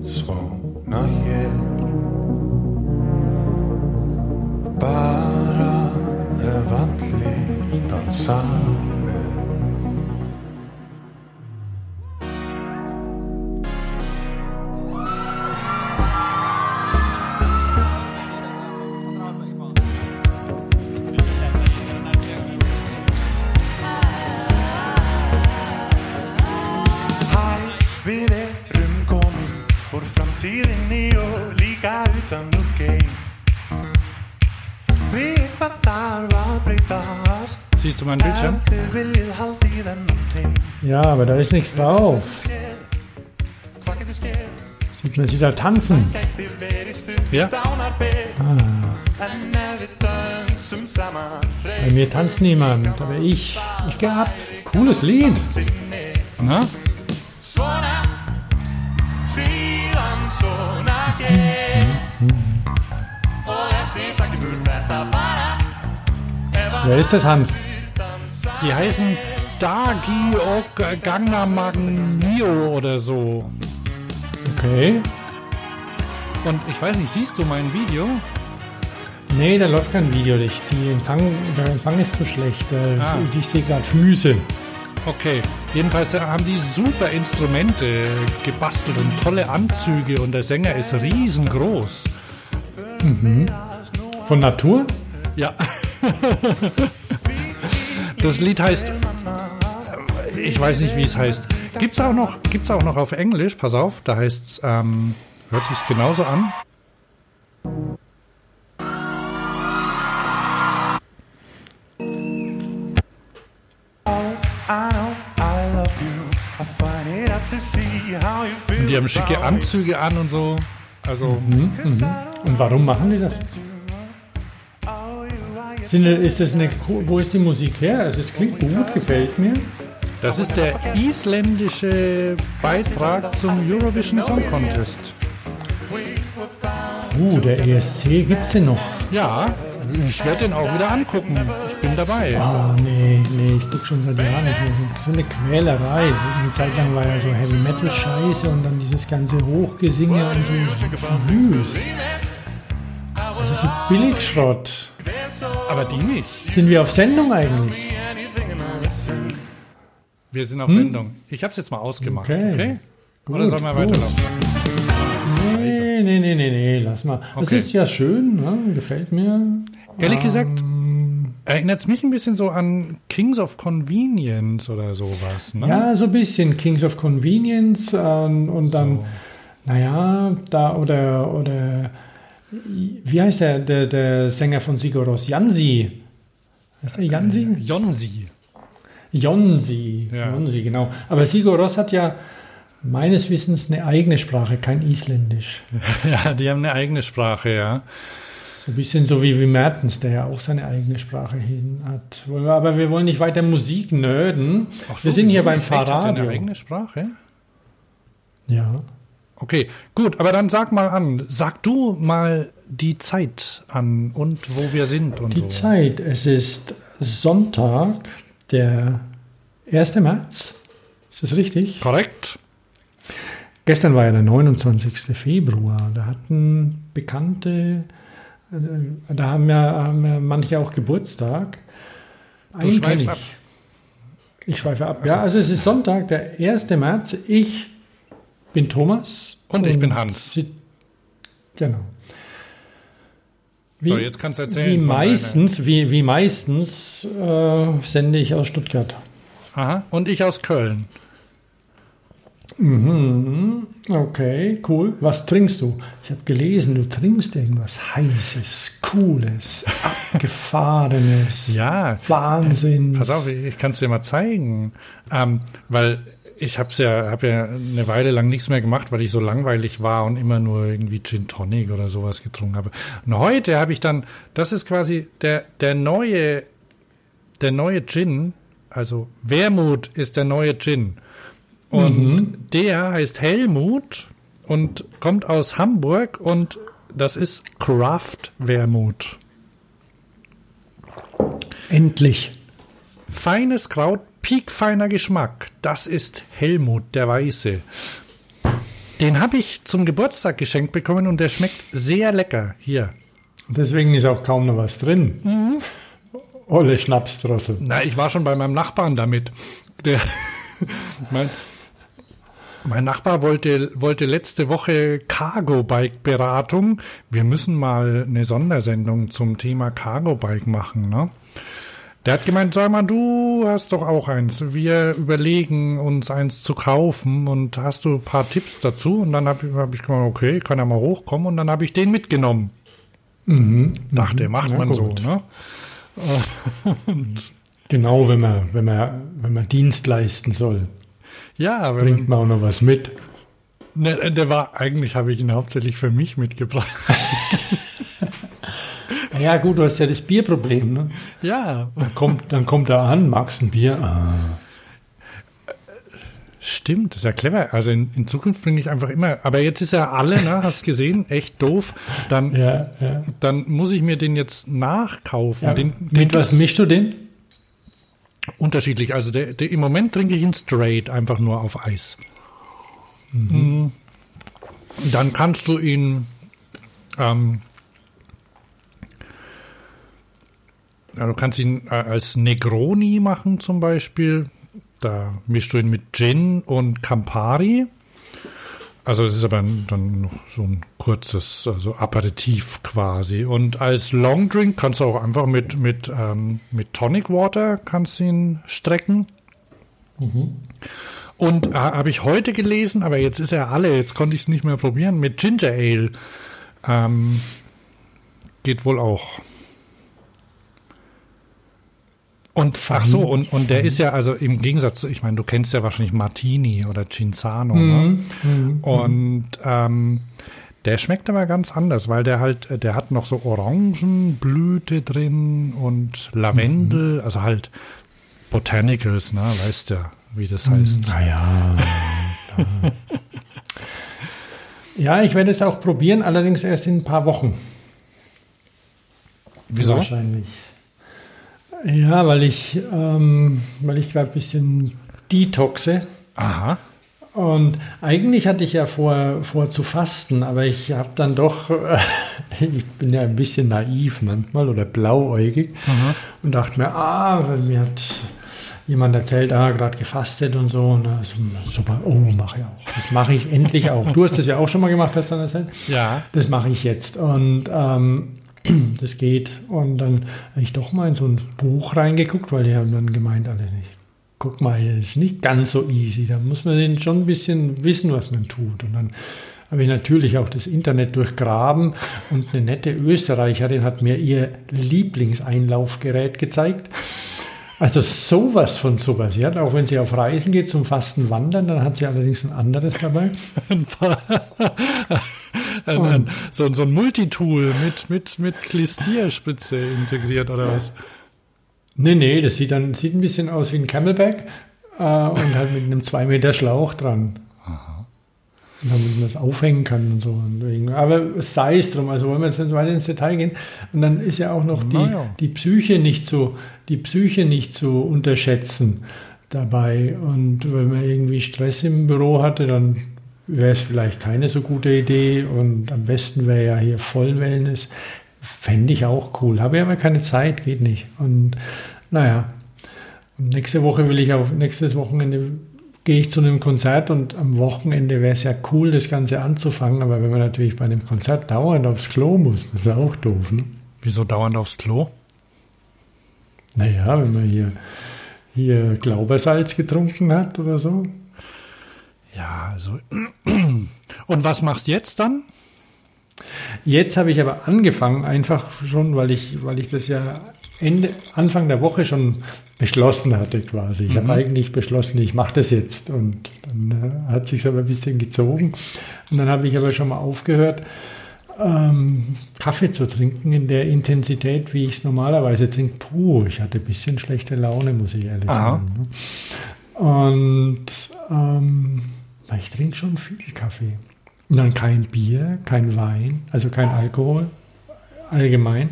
svona hér bara ef allir dansa með. Tíðinni og líka utan úr geim. Hvað þarf að breytast? Siehst du meinen Bildschirm? Þið viljið halda í þennan teim. Ja, aber da ist nichts drauf. Sieht man sie da tanzen? Ja. Bei mir tanzt niemand, aber ich gehe ab. Cooles Lied. Na? Wer ist das, Hans? Die heißen Dagi Gangnam Mio oder so. Okay. Und ich weiß nicht, siehst du mein Video? Nee, da läuft kein Videolicht. Der Empfang ist zu schlecht. Ich sehe gerade Füße. Okay, jedenfalls haben die super Instrumente gebastelt und tolle Anzüge und der Sänger ist riesengroß. Mhm. Von Natur? Ja. Das Lied heißt, ich weiß nicht, wie es heißt. Gibt's auch noch auf Englisch, pass auf, da heißt's, hört sich's genauso an. Und die haben schicke Anzüge an und so. Also. Und warum machen die das? Wo ist die Musik her? Also es klingt gut, gefällt mir. Das ist der isländische Beitrag zum Eurovision Song Contest. Der ESC gibt's den noch? Ja, ich werde den auch wieder angucken. Ich bin dabei. Nee, ich gucke schon seit Jahren nicht mehr. So eine Quälerei. Eine Zeit lang war ja so Heavy Metal Scheiße und dann dieses ganze Hochgesinge und so wüst. Das ist so Billigschrott. Aber die nicht. Sind wir auf Sendung eigentlich? Wir sind auf Sendung. Ich habe es jetzt mal ausgemacht. Okay? Gut, oder sollen wir weiterlaufen lassen? Nee, lass mal. Das ist ja schön, ne? Gefällt mir. Ehrlich gesagt, erinnert es mich ein bisschen so an Kings of Convenience oder sowas, ne? Ja, so ein bisschen Kings of Convenience und dann, oder wie heißt der Sänger von Sigur Rós? Jansi. Heißt der Jansi? Jonsi, genau. Aber Sigur Rós hat ja meines Wissens eine eigene Sprache, kein Isländisch. Ja, die haben eine eigene Sprache, ja. So ein bisschen so wie Mertens, der ja auch seine eigene Sprache hin hat. Aber wir wollen nicht weiter Musik nerden. Wir sind hier beim Fahrradio. Hat eine eigene Sprache? Ja. Okay, gut, aber dann sag du mal die Zeit an und wo wir sind und so. Die Zeit, es ist Sonntag, der 1. März. Ist das richtig? Korrekt. Gestern war ja der 29. Februar. Da hatten Bekannte, da haben ja manche auch Geburtstag. Du schweifst ab. Ich schweife ab. Ja, also es ist Sonntag, der 1. März. Ich bin Thomas. Und ich bin Hans. Genau. So, jetzt kannst du erzählen. Wie meistens sende ich aus Stuttgart. Aha, und ich aus Köln. Okay, cool. Was trinkst du? Ich habe gelesen, du trinkst irgendwas Heißes, Cooles, Abgefahrenes. Ja. Wahnsinns. Pass auf, ich kann es dir mal zeigen. Weil ich habe ja eine Weile lang nichts mehr gemacht, weil ich so langweilig war und immer nur irgendwie Gin Tonic oder sowas getrunken habe. Und heute habe ich dann, das ist quasi der neue Gin, also Wermut ist der neue Gin. Und der heißt Helmut und kommt aus Hamburg und das ist Craft Wermut. Endlich. Feines Kraut, piekfeiner Geschmack. Das ist Helmut, der Weiße. Den habe ich zum Geburtstag geschenkt bekommen und der schmeckt sehr lecker. Hier. Deswegen ist auch kaum noch was drin. Olle Schnapsdrossel. Na, ich war schon bei meinem Nachbarn damit. Der, mein Nachbar wollte letzte Woche Cargo-Bike-Beratung. Wir müssen mal eine Sondersendung zum Thema Cargo-Bike machen, ne? Der hat gemeint, sag mal, du hast doch auch eins. Wir überlegen, uns eins zu kaufen und hast du ein paar Tipps dazu? Und dann hab ich gemeint, okay, kann ja mal hochkommen. Und dann habe ich den mitgenommen. Dachte, macht man so, ne? Genau, wenn man Dienst leisten soll. Ja, Bringt man auch noch was mit. Ne, eigentlich habe ich ihn hauptsächlich für mich mitgebracht. Ja gut, du hast ja das Bierproblem, ne? Ja. Dann kommt er an, magst ein Bier? Ah. Stimmt, das ist ja clever. Also in Zukunft bringe ich einfach immer, aber jetzt ist ja alle, ne, hast gesehen, echt doof. Dann muss ich mir den jetzt nachkaufen. Ja, mit was mischst du den? Unterschiedlich. Also im Moment trinke ich ihn straight, einfach nur auf Eis. Dann kannst du ihn du kannst ihn als Negroni machen zum Beispiel. Da mischst du ihn mit Gin und Campari. Also es ist aber dann noch so ein kurzes, also Aperitif quasi. Und als Longdrink kannst du auch einfach mit Tonic Water kannst ihn strecken. Und habe ich heute gelesen, aber jetzt ist er alle, jetzt konnte ich es nicht mehr probieren, mit Ginger Ale. Geht wohl auch. Und und der ist ja, also im Gegensatz zu, ich meine, du kennst ja wahrscheinlich Martini oder Cinzano, ne? Und der schmeckt aber ganz anders, weil der hat noch so Orangenblüte drin und Lavendel, also halt Botanicals, ne? Weißt ja, wie das heißt. Naja. Ja, ich werde es auch probieren, allerdings erst in ein paar Wochen. Wieso? Wahrscheinlich. Ja, weil ich gerade ein bisschen detoxe. Aha. Und eigentlich hatte ich ja vor zu fasten, aber ich habe dann doch, ich bin ja ein bisschen naiv manchmal oder blauäugig und dachte mir, weil mir hat jemand erzählt, gerade gefastet und so. Und super, mache ich auch. Das mache ich endlich auch. Du hast das ja auch schon mal gemacht, hast du dann erzählt? Ja. Das mache ich jetzt. Und das geht. Und dann habe ich doch mal in so ein Buch reingeguckt, weil die haben dann gemeint, guck mal, das ist nicht ganz so easy. Da muss man schon ein bisschen wissen, was man tut. Und dann habe ich natürlich auch das Internet durchgraben und eine nette Österreicherin hat mir ihr Lieblingseinlaufgerät gezeigt. Also sowas von sowas. Ja? Auch wenn sie auf Reisen geht zum Fasten wandern, dann hat sie allerdings ein anderes dabei. So ein Multitool mit Klistierspitze integriert oder was? Nee, das sieht ein bisschen aus wie ein Camelback und halt mit einem 2 Meter Schlauch dran. Aha. Und damit man das aufhängen kann und so. Aber es sei es drum, also wollen wir jetzt nicht weiter ins Detail gehen. Und dann ist ja auch noch die Psyche nicht zu unterschätzen dabei. Und wenn man irgendwie Stress im Büro hatte, dann wäre es vielleicht keine so gute Idee. Und am besten wäre ja hier Vollwellness. Fände ich auch cool. Habe aber keine Zeit, geht nicht. Und naja, nächstes Wochenende gehe ich zu einem Konzert und am Wochenende wäre es ja cool, das Ganze anzufangen. Aber wenn man natürlich bei einem Konzert dauernd aufs Klo muss, das ist ja auch doof. Ne? Wieso dauernd aufs Klo? Naja, wenn man hier Glaubersalz getrunken hat oder so. Ja, also. Und was machst du jetzt dann? Jetzt habe ich aber angefangen, einfach schon, weil ich das ja Anfang der Woche schon beschlossen hatte quasi. Ich habe eigentlich beschlossen, ich mache das jetzt. Und dann hat es sich aber ein bisschen gezogen. Und dann habe ich aber schon mal aufgehört, Kaffee zu trinken in der Intensität, wie ich es normalerweise trinke. Ich hatte ein bisschen schlechte Laune, muss ich ehrlich sagen. Und ich trinke schon viel Kaffee. Und dann kein Bier, kein Wein, also kein Alkohol allgemein.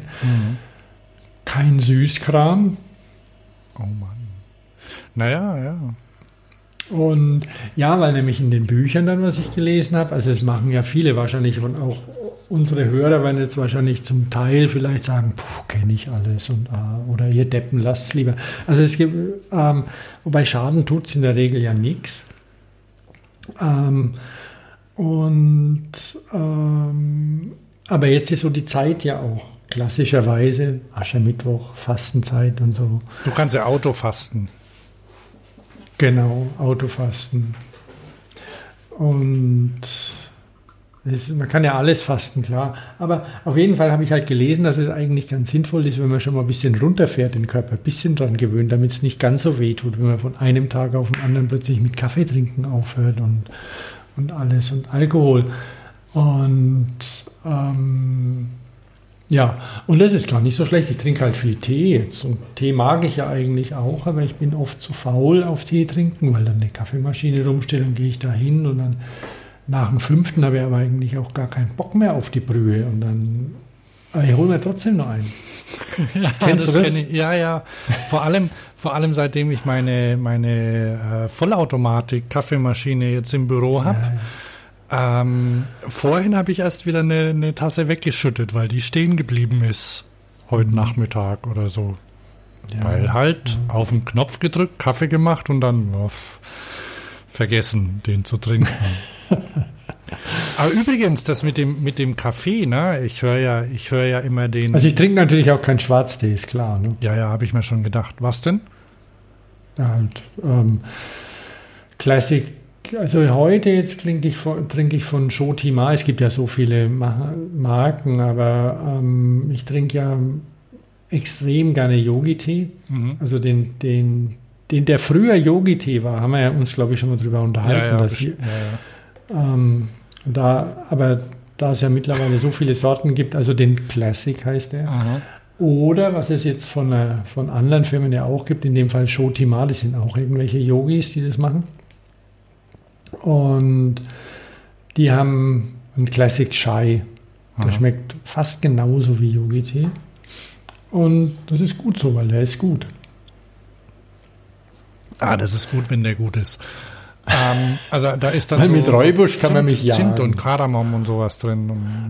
Kein Süßkram. Oh Mann. Naja, ja. Und ja, weil nämlich in den Büchern dann, was ich gelesen habe, also es machen ja viele wahrscheinlich und auch unsere Hörer werden jetzt wahrscheinlich zum Teil vielleicht sagen, kenne ich alles und oder ihr Deppen, lasst es lieber. Also es gibt, wobei Schaden tut es in der Regel ja nichts. Aber jetzt ist so die Zeit ja auch klassischerweise Aschermittwoch, Fastenzeit und so. Du kannst ja Autofasten. Genau, Autofasten. Und man kann ja alles fasten, klar. Aber auf jeden Fall habe ich halt gelesen, dass es eigentlich ganz sinnvoll ist, wenn man schon mal ein bisschen runterfährt, den Körper ein bisschen dran gewöhnt, damit es nicht ganz so weh tut, wenn man von einem Tag auf den anderen plötzlich mit Kaffee trinken aufhört und alles und Alkohol. Und ja, und das ist gar nicht so schlecht. Ich trinke halt viel Tee jetzt. Und Tee mag ich ja eigentlich auch, aber ich bin oft zu faul auf Tee trinken, weil dann eine Kaffeemaschine rumsteht, dann gehe ich da hin und dann nach dem 5. habe ich aber eigentlich auch gar keinen Bock mehr auf die Brühe. Und dann, aber ich hole mir trotzdem noch einen. Ja, kennst du das? Kenn ich. Ja. Vor allem seitdem ich meine Vollautomatik-Kaffeemaschine jetzt im Büro habe. Ja. Vorhin habe ich erst wieder eine Tasse weggeschüttet, weil die stehen geblieben ist. Heute Nachmittag oder so. Ja, weil halt auf den Knopf gedrückt, Kaffee gemacht und dann vergessen, den zu trinken. Aber übrigens, das mit dem Kaffee, ne? Ich höre ja immer den... Also ich trinke natürlich auch keinen Schwarztee, ist klar. Ne? Ja, habe ich mir schon gedacht. Was denn? Halt, Classic. Also heute jetzt trinke ich von Shotima. Es gibt ja so viele Marken, aber ich trinke ja extrem gerne Yogi-Tee. Mhm. Also der früher Yogi-Tee war, haben wir ja uns, glaube ich, schon mal drüber unterhalten. Aber da es ja mittlerweile so viele Sorten gibt, also den Classic heißt der. Aha. Oder was es jetzt von anderen Firmen ja auch gibt, in dem Fall Shotima, das sind auch irgendwelche Yogis, die das machen. Und die haben einen Classic Chai. Der schmeckt fast genauso wie Yogi-Tee. Und das ist gut so, weil der ist gut. Das ist gut, wenn der gut ist. Also da ist dann weil mit Räubusch kann man mich jagen. Zimt und Kardamom und sowas drin.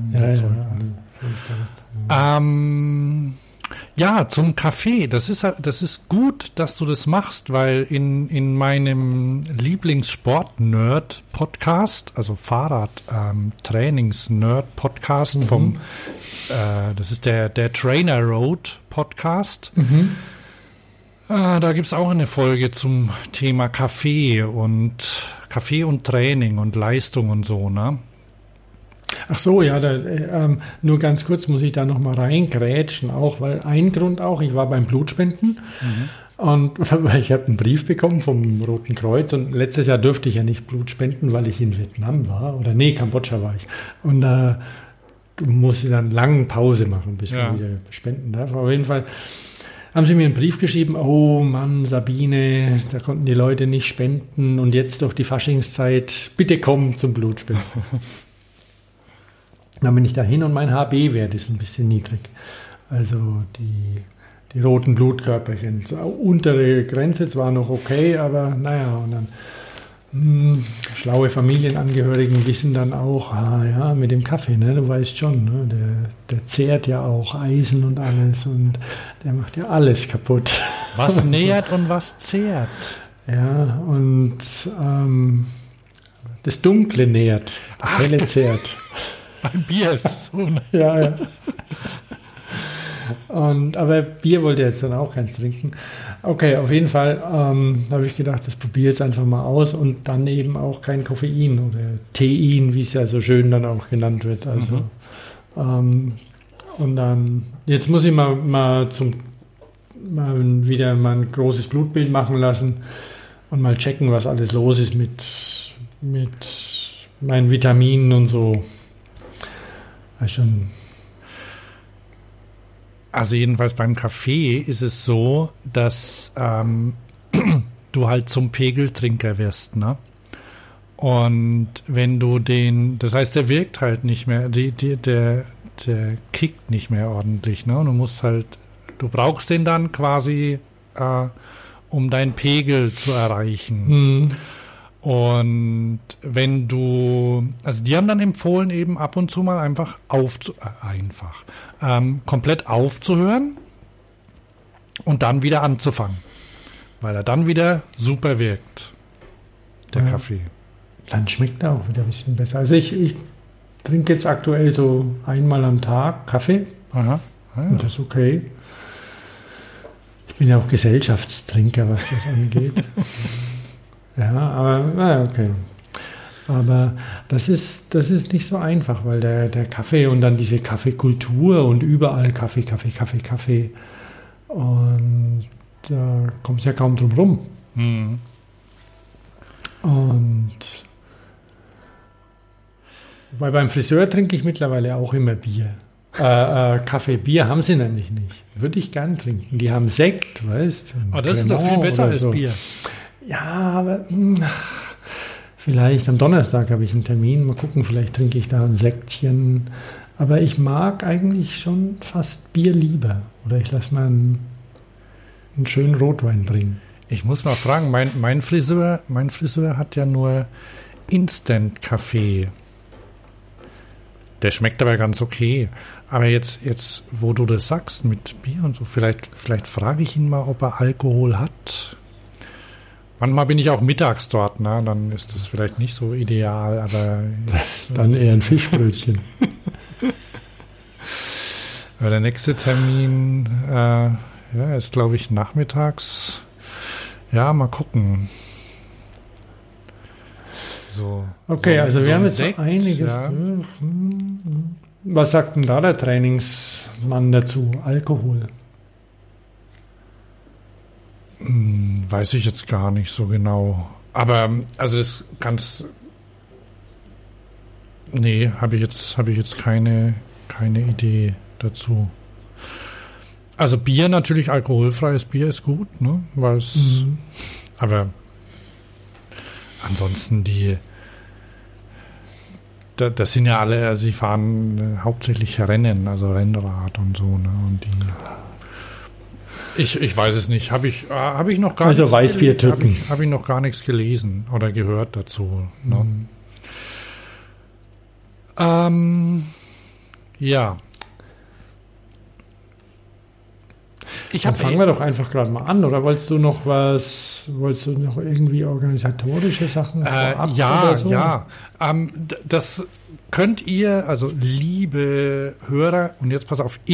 Ja, zum Kaffee. Das ist gut, dass du das machst, weil in meinem Lieblingssport-Nerd-Podcast, also Fahrrad-Trainings-Nerd-Podcast das ist der Trainer Road-Podcast. Mhm. Da gibt es auch eine Folge zum Thema Kaffee und Training und Leistung und so, ne? Ach so, ja, nur ganz kurz muss ich da nochmal reingrätschen, auch, weil ein Grund auch, ich war beim Blutspenden und ich habe einen Brief bekommen vom Roten Kreuz und letztes Jahr durfte ich ja nicht Blut spenden, weil ich in Vietnam war, Kambodscha war ich. Und du musst dann lange Pause machen, bis du wieder spenden darfst. Auf jeden Fall haben sie mir einen Brief geschrieben, oh Mann, Sabine, da konnten die Leute nicht spenden und jetzt durch die Faschingszeit, bitte komm zum Blutspenden. Dann bin ich da hin und mein HB-Wert ist ein bisschen niedrig. Also die roten Blutkörperchen. So, untere Grenze zwar noch okay, aber naja, und dann schlaue Familienangehörigen wissen dann auch, mit dem Kaffee, ne, du weißt schon, ne, der zehrt ja auch Eisen und alles und der macht ja alles kaputt. Was nährt und was zehrt. Ja, und das Dunkle nährt, das Helle zehrt. Beim Bier ist es so. Ne? Ja. Aber Bier wollte er jetzt dann auch keins trinken. Okay, auf jeden Fall habe ich gedacht, das probiere ich jetzt einfach mal aus und dann eben auch kein Koffein oder Tein, wie es ja so schön dann auch genannt wird. Also und dann, jetzt muss ich mal wieder mal ein großes Blutbild machen lassen und mal checken, was alles los ist mit meinen Vitaminen und so. Schon. Also jedenfalls beim Kaffee ist es so, dass du halt zum Pegeltrinker wirst, ne? Und wenn du das heißt, der wirkt halt nicht mehr, der kickt nicht mehr ordentlich, ne? Und du brauchst den dann quasi, um deinen Pegel zu erreichen. Und wenn du, also die haben dann empfohlen, eben ab und zu mal einfach komplett aufzuhören und dann wieder anzufangen, weil er dann wieder super wirkt, der Kaffee. Dann schmeckt er auch wieder ein bisschen besser. Also ich trinke jetzt aktuell so einmal am Tag Kaffee. Aha. Ah, ja. Und das ist okay. Ich bin ja auch Gesellschaftstrinker, was das angeht. Ja, aber okay. Aber das ist nicht so einfach, weil der Kaffee und dann diese Kaffeekultur und überall Kaffee. Und da kommt es ja kaum drum rum. Mhm. Und wobei beim Friseur trinke ich mittlerweile auch immer Bier. Kaffee, Bier haben sie nämlich nicht. Würde ich gern trinken. Die haben Sekt, weißt du. Aber das ist doch viel besser als Bier. Ja, aber vielleicht am Donnerstag habe ich einen Termin. Mal gucken, vielleicht trinke ich da ein Sektchen. Aber ich mag eigentlich schon fast Bier lieber. Oder ich lasse mal einen schönen Rotwein bringen. Ich muss mal fragen, mein Friseur hat ja nur Instant-Kaffee. Der schmeckt aber ganz okay. Aber jetzt, wo du das sagst mit Bier und so, vielleicht frage ich ihn mal, ob er Alkohol hat. Manchmal bin ich auch mittags dort, ne? Dann ist das vielleicht nicht so ideal, aber dann eher ein Fischbrötchen. Aber der nächste Termin ist, glaube ich, nachmittags. Ja, mal gucken. So. Okay, also wir haben jetzt Sekt, einiges. Ja. Was sagt denn da der Trainingsmann dazu? Alkohol? Weiß ich jetzt gar nicht so genau. Aber also das ganz. Nee, habe ich jetzt keine Idee dazu. Also Bier natürlich, alkoholfreies Bier ist gut, ne? Weil es. Aber ansonsten das sind ja alle, also sie fahren hauptsächlich Rennen, also Rennrad und so, ne? Und ich weiß es nicht, habe ich noch gar also Weißbiertypen. Habe ich noch gar nichts gelesen oder gehört dazu. Ne? Ja. Dann fangen wir doch einfach gerade mal an, oder wolltest du noch irgendwie organisatorische Sachen vorab oder so? Ja. Das könnt ihr, also liebe Hörer, und jetzt pass auf,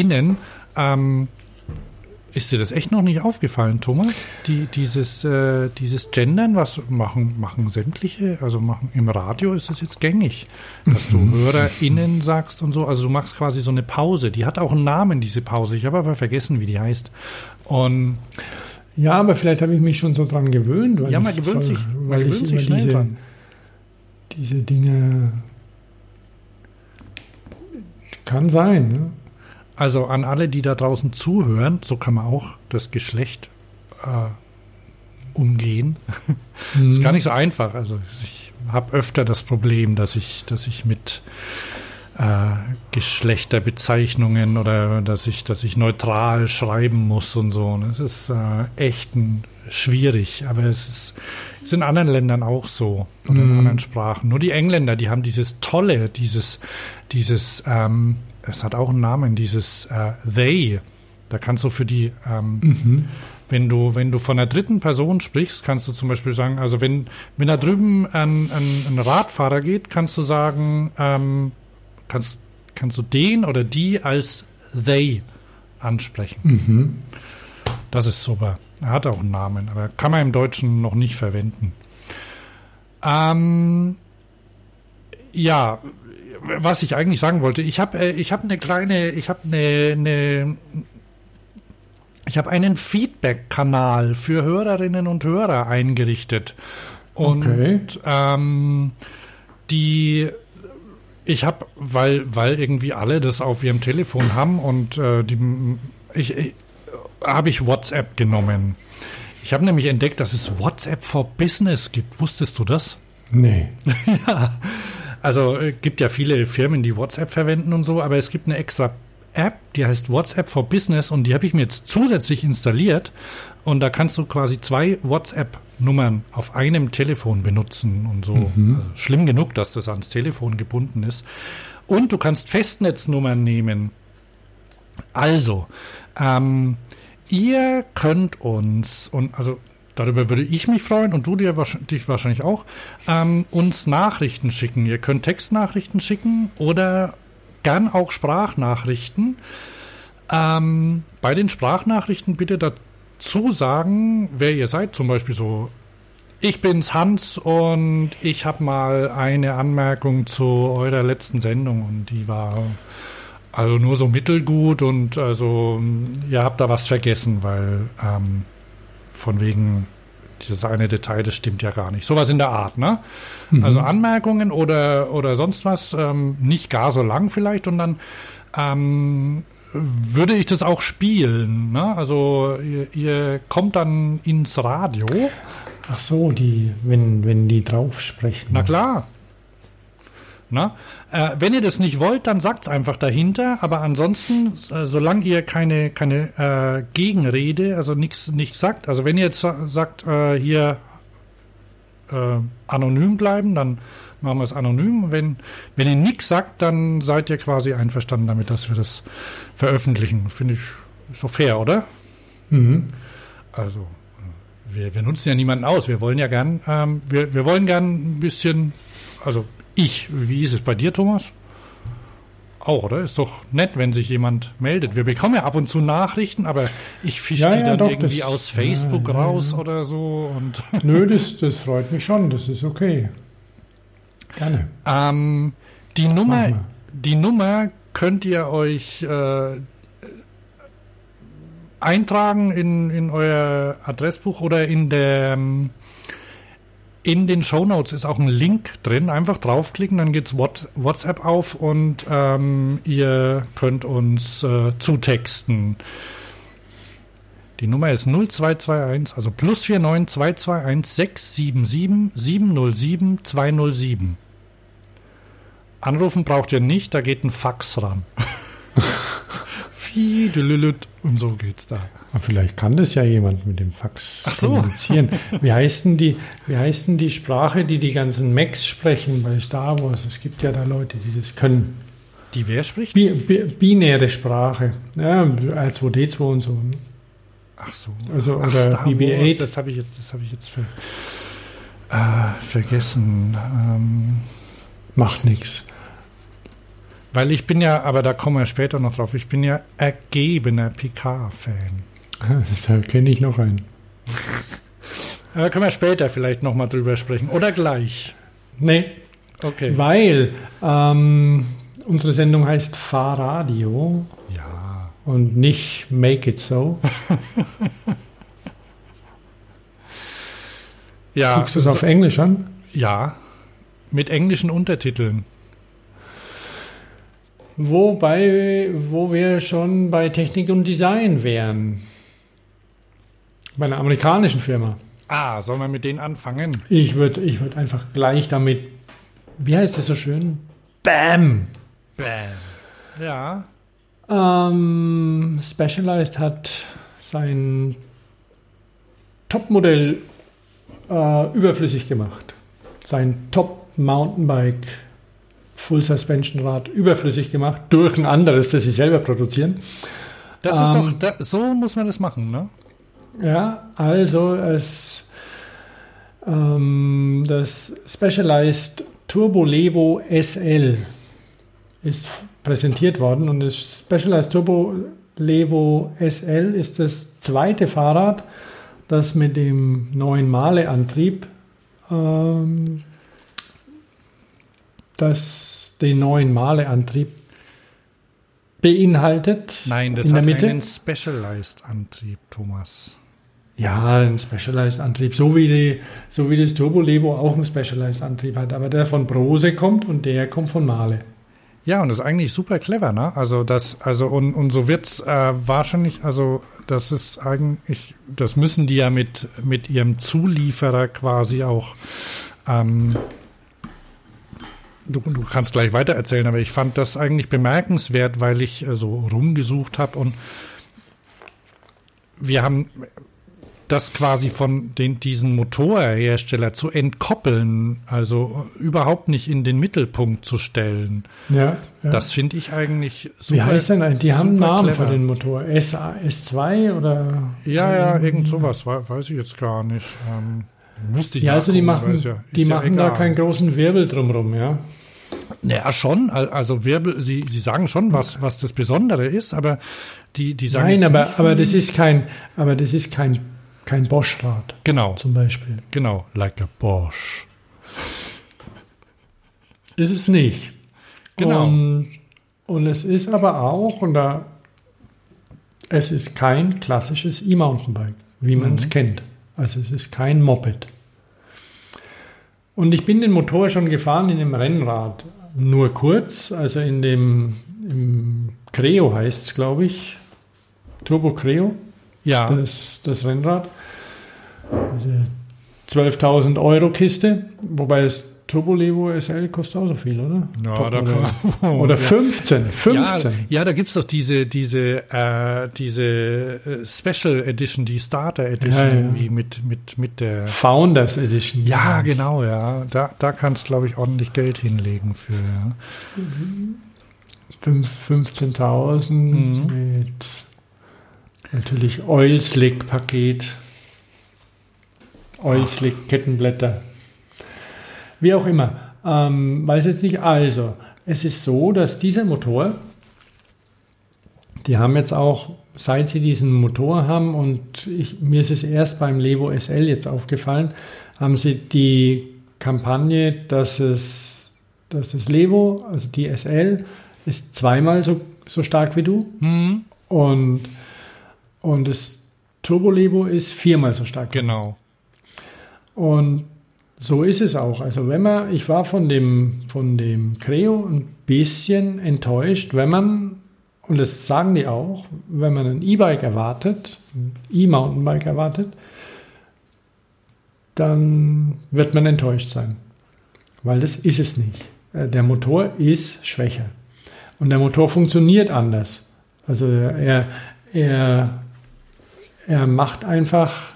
ist dir das echt noch nicht aufgefallen, Thomas? Dieses Gendern, was machen sämtliche, also machen im Radio ist das jetzt gängig, dass du HörerInnen sagst und so. Also du machst quasi so eine Pause. Die hat auch einen Namen, diese Pause. Ich habe aber vergessen, wie die heißt. Und ja, aber vielleicht habe ich mich schon so dran gewöhnt. Ja, man gewöhnt sich schnell dran. Diese Dinge kann sein, ne? Also an alle, die da draußen zuhören, so kann man auch das Geschlecht umgehen. Das ist gar nicht so einfach. Also ich habe öfter das Problem, dass ich mit Geschlechterbezeichnungen oder dass ich neutral schreiben muss und so. Das ist echt schwierig, aber es ist in anderen Ländern auch so oder in anderen Sprachen. Nur die Engländer, die haben dieses Tolle, es hat auch einen Namen, dieses they. Da kannst du für die, wenn du von der dritten Person sprichst, kannst du zum Beispiel sagen, also wenn da drüben ein Radfahrer geht, kannst du sagen, kannst du den oder die als they ansprechen. Das ist super. Er hat auch einen Namen, aber kann man im Deutschen noch nicht verwenden. Ja, was ich eigentlich sagen wollte, ich habe einen Feedback-Kanal für Hörerinnen und Hörer eingerichtet. Und ich habe, weil irgendwie alle das auf ihrem Telefon haben und habe ich WhatsApp genommen. Ich habe nämlich entdeckt, dass es WhatsApp for Business gibt. Wusstest du das? Nee. Ja. Also gibt ja viele Firmen, die WhatsApp verwenden und so, aber es gibt eine extra App, die heißt WhatsApp for Business und die habe ich mir jetzt zusätzlich installiert und da kannst du quasi 2 WhatsApp-Nummern auf einem Telefon benutzen und so. Also schlimm genug, dass das ans Telefon gebunden ist. Und du kannst Festnetznummern nehmen. Also, ihr könnt uns, und also darüber würde ich mich freuen und du dich wahrscheinlich auch, uns Nachrichten schicken. Ihr könnt Textnachrichten schicken oder gern auch Sprachnachrichten. Bei den Sprachnachrichten bitte dazu sagen, wer ihr seid. Zum Beispiel so, ich bin's Hans und ich habe mal eine Anmerkung zu eurer letzten Sendung und die war also nur so mittelgut und also ihr habt da was vergessen, weil von wegen das eine Detail, das stimmt ja gar nicht. Sowas in der Art, ne? Also Anmerkungen oder sonst was, nicht gar so lang vielleicht und dann würde ich das auch spielen, ne? Also ihr kommt dann ins Radio. Ach so, wenn die drauf sprechen. Na klar. Na? Wenn ihr das nicht wollt, dann sagt's einfach dahinter. Aber ansonsten, solange ihr keine Gegenrede, also nichts sagt, also wenn ihr jetzt sagt, hier anonym bleiben, dann machen wir es anonym. Wenn ihr nichts sagt, dann seid ihr quasi einverstanden damit, dass wir das veröffentlichen. Finde ich so fair, oder? Also wir nutzen ja niemanden aus. Wir wollen ja gern, wir wollen gern ein bisschen, also wie ist es bei dir, Thomas? Auch, oder? Ist doch nett, wenn sich jemand meldet. Wir bekommen ja ab und zu Nachrichten, aber ich fische die dann doch, irgendwie aus Facebook raus oder so. Und nö, das freut mich schon. Das ist okay. Gerne. Die Nummer könnt ihr euch eintragen in euer Adressbuch oder in den Shownotes ist auch ein Link drin. Einfach draufklicken, dann geht's WhatsApp auf und ihr könnt uns zutexten. Die Nummer ist 0221, also +49 221 677 707 207. Anrufen braucht ihr nicht, da geht ein Fax ran. Und so geht's da. Aber vielleicht kann das ja jemand mit dem Fax kommunizieren. Wie heißt denn die Sprache, die ganzen Macs sprechen bei Star Wars? Es gibt ja da Leute, die das können. Die wer spricht? Binäre Sprache. Ja, R2D2 und so. Ach so. Also, oder BB-8. Das habe ich jetzt vergessen. Macht nichts. Weil ich bin ja, aber da kommen wir später noch drauf, ich bin ja ergebener Picard-Fan. Da kenne ich noch einen. Da können wir später vielleicht nochmal drüber sprechen. Oder gleich? Nee. Okay. Weil unsere Sendung heißt Fahrradio. Ja. Und nicht Make It So. Ja. Guckst du es auf Englisch an? Ja. Mit englischen Untertiteln. Wo wir schon bei Technik und Design wären. Bei einer amerikanischen Firma. Sollen wir mit denen anfangen? Ich würd einfach gleich damit, wie heißt das so schön? BAM! BAM. Ja. Specialized hat sein Topmodell überflüssig gemacht. Sein Top-Mountainbike Full-Suspension-Rad überflüssig gemacht durch ein anderes, das sie selber produzieren. Das ist doch, so muss man das machen, ne? Ja, also das Specialized Turbo Levo SL ist präsentiert worden und das Specialized Turbo Levo SL ist das zweite Fahrrad, das mit dem neuen Mahle-Antrieb den neuen Mahle-Antrieb beinhaltet. Nein, das hat einen Specialized-Antrieb, Thomas. Ja, ein Specialized-Antrieb, so wie das Turbo Levo auch einen Specialized-Antrieb hat, aber der von Brose kommt und der kommt von Mahle. Ja, und das ist eigentlich super clever, ne? Und so wird's wahrscheinlich, also das ist eigentlich, das müssen die ja mit ihrem Zulieferer quasi auch du kannst gleich weiter erzählen, aber ich fand das eigentlich bemerkenswert, weil ich so rumgesucht habe und wir haben das quasi von diesen Motorhersteller zu entkoppeln, also überhaupt nicht in den Mittelpunkt zu stellen. Ja. Das finde ich eigentlich super. Wie heißt denn eigentlich? Die haben einen Namen clever. für den Motor. S2 oder? Ja, irgend sowas, weiß ich jetzt gar nicht. Müsste ich Ja, also die nachgucken, machen, aber ist ja da egal. keinen großen Wirbel drumherum, ja. Ja, schon. Also Wirbel, sie sagen schon, was das Besondere ist, aber die sagen Nein, jetzt nicht aber das ist kein Bosch-Rad genau, zum Beispiel. genau, like a Bosch. Ist es nicht. Genau. Und es ist aber auch, es ist kein klassisches E-Mountainbike, wie man es kennt. Also es ist kein Moped. Und ich bin den Motor schon gefahren in dem Rennrad. Nur kurz, also im Creo heißt es, glaube ich. Turbo Creo, Ja, das Rennrad. Diese 12.000 Euro Kiste, wobei das Turbo Levo SL kostet auch so viel, oder? Ja, da Oder 15. Ja, da gibt's doch diese Special Edition, die Starter Edition Ja, ja. irgendwie mit der. Founders Edition. Ja, genau, ja. Da kannst du, glaube ich, ordentlich Geld hinlegen für. Ja. 15.000 mit natürlich Oil Slick Paket. Oil Slick Kettenblätter. Wie auch immer. Weiß jetzt nicht. Also, es ist so, dass dieser Motor, die haben jetzt auch, seit sie diesen Motor haben, und mir ist es erst beim Levo SL jetzt aufgefallen, haben sie die Kampagne, dass das Levo, also die SL, ist zweimal so stark wie du. Und das Turbo Levo ist viermal so stark. Genau. Und so ist es auch. Also ich war von dem Creo ein bisschen enttäuscht, und das sagen die auch, wenn man ein E-Bike erwartet, ein E-Mountainbike erwartet, dann wird man enttäuscht sein. Weil das ist es nicht. Der Motor ist schwächer. Und der Motor funktioniert anders. Also er macht einfach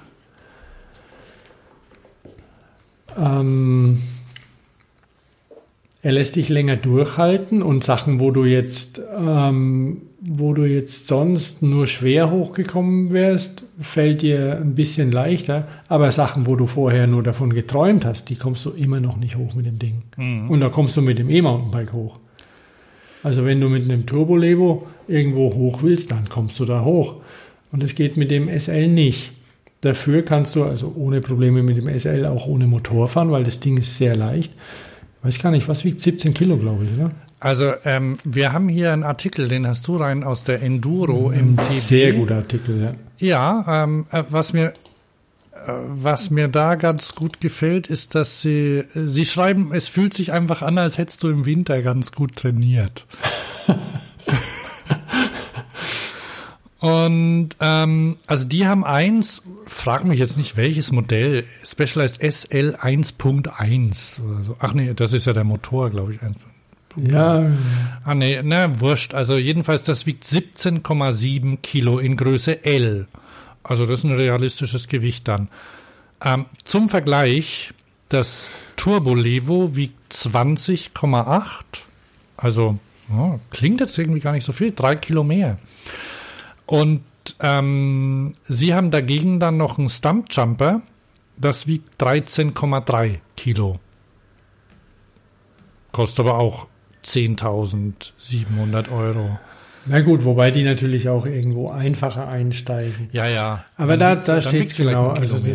er lässt dich länger durchhalten und Sachen, wo du jetzt sonst nur schwer hochgekommen wärst, fällt dir ein bisschen leichter. Aber Sachen, wo du vorher nur davon geträumt hast, die kommst du immer noch nicht hoch mit dem Ding. Und da kommst du mit dem E-Mountainbike hoch. Also wenn du mit einem Turbo Levo irgendwo hoch willst, dann kommst du da hoch. Und das geht mit dem SL nicht. Dafür kannst du also ohne Probleme mit dem SL auch ohne Motor fahren, weil das Ding ist sehr leicht. Ich weiß gar nicht, was wiegt 17 Kilo, glaube ich, oder? Also wir haben hier einen Artikel, den hast du rein aus der Enduro MTB. Sehr guter Artikel, ja. Ja, was mir da ganz gut gefällt, ist, dass sie schreiben, es fühlt sich einfach an, als hättest du im Winter ganz gut trainiert. Und also die haben frag mich jetzt nicht, welches Modell, Specialized SL 1.1 oder so. Ach nee, das ist ja der Motor, glaube ich. Ja. Ah nee, wurscht. Also jedenfalls, das wiegt 17,7 Kilo in Größe L. Also das ist ein realistisches Gewicht dann. Zum Vergleich, das Turbo Levo wiegt 20,8. Also klingt jetzt irgendwie gar nicht so viel, 3 Kilo mehr. Und sie haben dagegen dann noch einen Stumpjumper, das wiegt 13,3 Kilo. Kostet aber auch 10.700 Euro. Na gut, wobei die natürlich auch irgendwo einfacher einsteigen. Ja. Aber da steht es genau.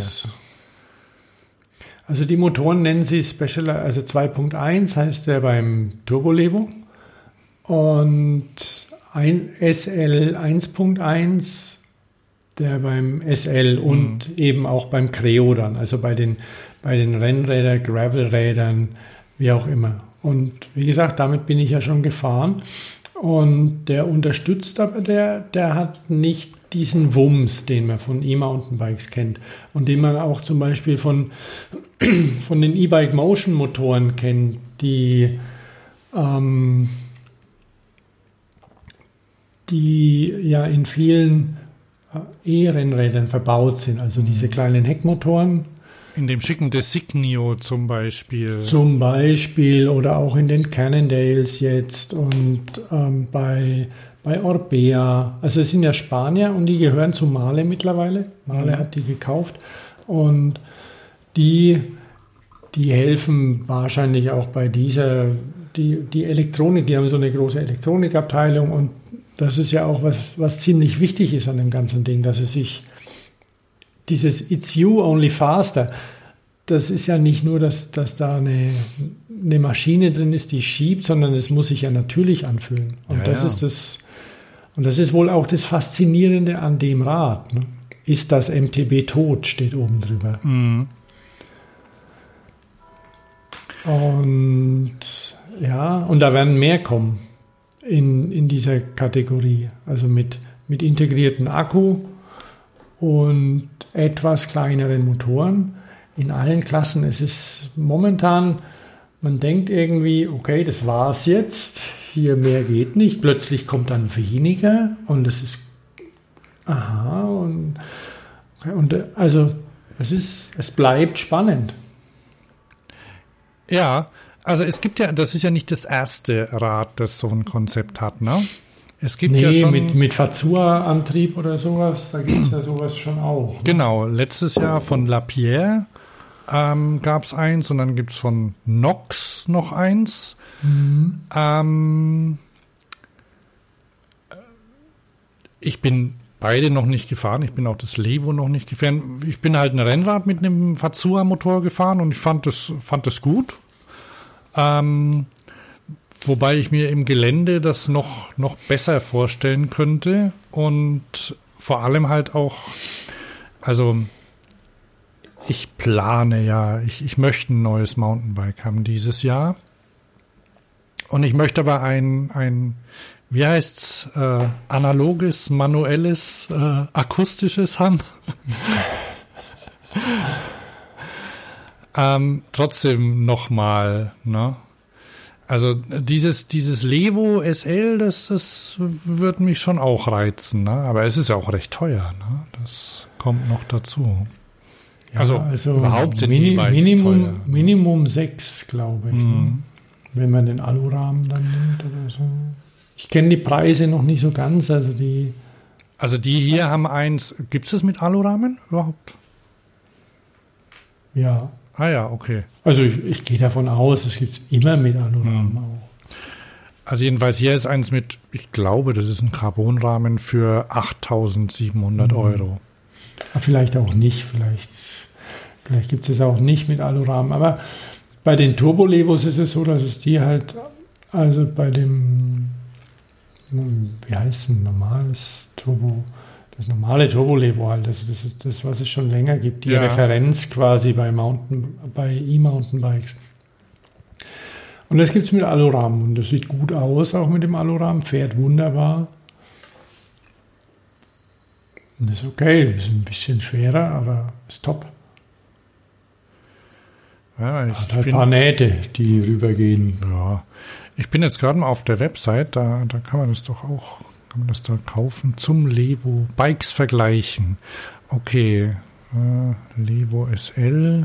Also die Motoren nennen sie Special, also 2.1 heißt der beim Turbo Levo und SL 1.1 der beim SL und eben auch beim Creo dann, also bei den Rennrädern, Gravelrädern, wie auch immer. Und wie gesagt, damit bin ich ja schon gefahren. Und der unterstützt aber, der hat nicht diesen Wumms, den man von E-Mountainbikes kennt und den man auch zum Beispiel von den E-Bike Motion Motoren kennt, die die ja in vielen E-Rennrädern verbaut sind, also diese kleinen Heckmotoren. In dem schicken Designio zum Beispiel. Zum Beispiel oder auch in den Cannondales jetzt und bei Orbea. Also es sind ja Spanier und die gehören zu Mahle mittlerweile. Mahle hat die gekauft und die helfen wahrscheinlich auch bei dieser, die Elektronik, die haben so eine große Elektronikabteilung und das ist ja auch was ziemlich wichtig ist an dem ganzen Ding, dass es sich dieses It's you only faster, das ist ja nicht nur, dass da eine Maschine drin ist, die schiebt, sondern es muss sich ja natürlich anfühlen. Und das ist wohl auch das Faszinierende an dem Rad. Ne? Ist das MTB tot, steht oben drüber. Mhm. Und ja, und da werden mehr kommen in dieser Kategorie. Also mit integrierten Akku und etwas kleineren Motoren in allen Klassen. Es ist momentan, man denkt irgendwie, okay, das war's jetzt, hier mehr geht nicht. Plötzlich kommt dann weniger und es ist, und also es bleibt spannend. Ja, also es gibt ja, das ist ja nicht das erste Rad, das so ein Konzept hat, ne? Es gibt ja schon mit Fazua-Antrieb oder sowas, da gibt es ja sowas schon auch. Ne? Genau, letztes Jahr von Lapierre gab es eins und dann gibt es von Nox noch eins. Mhm. Ich bin beide noch nicht gefahren, ich bin auch das Levo noch nicht gefahren. Ich bin halt ein Rennrad mit einem Fazua-Motor gefahren und ich fand das gut. Wobei ich mir im Gelände das noch besser vorstellen könnte und vor allem halt auch, also ich plane ja, ich möchte ein neues Mountainbike haben dieses Jahr und ich möchte aber ein wie heißt's, analoges, manuelles, akustisches haben. Trotzdem nochmal, ne? Also dieses Levo SL, das wird mich schon auch reizen, ne? Aber es ist ja auch recht teuer, ne? Das kommt noch dazu. Ja, also überhaupt sind E-Bikes teuer. Minimum 6, glaube ich, ne? Wenn man den Alurahmen dann nimmt oder so. Ich kenne die Preise noch nicht so ganz, also die hier haben eins, gibt es das mit Alurahmen überhaupt? Ja. Ah ja, okay. Also ich gehe davon aus, es gibt es immer mit Alurahmen auch. Also jedenfalls hier ist eins mit, ich glaube, das ist ein Carbonrahmen für 8.700 Euro. Aber vielleicht auch nicht, vielleicht gibt es auch nicht mit Alurahmen. Aber bei den Turbo-Levos ist es so, dass es die halt, also bei dem, wie heißt es, das normale Turbo-Levo halt, also das ist das, was es schon länger gibt, die Referenz quasi bei E-Mountainbikes. Und das gibt es mit Alurahmen und das sieht gut aus, auch mit dem Alurahmen, fährt wunderbar. Und ist okay, ist ein bisschen schwerer, aber ist top. Ja, hat halt ein paar Nähte, die rübergehen. Ja, ich bin jetzt gerade mal auf der Website, da kann man das doch auch, kann man das da kaufen, zum Levo, Bikes vergleichen. Okay, Levo SL.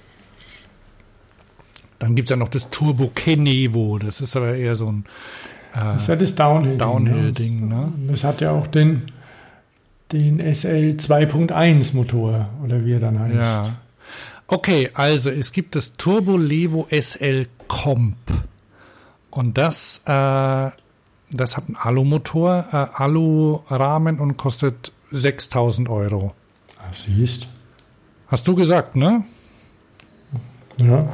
Dann gibt es ja noch das Turbo Kenevo, das ist aber eher so ein das ist ja das Downhill-Ding. Ne? Das hat ja auch den SL 2.1 Motor, oder wie er dann heißt. Ja. Okay, also es gibt das Turbo Levo SL Comp. Und das hat einen Alumotor, Alurahmen und kostet 6.000 Euro. Ach, siehst. Hast du gesagt, ne? Ja.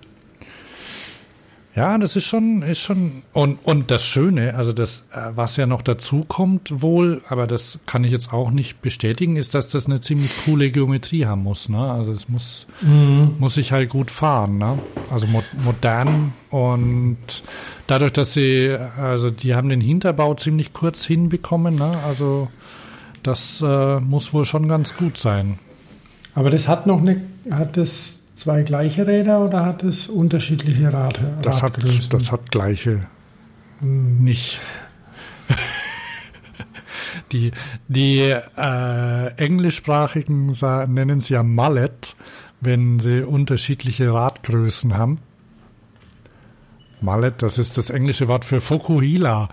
Ja, das ist schon, und das Schöne, also das, was ja noch dazu kommt wohl, aber das kann ich jetzt auch nicht bestätigen, ist, dass das eine ziemlich coole Geometrie haben muss, ne? Also es muss sich halt gut fahren, ne? Also modern und dadurch, dass die haben den Hinterbau ziemlich kurz hinbekommen, ne? Also das muss wohl schon ganz gut sein. Aber das hat das zwei gleiche Räder oder hat es unterschiedliche Radgrößen? Das hat gleiche nicht. Die Englischsprachigen nennen es ja Mallet, wenn sie unterschiedliche Radgrößen haben. Mallet, das ist das englische Wort für Fokuhila.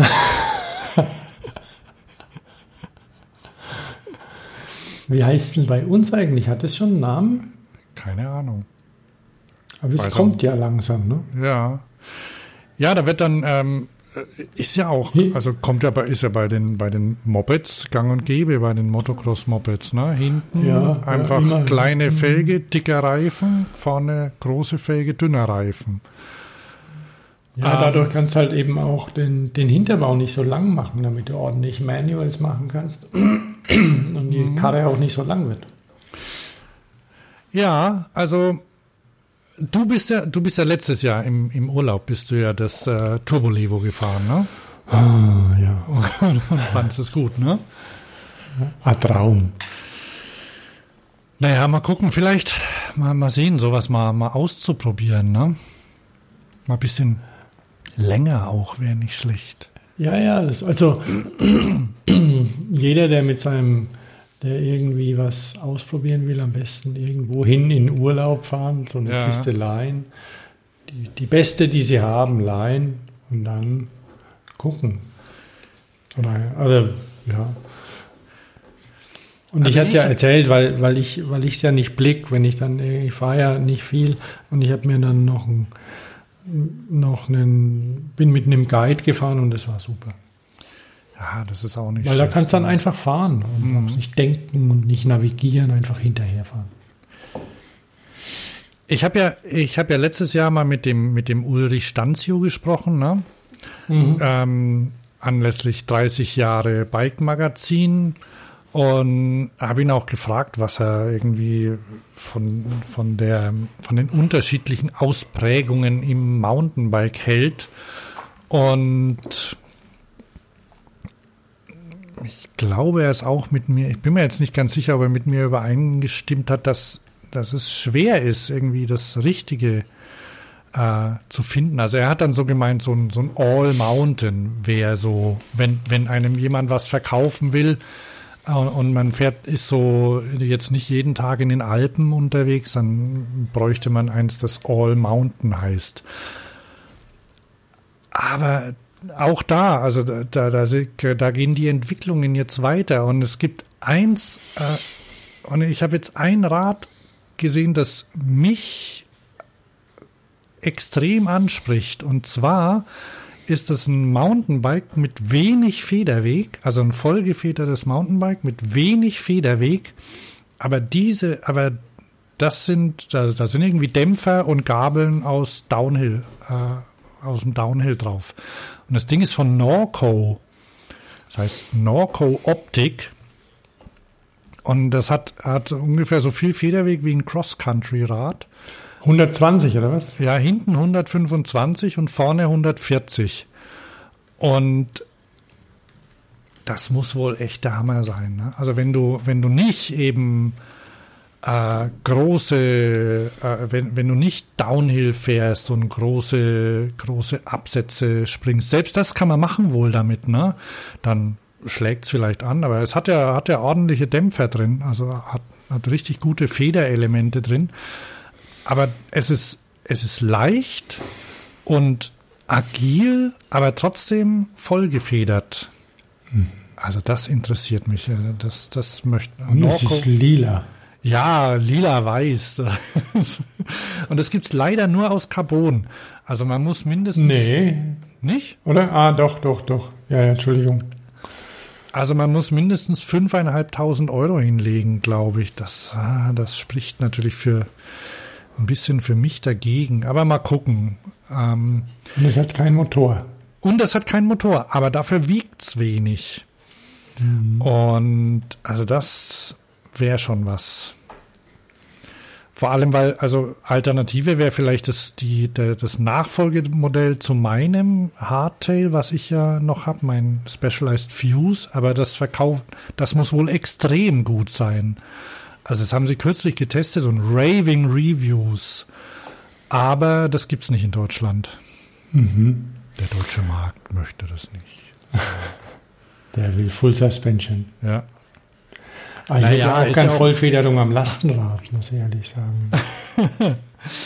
Wie heißt es denn bei uns eigentlich? Hat es schon einen Namen? Keine Ahnung. Aber es kommt ja langsam, ne? Ja. Ja, da wird dann, ist ja bei den Mopeds gang und gäbe, bei den Motocross-Mopeds, ne? Hinten einfach kleine Felge, dicker Reifen, vorne große Felge, dünner Reifen. Ja, dadurch kannst du halt eben auch den Hinterbau nicht so lang machen, damit du ordentlich Manuals machen kannst und die Karre auch nicht so lang wird. Ja, also du bist ja letztes Jahr im Urlaub, bist du ja das Turbo Levo gefahren, ne? Ah, ja. Und fandest es gut, ne? Ein Traum. Naja, mal gucken, vielleicht mal sehen, sowas mal auszuprobieren, ne? Mal ein bisschen länger auch wäre nicht schlecht. Ja, also jeder, der irgendwie was ausprobieren will, am besten irgendwo hin in Urlaub fahren, so eine Kiste leihen. Die beste, die sie haben, leihen und dann gucken. Und ich hatte es ja erzählt, weil ich es ja nicht blick, wenn ich fahre ja nicht viel und ich habe mir dann bin mit einem Guide gefahren und das war super. Ja, das ist auch nicht Weil da kannst du dann einfach fahren und nicht denken und nicht navigieren, einfach hinterherfahren. Ich habe ja letztes Jahr mal mit dem Ulrich Stanzio gesprochen, ne? Anlässlich 30 Jahre Bike-Magazin und habe ihn auch gefragt, was er irgendwie von den unterschiedlichen Ausprägungen im Mountainbike hält. Und ich glaube, er ist auch mit mir, ich bin mir jetzt nicht ganz sicher, ob er mit mir übereingestimmt hat, dass es schwer ist, irgendwie das Richtige zu finden. Also er hat dann so gemeint, so ein All-Mountain wäre so, wenn einem jemand was verkaufen will und man ist so jetzt nicht jeden Tag in den Alpen unterwegs, dann bräuchte man eins, das All-Mountain heißt. Aber auch da, also da gehen die Entwicklungen jetzt weiter und es gibt eins, und ich habe jetzt ein Rad gesehen, das mich extrem anspricht, und zwar ist es ein Mountainbike mit wenig Federweg, also ein vollgefedertes Mountainbike mit wenig Federweg, aber das sind irgendwie Dämpfer und Gabeln aus dem Downhill drauf. Und das Ding ist von Norco. Das heißt Norco Optik. Und das hat ungefähr so viel Federweg wie ein Cross-Country-Rad. 120 oder was? Ja, hinten 125 und vorne 140. Und das muss wohl echt der Hammer sein, ne? Also wenn du nicht eben wenn du nicht Downhill fährst und große Absätze springst, selbst das kann man machen wohl damit, ne? Dann schlägt's vielleicht an, aber es hat ja ordentliche Dämpfer drin, also hat richtig gute Federelemente drin. Aber es ist leicht und agil, aber trotzdem vollgefedert. Also das interessiert mich. Das möchte. Und es ist lila. Ja, lila-weiß. Und das gibt's leider nur aus Carbon. Also man muss mindestens... Nee. Nicht? Oder? Ah, doch. Ja, Entschuldigung. Also man muss mindestens 5.500 € hinlegen, glaube ich. Das spricht natürlich ein bisschen für mich dagegen. Aber mal gucken. Und es hat keinen Motor. Aber dafür wiegt's wenig. Und also das wäre schon was. Vor allem, weil, also Alternative wäre vielleicht das Nachfolgemodell zu meinem Hardtail, was ich ja noch habe, mein Specialized Fuse, aber das muss wohl extrem gut sein. Also das haben sie kürzlich getestet und Raving Reviews. Aber das gibt's nicht in Deutschland. Mhm. Der deutsche Markt möchte das nicht. Der will Full Suspension. Ja. Aber ich Naja, habe auch ist keine ja auch- Vollfederung am Lastenrad, muss ich ehrlich sagen.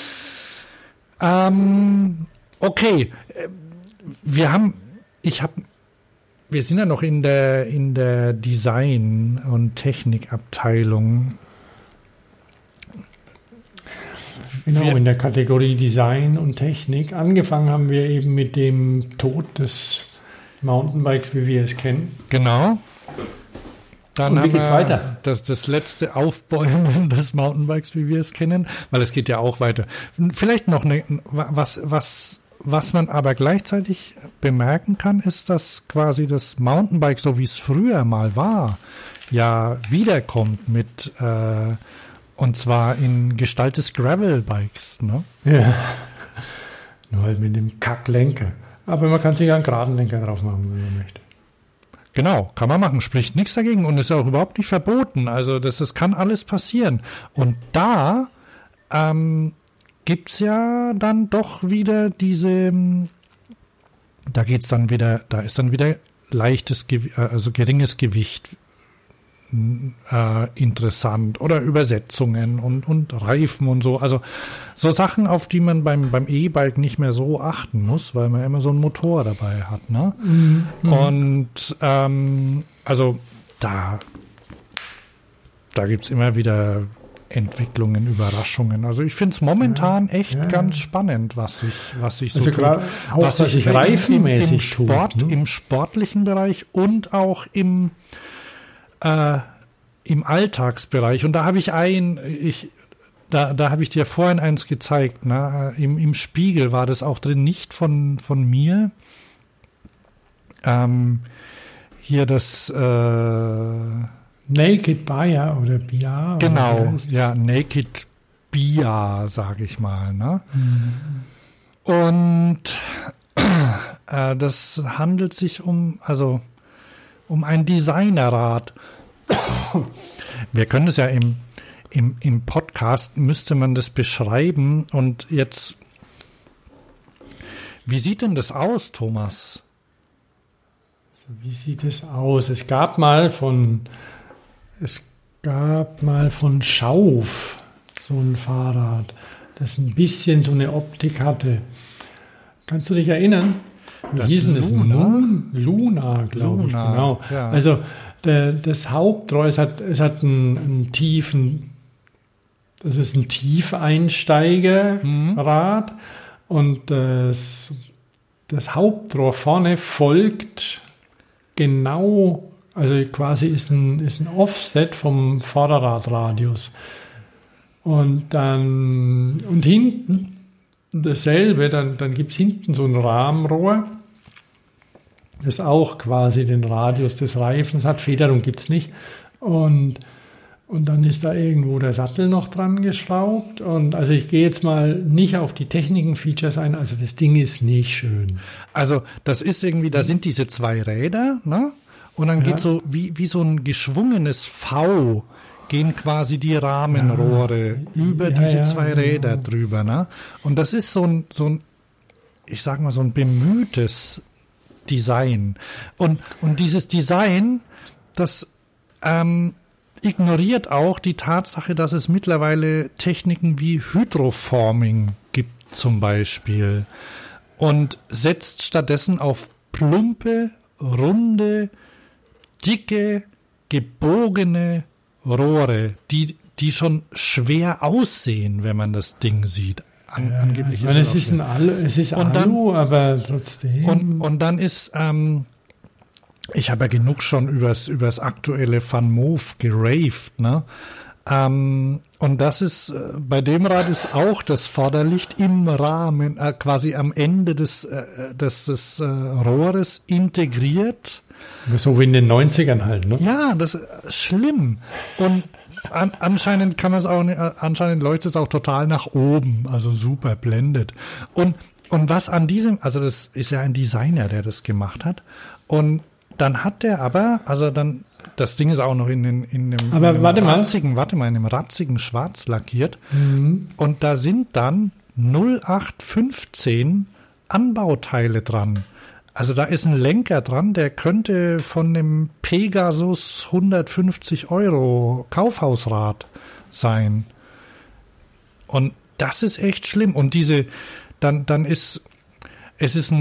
Okay. Wir sind ja noch in der Design- und Technikabteilung. Genau, in der Kategorie Design und Technik. Angefangen haben wir eben mit dem Tod des Mountainbikes, wie wir es kennen. Genau. Dann Und wie haben geht's wir weiter? Das letzte Aufbäumen des Mountainbikes, wie wir es kennen, weil es geht ja auch weiter. Vielleicht noch was man aber gleichzeitig bemerken kann, ist, dass quasi das Mountainbike, so wie es früher mal war, ja wiederkommt mit und zwar in Gestalt des Gravelbikes, ne? Ja. Nur halt mit dem Kacklenker. Aber man kann sich ja einen geraden Lenker drauf machen, wenn man möchte. Genau, kann man machen, spricht nichts dagegen und ist auch überhaupt nicht verboten. Also das kann alles passieren. Und da gibt's ja dann doch wieder da ist dann wieder leichtes, also geringes Gewicht interessant oder Übersetzungen und Reifen und so. Also so Sachen, auf die man beim E-Bike nicht mehr so achten muss, weil man immer so einen Motor dabei hat. Ne? Mhm. Und also da gibt's immer wieder Entwicklungen, Überraschungen. Also ich finde es momentan echt ganz spannend, was sich so Also klar, auch was sich reifenmäßig im Sport, tut. Ne? im sportlichen Bereich und auch im Alltagsbereich. Und da habe ich da habe ich dir vorhin eins gezeigt. Ne? Im Spiegel war das auch drin, nicht von mir. Hier das Naked Bayer oder Bia. genau, oder wie heißt's? ja, Naked Bia, sage ich mal. Ne? Und das handelt sich um ein Designerrad. Wir können es ja im Podcast, müsste man das beschreiben. Und jetzt, wie sieht denn das aus, Thomas? Wie sieht es aus? Es gab mal von Schauf so ein Fahrrad, das ein bisschen so eine Optik hatte. Kannst du dich erinnern? Wie Das hieß denn das? Luna? Luna, glaube ich, Luna, genau. ja. Also das Hauptrohr, es hat einen tiefen, das ist ein Tiefeinsteigerrad und das Hauptrohr vorne folgt genau, also quasi ist ein Offset vom Vorderradradius. Und hinten dasselbe, dann gibt es hinten so ein Rahmenrohr, das auch quasi den Radius des Reifens hat. Federung gibt es nicht. Und dann ist da irgendwo der Sattel noch dran geschraubt. Und also ich gehe jetzt mal nicht auf die Techniken-Features ein. Also das Ding ist nicht schön. Also das ist irgendwie, da sind diese zwei Räder, ne? Und dann geht so wie so ein geschwungenes V, gehen quasi die Rahmenrohre über diese zwei Räder drüber, ne? Und das ist so ein, ich sag mal, so ein bemühtes Design. Und dieses Design, das ignoriert auch die Tatsache, dass es mittlerweile Techniken wie Hydroforming gibt zum Beispiel und setzt stattdessen auf plumpe, runde, dicke, gebogene Rohre, die schon schwer aussehen, wenn man das Ding sieht. Angeblich Ja, es ist Alu, aber trotzdem. Und dann ist, ich habe ja genug schon übers aktuelle Van Moof geraved, ne? Und das ist, bei dem Rad ist auch das Vorderlicht im Rahmen, quasi am Ende des Rohres integriert. So wie in den 90ern halt, ne? Ja, das ist schlimm. Und anscheinend anscheinend leuchtet es auch total nach oben, also super blendet. Und was an diesem, also das ist ja ein Designer, der das gemacht hat. Und dann hat der aber, also dann das Ding ist auch noch in einem ratzigen Schwarz lackiert. Und da sind dann 0815 Anbauteile dran. Also da ist ein Lenker dran, der könnte von dem Pegasus 150 € Kaufhausrad sein. Und das ist echt schlimm. Und dann ist, es ist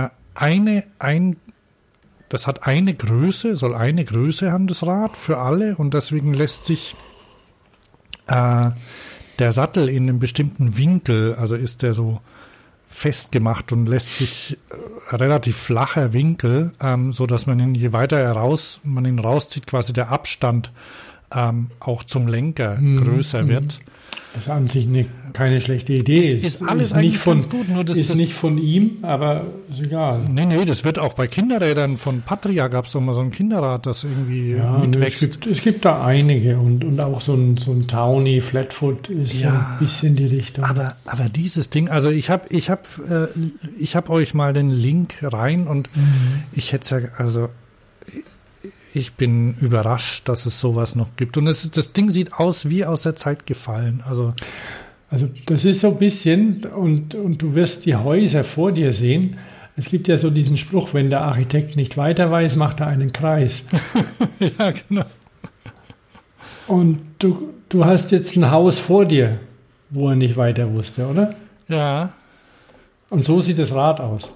das hat eine Größe, soll eine Größe haben, das Rad, für alle. Und deswegen lässt sich der Sattel in einem bestimmten Winkel, also ist der so festgemacht und lässt sich relativ flacher Winkel, so dass man ihn, je weiter man ihn rauszieht, quasi der Abstand auch zum Lenker größer wird. Das ist an sich keine schlechte Idee. Ist alles eigentlich ganz gut. Nur ist nicht von ihm, aber ist egal. Nee, das wird auch bei Kinderrädern von Patria, gab es doch mal so ein Kinderrad, das irgendwie mitwächst. Es gibt da einige und auch so ein Towny Flatfoot ist ein bisschen die Richtung. Aber dieses Ding, also ich hab euch mal den Link rein und ich hätte ich bin überrascht, dass es sowas noch gibt. Und das Ding sieht aus wie aus der Zeit gefallen. Also das ist so ein bisschen, und du wirst die Häuser vor dir sehen. Es gibt ja so diesen Spruch, wenn der Architekt nicht weiter weiß, macht er einen Kreis. Ja, genau. Und du hast jetzt ein Haus vor dir, wo er nicht weiter wusste, oder? Ja. Und so sieht das Rad aus.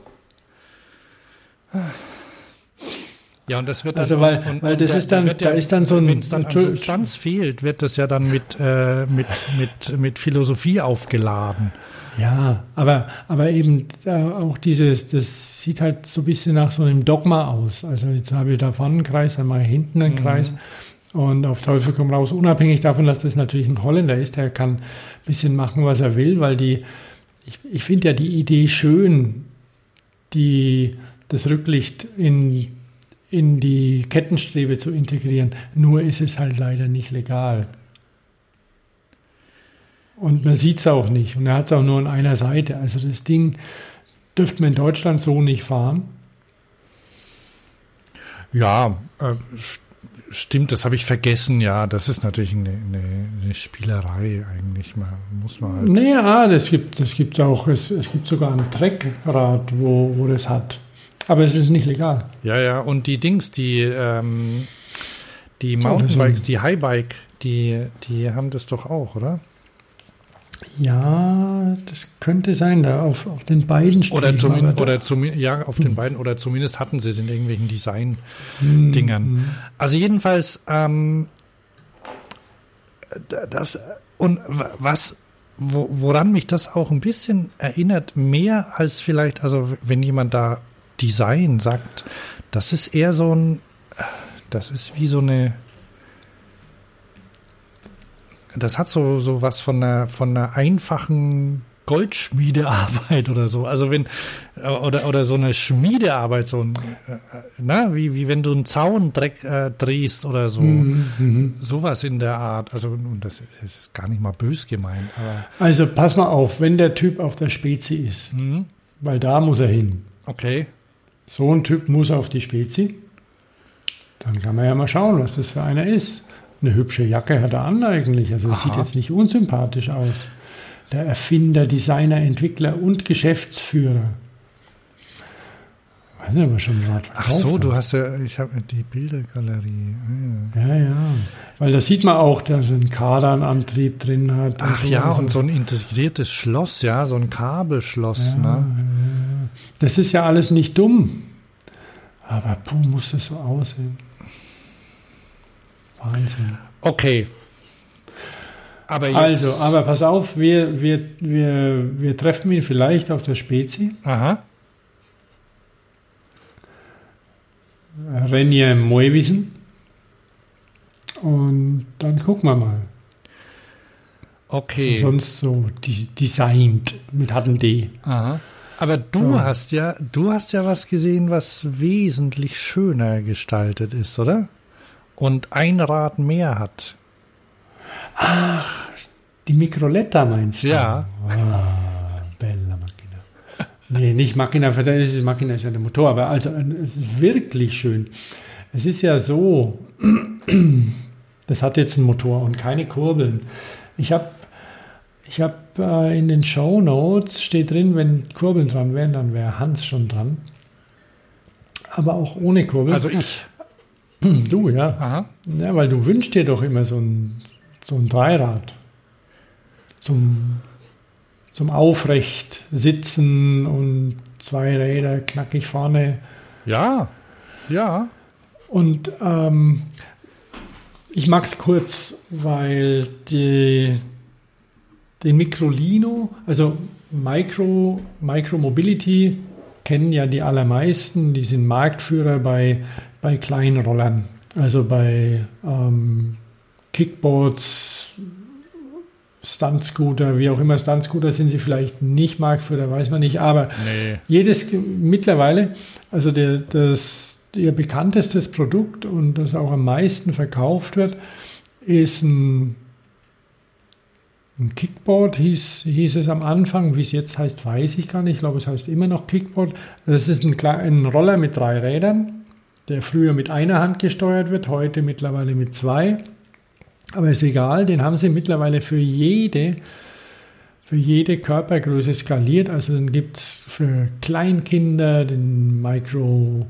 Ja, und das wird dann, also weil das ist dann, da ist dann so ein, wenn es dann an Substanz fehlt, wird das ja dann mit Philosophie aufgeladen. Ja, aber eben auch das sieht halt so ein bisschen nach so einem Dogma aus. Also jetzt habe ich da vorne einen Kreis, dann mache ich hinten einen Kreis und auf Teufel komm raus, unabhängig davon, dass das natürlich ein Holländer ist, der kann ein bisschen machen, was er will, weil ich finde ja die Idee schön, das Rücklicht in die Kettenstrebe zu integrieren. Nur ist es halt leider nicht legal. Und man sieht es auch nicht. Und er hat es auch nur an einer Seite. Also das Ding dürfte man in Deutschland so nicht fahren. Ja, stimmt, das habe ich vergessen. Ja, das ist natürlich eine Spielerei eigentlich. Muss man halt. Naja, es gibt auch, es gibt sogar ein Treckrad, wo das hat. Aber es ist nicht legal. Ja, und die Dings, die Mountainbikes, die Highbike, die haben das doch auch, oder? Ja, das könnte sein, da auf den beiden Striefen. Auf den beiden, oder zumindest hatten sie es in irgendwelchen Design-Dingern. Also jedenfalls, woran mich das auch ein bisschen erinnert, mehr als vielleicht, also wenn jemand da Design sagt, das ist eher das ist wie so eine, das hat so was von einer einfachen Goldschmiedearbeit oder so. Also oder so eine Schmiedearbeit, wie wenn du einen Zaun drehst oder so. Sowas in der Art. Also, und das ist gar nicht mal bös gemeint. Aber also pass mal auf, wenn der Typ auf der Spezi ist, weil da muss er hin. Okay. So ein Typ muss auf die Spezi. Dann kann man ja mal schauen, was das für einer ist. Eine hübsche Jacke hat er an eigentlich. Also das sieht jetzt nicht unsympathisch aus. Der Erfinder, Designer, Entwickler und Geschäftsführer. Weiß nicht, aber schon gerade verkauft. Ach so, ich habe die Bildergalerie. Ja. Weil da sieht man auch, dass er einen Kardanantrieb drin hat. Ach so, ja, und so ein integriertes Schloss, ja, so ein Kabelschloss. Ja. Das ist ja alles nicht dumm. Aber muss das so aussehen. Wahnsinn. Okay. Aber pass auf, wir treffen ihn vielleicht auf der Spezi. Aha. Renje Moiwiesen. Und dann gucken wir mal. Okay. Sonst so designt mit D. Aha. Aber du hast ja was gesehen, was wesentlich schöner gestaltet ist, oder? Und ein Rad mehr hat. Ach, die Microletta meinst du? Ja. Bella Macchina. Nee, nicht Macchina, Macchina ist ja der Motor, aber also es ist wirklich schön. Es ist ja so, das hat jetzt einen Motor und keine Kurbeln. Ich habe in den Shownotes steht drin, wenn Kurbeln dran wären, dann wäre Hans schon dran. Aber auch ohne Kurbeln. Also ich. Du, ja. Aha. Ja, weil du wünschst dir doch immer so ein Dreirad zum aufrecht sitzen und 2 Räder knackig vorne. Ja, ja. Und ich mag es kurz, weil den Microlino, also Micromobility kennen ja die allermeisten, die sind Marktführer bei kleinen Rollern, also bei Kickboards, Stuntscooter, wie auch immer. Stuntscooter sind sie vielleicht nicht Marktführer, weiß man nicht, aber jedes mittlerweile, also ihr bekanntestes Produkt und das auch am meisten verkauft wird, ist ein Kickboard, hieß es am Anfang. Wie es jetzt heißt, weiß ich gar nicht. Ich glaube, es heißt immer noch Kickboard. Das ist ein Roller mit 3 Rädern, der früher mit einer Hand gesteuert wird, heute mittlerweile mit 2. Aber ist egal, den haben sie mittlerweile für jede Körpergröße skaliert. Also dann gibt es für Kleinkinder den Micro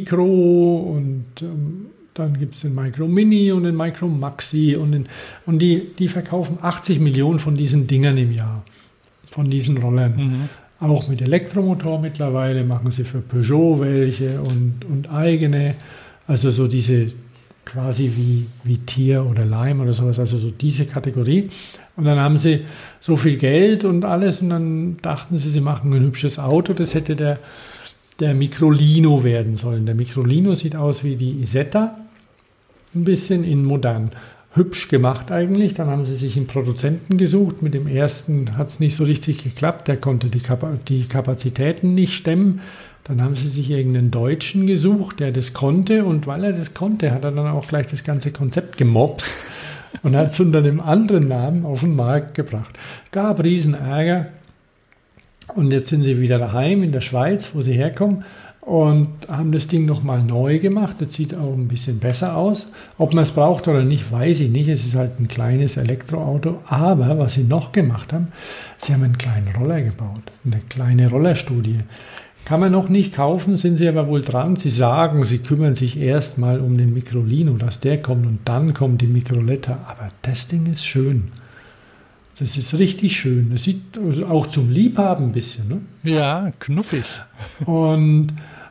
und dann gibt es den Micro Mini und den Micro Maxi und die verkaufen 80 Millionen von diesen Dingern im Jahr, von diesen Rollern. Mhm. Auch mit Elektromotor mittlerweile machen sie für Peugeot welche und eigene, also so diese quasi wie Tier oder Lime oder sowas, also so diese Kategorie. Und dann haben sie so viel Geld und alles und dann dachten sie machen ein hübsches Auto, das hätte der Microlino werden sollen. Der Microlino sieht aus wie die Isetta, ein bisschen in modern. Hübsch gemacht eigentlich. Dann haben sie sich einen Produzenten gesucht. Mit dem ersten hat es nicht so richtig geklappt. Der konnte die Kapazitäten nicht stemmen. Dann haben sie sich irgendeinen Deutschen gesucht, der das konnte. Und weil er das konnte, hat er dann auch gleich das ganze Konzept gemopst und hat es unter einem anderen Namen auf den Markt gebracht. Gab riesen Ärger. Und jetzt sind sie wieder daheim in der Schweiz, wo sie herkommen, und haben das Ding nochmal neu gemacht. Das sieht auch ein bisschen besser aus. Ob man es braucht oder nicht, weiß ich nicht. Es ist halt ein kleines Elektroauto. Aber was sie noch gemacht haben, sie haben einen kleinen Roller gebaut. Eine kleine Rollerstudie. Kann man noch nicht kaufen, sind sie aber wohl dran. Sie sagen, sie kümmern sich erstmal um den Microlino, dass der kommt und dann kommt die Microletta. Aber das Ding ist schön. Das ist richtig schön. Das sieht auch zum Liebhaben ein bisschen. Ne? Ja, knuffig. Und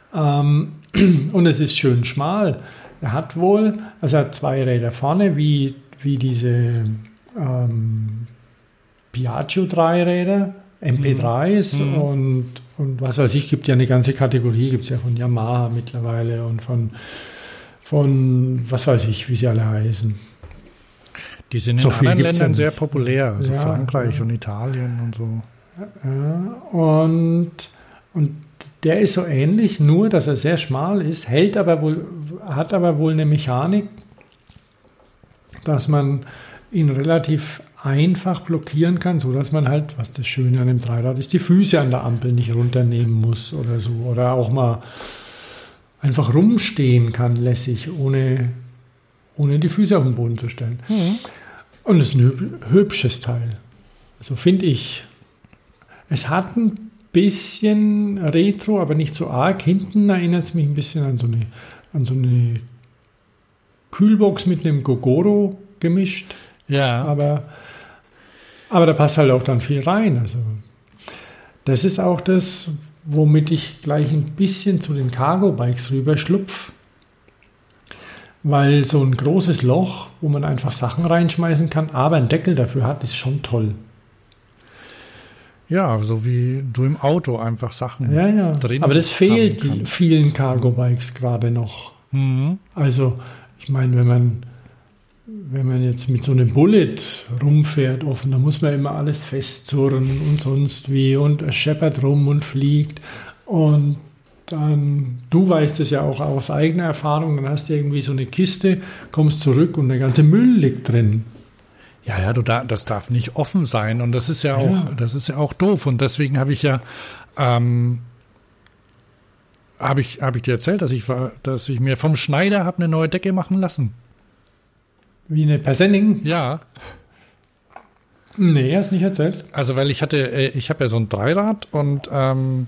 es ist schön schmal. Er hat 2 Räder vorne, wie diese Piaggio 3-Räder, MP3s und was weiß ich, gibt ja eine ganze Kategorie, gibt es ja von Yamaha mittlerweile und von was weiß ich, wie sie alle heißen. Die sind in anderen Ländern sehr populär, also ja, Frankreich und Italien und so. Und der ist so ähnlich, nur dass er sehr schmal ist, hat aber wohl eine Mechanik, dass man ihn relativ einfach blockieren kann, sodass man halt, was das Schöne an dem Dreirad ist, die Füße an der Ampel nicht runternehmen muss oder so. Oder auch mal einfach rumstehen kann, lässig, ohne die Füße auf den Boden zu stellen. Mhm. Und es ist ein hübsches Teil. Also finde ich. Es hat ein bisschen Retro, aber nicht so arg. Hinten erinnert es mich ein bisschen an so eine Kühlbox mit einem Gogoro gemischt. Ja. Aber da passt halt auch dann viel rein. Also das ist auch das, womit ich gleich ein bisschen zu den Cargo-Bikes rüberschlupfe. Weil so ein großes Loch, wo man einfach Sachen reinschmeißen kann, aber einen Deckel dafür hat, ist schon toll. Ja, so wie du im Auto einfach Sachen drin. Aber das fehlt vielen Cargo-Bikes gerade noch. Mhm. Also, ich meine, wenn man jetzt mit so einem Bullet rumfährt, offen, dann muss man immer alles festzurren und sonst wie und es scheppert rum und fliegt. Und dann, du weißt es ja auch aus eigener Erfahrung, dann hast du irgendwie so eine Kiste, kommst zurück und der ganze Müll liegt drin. Ja, das darf nicht offen sein und das ist ja auch doof und deswegen habe ich ja Habe ich dir erzählt, dass ich mir vom Schneider habe eine neue Decke machen lassen? Wie eine Persenning? Ja. Nee, hast nicht erzählt. Also weil ich habe ja so ein Dreirad und da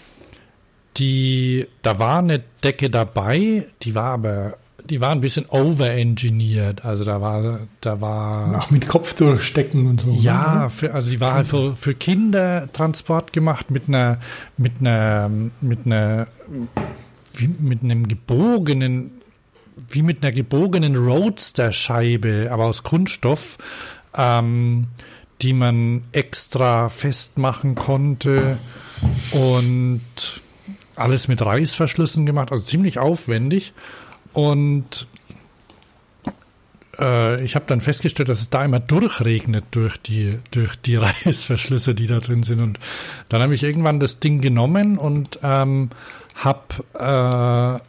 war eine Decke dabei, die war ein bisschen overengineert. Also da war Ach, mit Kopf durchstecken und so. ja, also die war halt für Kindertransport gemacht mit einem gebogenen, wie mit einer gebogenen Roadster-Scheibe, aber aus Kunststoff, die man extra festmachen konnte und alles mit Reißverschlüssen gemacht, also ziemlich aufwendig. Und ich habe dann festgestellt, dass es da immer durchregnet durch die Reißverschlüsse, die da drin sind. Und dann habe ich irgendwann das Ding genommen und hab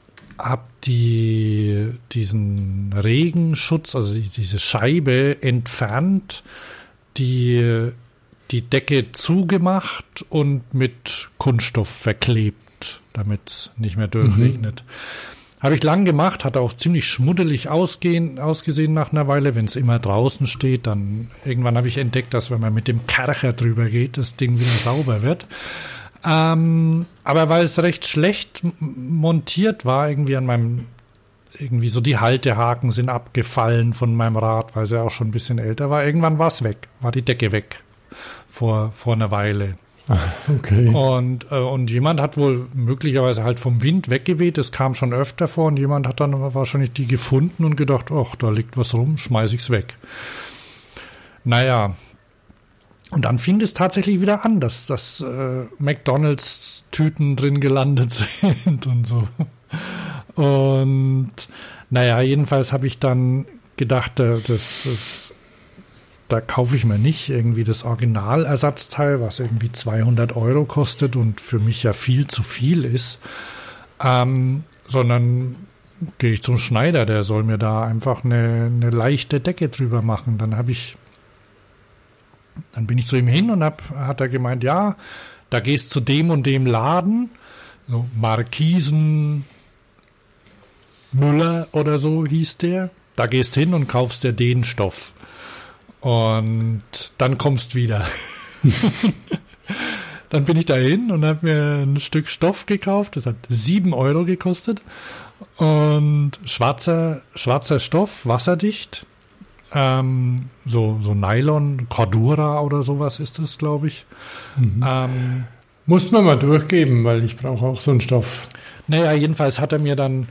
diesen Regenschutz, also diese Scheibe entfernt, die Decke zugemacht und mit Kunststoff verklebt, damit es nicht mehr durchregnet. Habe ich lang gemacht, hat auch ziemlich schmuddelig ausgesehen nach einer Weile. Wenn es immer draußen steht, dann irgendwann habe ich entdeckt, dass wenn man mit dem Kercher drüber geht, das Ding wieder sauber wird. Aber weil es recht schlecht montiert war, irgendwie so die Haltehaken sind abgefallen von meinem Rad, weil es ja auch schon ein bisschen älter war. Irgendwann war es weg, war die Decke weg vor einer Weile. Okay. Und jemand hat wohl möglicherweise halt vom Wind weggeweht, das kam schon öfter vor und jemand hat dann wahrscheinlich die gefunden und gedacht, ach, da liegt was rum, schmeiß ich's weg. Naja, und dann fing es tatsächlich wieder an, dass McDonalds-Tüten drin gelandet sind und so. Und naja, jedenfalls habe ich dann gedacht, da kaufe ich mir nicht irgendwie das Originalersatzteil, was irgendwie 200 € kostet und für mich ja viel zu viel ist, sondern gehe ich zum Schneider, der soll mir da einfach eine leichte Decke drüber machen. Dann bin ich zu ihm hin und hat er gemeint, ja, da gehst zu dem und dem Laden, so Markisen Müller oder so hieß der, da gehst hin und kaufst dir den Stoff. Und dann kommst wieder. Dann bin ich dahin und habe mir ein Stück Stoff gekauft. Das hat 7 € gekostet. Und schwarzer Stoff, wasserdicht. So Nylon, Cordura oder sowas ist das, glaube ich. Muss man mal durchgeben, weil ich brauche auch so einen Stoff. Naja, jedenfalls hat er mir dann,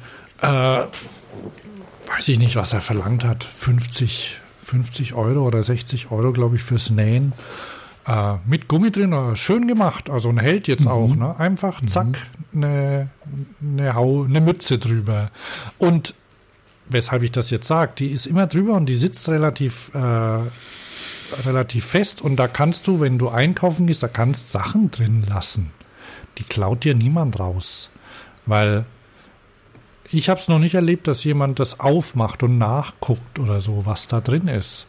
weiß ich nicht, was er verlangt hat, 50 € oder 60 €, glaube ich, fürs Nähen. Mit Gummi drin, schön gemacht. Also und hält jetzt auch. Ne? Einfach, zack, eine Mütze drüber. Und weshalb ich das jetzt sage, die ist immer drüber und die sitzt relativ fest. Und da kannst du, wenn du einkaufen gehst, da kannst Sachen drin lassen. Die klaut dir niemand raus. Weil ich habe es noch nicht erlebt, dass jemand das aufmacht und nachguckt oder so, was da drin ist.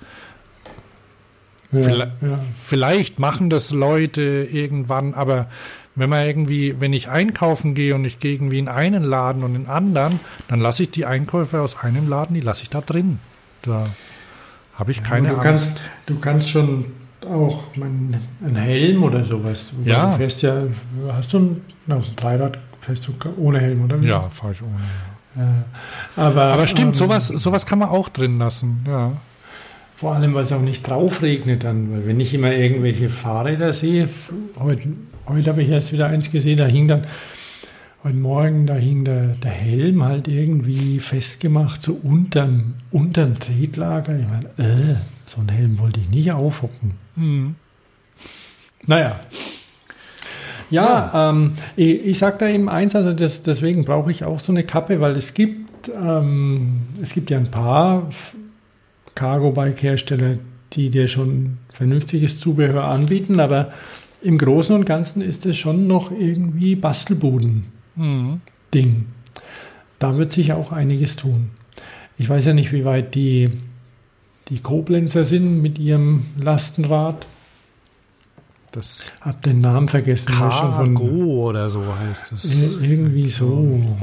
Ja. Vielleicht machen das Leute irgendwann, aber wenn ich einkaufen gehe und ich gehe irgendwie in einen Laden und in einen anderen, dann lasse ich die Einkäufe aus einem Laden, die lasse ich da drin. Da habe ich keine Angst. Du kannst schon auch einen Helm oder sowas. Ja. Du fährst ja, hast du ein Dreirad, fährst du ohne Helm, oder? Ja, fahre ich ohne. Aber stimmt, sowas kann man auch drin lassen, ja. Vor allem, weil es auch nicht drauf regnet dann, weil wenn ich immer irgendwelche Fahrräder sehe, heute habe ich erst wieder eins gesehen, heute Morgen, da hing der Helm halt irgendwie festgemacht, so unterm Tretlager. Ich meine, so einen Helm wollte ich nicht aufhocken. Naja. Ja, so. Ich sage da eben eins, also deswegen brauche ich auch so eine Kappe, weil es gibt ja ein paar Cargo-Bike-Hersteller, die dir schon vernünftiges Zubehör anbieten, aber im Großen und Ganzen ist es schon noch irgendwie Bastelbuden-Ding. Da wird sich auch einiges tun. Ich weiß ja nicht, wie weit die Koblenzer sind mit ihrem Lastenrad. Das Hab den Namen vergessen. Cargo oder so heißt es. Irgendwie so.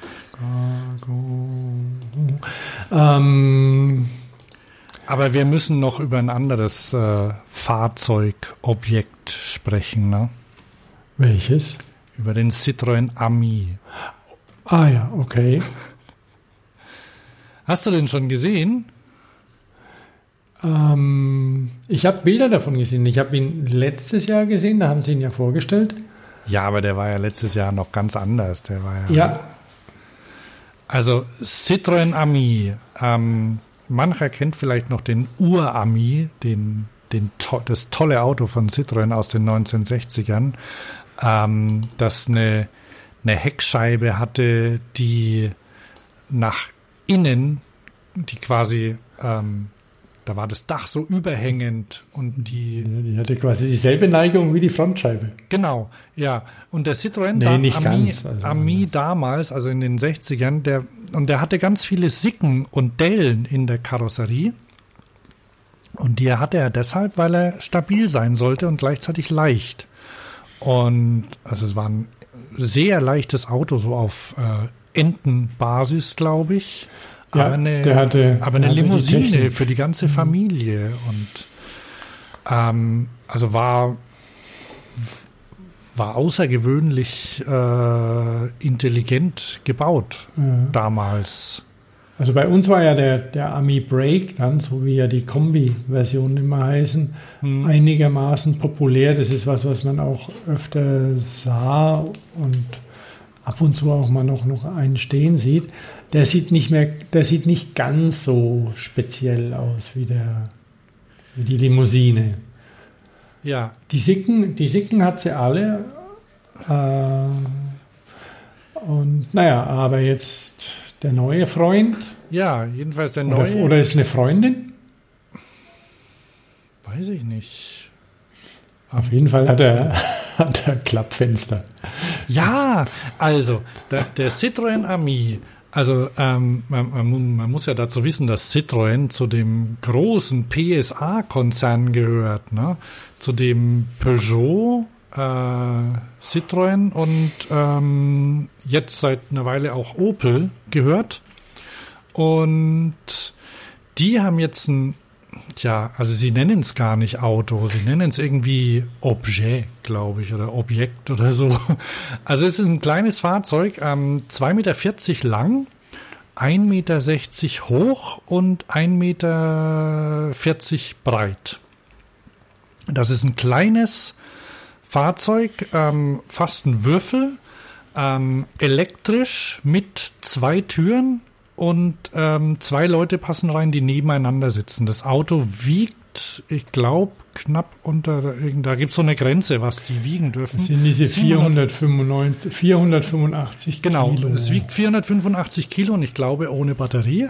Aber wir müssen noch über ein anderes Fahrzeugobjekt sprechen, ne? Welches? Über den Citroën Ami. Ah ja, okay. Hast du den schon gesehen? Ich habe Bilder davon gesehen. Ich habe ihn letztes Jahr gesehen, da haben sie ihn ja vorgestellt. Ja, aber der war ja letztes Jahr noch ganz anders. Der war Ja. Also Citroën Ami. Mancher kennt vielleicht noch den Ur-Ami, das tolle Auto von Citroën aus den 1960ern, das eine Heckscheibe hatte, die nach innen, die quasi, da war das Dach so überhängend und die hatte quasi dieselbe Neigung wie die Frontscheibe. Genau, ja. Und der Citroën nicht ganz, Ami damals, also in den 60ern, der hatte ganz viele Sicken und Dellen in der Karosserie. Und die hatte er deshalb, weil er stabil sein sollte und gleichzeitig leicht. Und also es war ein sehr leichtes Auto, so auf Entenbasis, glaube ich. Ja, aber eine Limousine für die ganze Familie. Und also war außergewöhnlich intelligent gebaut damals. Also bei uns war ja der Ami Break dann, so wie ja die Kombi-Versionen immer heißen, einigermaßen populär. Das ist was man auch öfter sah und ab und zu auch mal noch einen stehen sieht. Der sieht nicht ganz so speziell aus wie die Limousine. Ja. Die Sicken hat sie alle. Und naja, aber jetzt der neue Freund. Ja, jedenfalls der neue. Oder ist eine Freundin? Weiß ich nicht. Auf jeden Fall hat er Klappfenster. Ja, also der Citroën Ami. Also man muss ja dazu wissen, dass Citroën zu dem großen PSA-Konzern gehört, ne? Zu dem Peugeot, Citroën und jetzt seit einer Weile auch Opel gehört. Und die haben jetzt also sie nennen es gar nicht Auto, sie nennen es irgendwie Objet, glaube ich, oder Objekt oder so. Also es ist ein kleines Fahrzeug, 2,40 Meter lang, 1,60 Meter hoch und 1,40 Meter breit. Das ist ein kleines Fahrzeug, fast ein Würfel, elektrisch mit 2 Türen. Und 2 Leute passen rein, die nebeneinander sitzen. Das Auto wiegt, ich glaube, knapp unter, da gibt es so eine Grenze, was die wiegen dürfen. Das sind diese 485 Kilo. Kilo. Genau, es wiegt 485 Kilo und ich glaube ohne Batterie.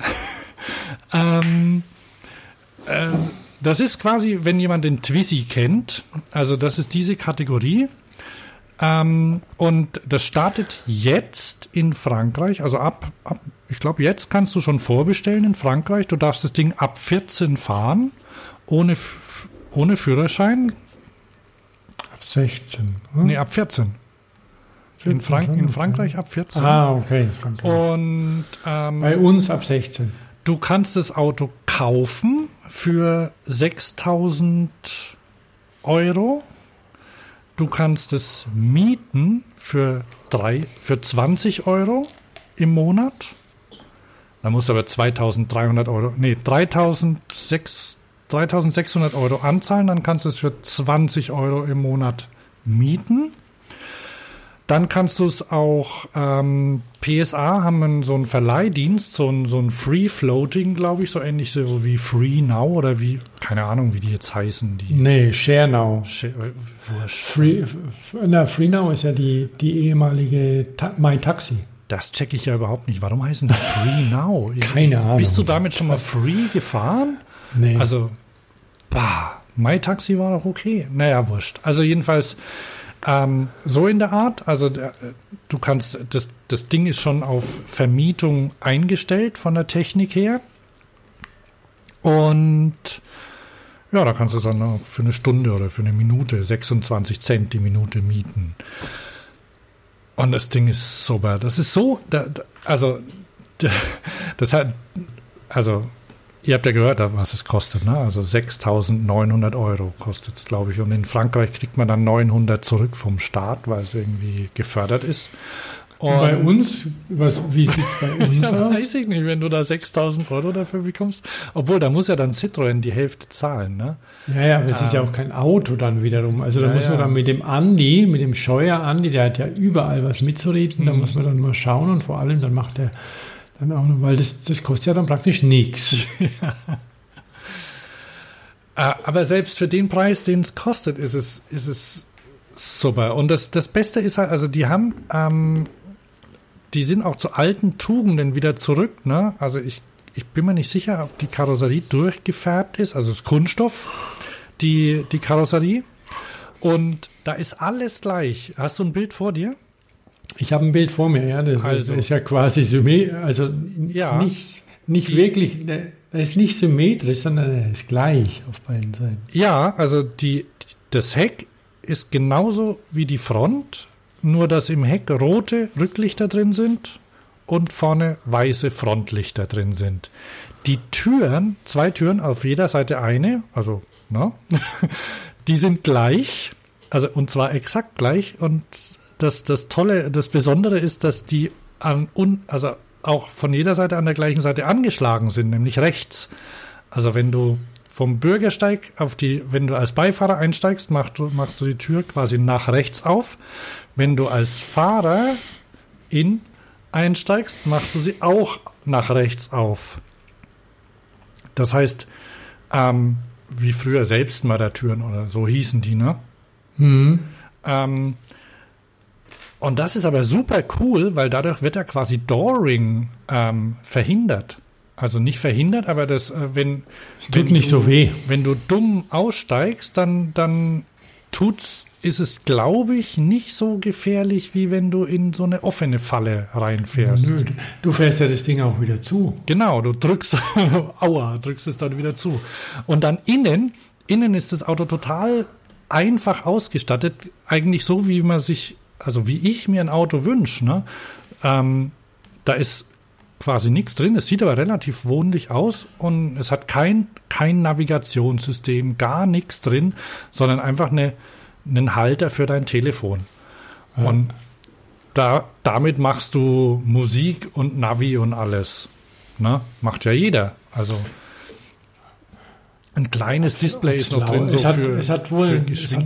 Das ist quasi, wenn jemand den Twizy kennt, also das ist diese Kategorie. Und das startet jetzt in Frankreich, also ich glaube, jetzt kannst du schon vorbestellen in Frankreich. Du darfst das Ding ab 14 fahren, ohne Führerschein. Ab 16. Nee, ab 14. In Frankreich ab 14. Ah, okay. Frankreich. Und bei uns ab 16. Du kannst das Auto kaufen für 6.000 €. Du kannst es mieten für 20 € im Monat. Da musst du aber 3.600 € anzahlen. Dann kannst du es für 20 € im Monat mieten. Dann kannst du es auch, PSA haben so einen Verleihdienst, so ein Free Floating, glaube ich, so ähnlich so wie Free Now oder wie, keine Ahnung, wie die jetzt heißen. Nee, Share Now. Wurscht. Free Now ist ja die ehemalige MyTaxi. Das checke ich ja überhaupt nicht. Warum heißen die Free Now? Keine Ahnung. Bist du damit schon mal free gefahren? Nee. Also, MyTaxi war doch okay. Naja, wurscht. Also jedenfalls so in der Art. Also du kannst, das Ding ist schon auf Vermietung eingestellt von der Technik her. Und Ja, da kannst du dann für eine Stunde oder für eine Minute 26 Cent die mieten. Und das Ding ist super. Das ist so, ihr habt ja gehört, was es kostet, ne? Also 6.900 € kostet es, glaube ich. Und in Frankreich kriegt man dann 900 zurück vom Staat, weil es irgendwie gefördert ist. Und bei uns, wie sieht es bei uns aus? Weiß ich nicht, wenn du da 6.000 € dafür bekommst. Obwohl, da muss ja dann Citroën die Hälfte zahlen, ne? Ja, aber es ist ja auch kein Auto dann wiederum. Also da muss man dann mit dem Andi, mit dem Scheuer-Andi, der hat ja überall was mitzureden, da muss man dann mal schauen und vor allem dann macht er dann auch noch, weil das kostet ja dann praktisch nichts. Ja. Aber selbst für den Preis, den es kostet, ist es super. Und das Beste ist halt, also die haben, die sind auch zu alten Tugenden wieder zurück, ne? Also ich bin mir nicht sicher, ob die Karosserie durchgefärbt ist, also das Kunststoff, die Karosserie. Und da ist alles gleich. Hast du ein Bild vor dir? Ich habe ein Bild vor mir, ja. Das ist ja quasi symmetrisch, also ja, nicht wirklich, der ist nicht symmetrisch, sondern er ist gleich auf beiden Seiten. Ja, also das Heck ist genauso wie die Front, nur dass im Heck rote Rücklichter drin sind und vorne weiße Frontlichter drin sind. Die Türen, 2 Türen, auf jeder Seite eine, also, ne, die sind gleich, also, und zwar exakt gleich, und das Tolle, das Besondere ist, dass die also auch von jeder Seite an der gleichen Seite angeschlagen sind, nämlich rechts. Also wenn du vom Bürgersteig wenn du als Beifahrer einsteigst, machst du die Tür quasi nach rechts auf. Wenn du als Fahrer einsteigst, machst du sie auch nach rechts auf. Das heißt, wie früher Selbstmördertüren oder so hießen die, ne? Mhm. Und das ist aber super cool, weil dadurch wird ja quasi Dooring verhindert. Also nicht verhindert, aber es tut nicht so weh. Wenn du dumm aussteigst, dann ist es, glaube ich, nicht so gefährlich, wie wenn du in so eine offene Falle reinfährst. Nö, du fährst ja das Ding auch wieder zu. Genau, du drückst es dann wieder zu. Und dann innen ist das Auto total einfach ausgestattet, eigentlich so, wie ich mir ein Auto wünsche. Ne? Da ist quasi nichts drin, es sieht aber relativ wohnlich aus und es hat kein Navigationssystem, gar nichts drin, sondern einfach einen Halter für dein Telefon. Ja. Und damit machst du Musik und Navi und alles. Ne? Macht ja jeder. Also ein kleines Display ist noch drin. Es hat wohl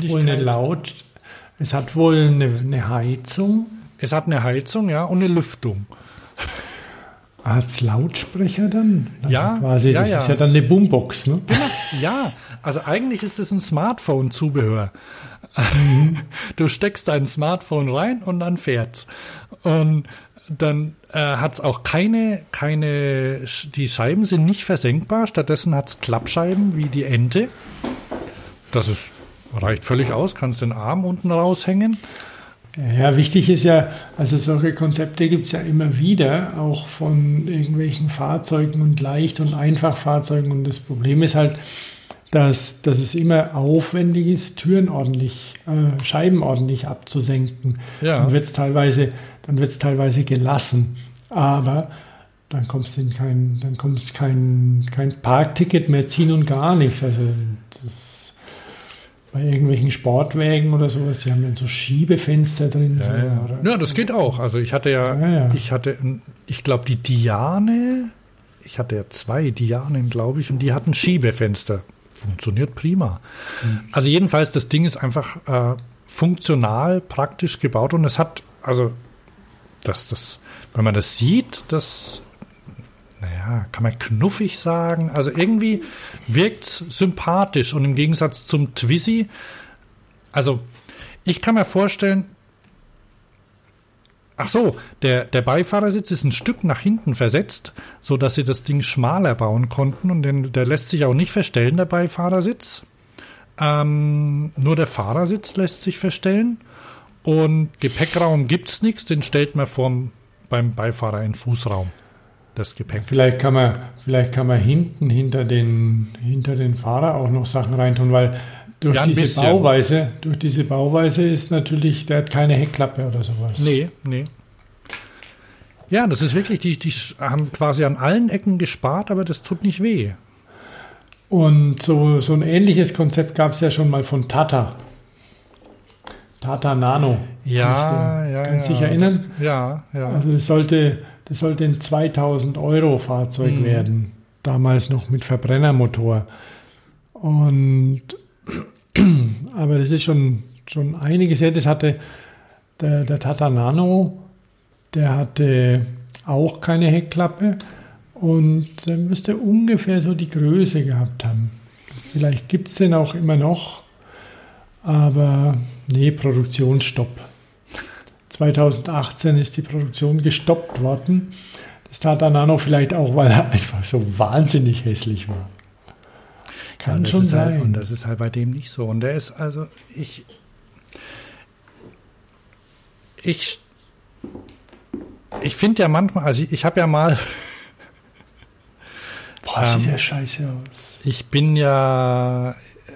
eine Heizung. Es hat eine Heizung, ja, und eine Lüftung. Hat es Lautsprecher dann? Also ja, quasi, das ist ja dann eine Boombox, ne? Genau, ja, also eigentlich ist es ein Smartphone-Zubehör. Du steckst dein Smartphone rein und dann fährt's. Und dann hat es auch die Scheiben sind nicht versenkbar, stattdessen hat es Klappscheiben wie die Ente. Reicht völlig aus, kannst den Arm unten raushängen. Ja, wichtig ist ja, also solche Konzepte gibt es ja immer wieder, auch von irgendwelchen Fahrzeugen und Leicht- und Einfachfahrzeugen. Und das Problem ist halt, dass es immer aufwendig ist, Scheiben ordentlich abzusenken. Ja. Dann wird es teilweise gelassen. Aber dann kommst du kein Parkticket mehr ziehen und gar nichts. Also bei irgendwelchen Sportwägen oder sowas, die haben dann so Schiebefenster drin. Ja, das geht auch. Also ich hatte ich glaube die Diane, ich hatte ja 2 Dianen, glaube ich, und die hatten Schiebefenster. Funktioniert prima. Also jedenfalls, das Ding ist einfach funktional, praktisch gebaut und es hat, also wenn man das sieht, kann man knuffig sagen. Also irgendwie wirkt es sympathisch und im Gegensatz zum Twizy, also ich kann mir vorstellen, der Beifahrersitz ist ein Stück nach hinten versetzt, sodass sie das Ding schmaler bauen konnten und der lässt sich auch nicht verstellen, der Beifahrersitz. Nur der Fahrersitz lässt sich verstellen und Gepäckraum gibt es nichts, den stellt man beim Beifahrer in den Fußraum. das Gepäck. Vielleicht kann man hinten hinter den Fahrer auch noch Sachen reintun, weil durch diese Bauweise ist natürlich, der hat keine Heckklappe oder sowas. Nee. Ja, das ist wirklich, die haben quasi an allen Ecken gespart, aber das tut nicht weh. Und so ein ähnliches Konzept gab es ja schon mal von Tata. Tata Nano. Ja. Kannst du dich erinnern? Ja. Also das sollte ein 2000 € Fahrzeug werden. Damals noch mit Verbrennermotor. Aber das ist schon einiges her. Das hatte der Tata Nano, der hatte auch keine Heckklappe und der müsste ungefähr so die Größe gehabt haben. Vielleicht gibt es den auch immer noch, aber nee, Produktionsstopp. 2018 ist die Produktion gestoppt worden. Das Tata Nano vielleicht auch, weil er einfach so wahnsinnig hässlich war. Kann schon sein. Halt, und das ist halt bei dem nicht so. Und der ist also, ich finde ja manchmal, also ich habe ja mal. Boah, sieht der scheiße aus. Ich bin ja.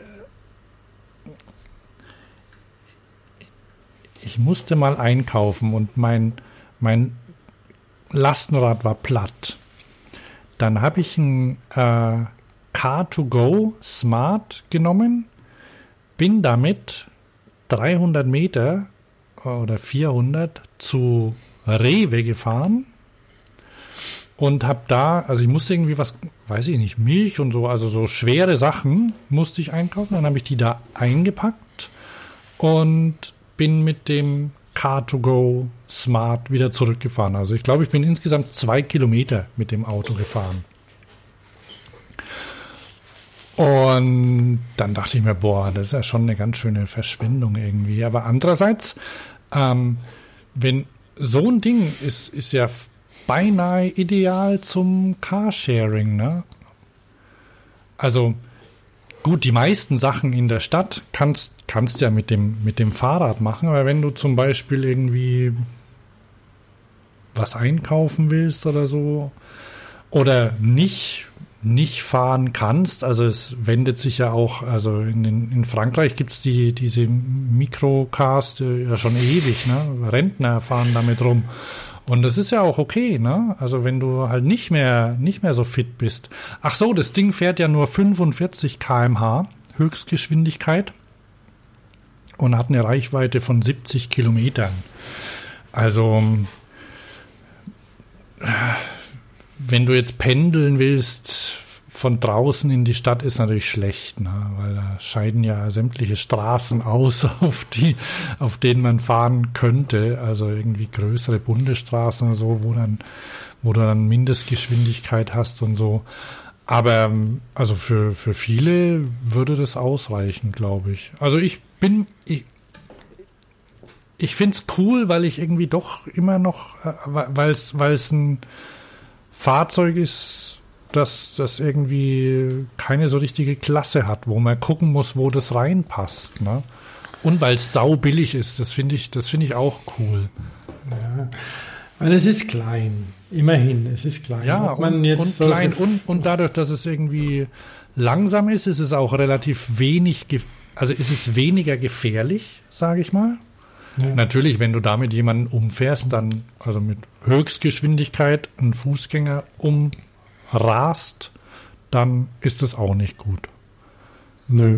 Ich musste mal einkaufen und mein Lastenrad war platt. Dann habe ich ein Car2Go Smart genommen, bin damit 300 Meter oder 400 zu Rewe gefahren und habe da, also ich musste irgendwie was, weiß ich nicht, Milch und so, also so schwere Sachen musste ich einkaufen. Dann habe ich die da eingepackt und bin mit dem Car2Go Smart wieder zurückgefahren. Also ich glaube, ich bin insgesamt 2 Kilometer mit dem Auto gefahren. Und dann dachte ich mir, boah, das ist ja schon eine ganz schöne Verschwendung irgendwie. Aber andererseits, wenn so ein Ding ist ja beinahe ideal zum Carsharing, ne? Also gut, die meisten Sachen in der Stadt kannst ja mit dem Fahrrad machen, aber wenn du zum Beispiel irgendwie was einkaufen willst oder so oder nicht fahren kannst, also es wendet sich ja auch, also in Frankreich gibt es diese Mikrocars ja schon ewig, ne? Rentner fahren damit rum. Und das ist ja auch okay, ne? Also wenn du halt nicht mehr so fit bist. Ach so, das Ding fährt ja nur 45 km/h Höchstgeschwindigkeit und hat eine Reichweite von 70 Kilometern. Also wenn du jetzt pendeln willst von draußen in die Stadt, ist natürlich schlecht, ne? Weil da scheiden ja sämtliche Straßen aus, auf denen man fahren könnte. Also irgendwie größere Bundesstraßen oder so, wo du dann Mindestgeschwindigkeit hast und so. Aber also für viele würde das ausreichen, glaube ich. Also ich finde es cool, weil ich irgendwie doch immer noch, weil es ein Fahrzeug ist, das irgendwie keine so richtige Klasse hat, wo man gucken muss, wo das reinpasst, ne? Und weil es saubillig ist, das finde ich auch cool. Ja, weil es ist klein, immerhin, es ist klein. Ja, und klein und dadurch, dass es irgendwie langsam ist es auch relativ wenig, also ist es weniger gefährlich, sage ich mal. Ja. Natürlich, wenn du damit jemanden umfährst, dann, also mit Höchstgeschwindigkeit einen Fußgänger umrast, dann ist das auch nicht gut. Nö.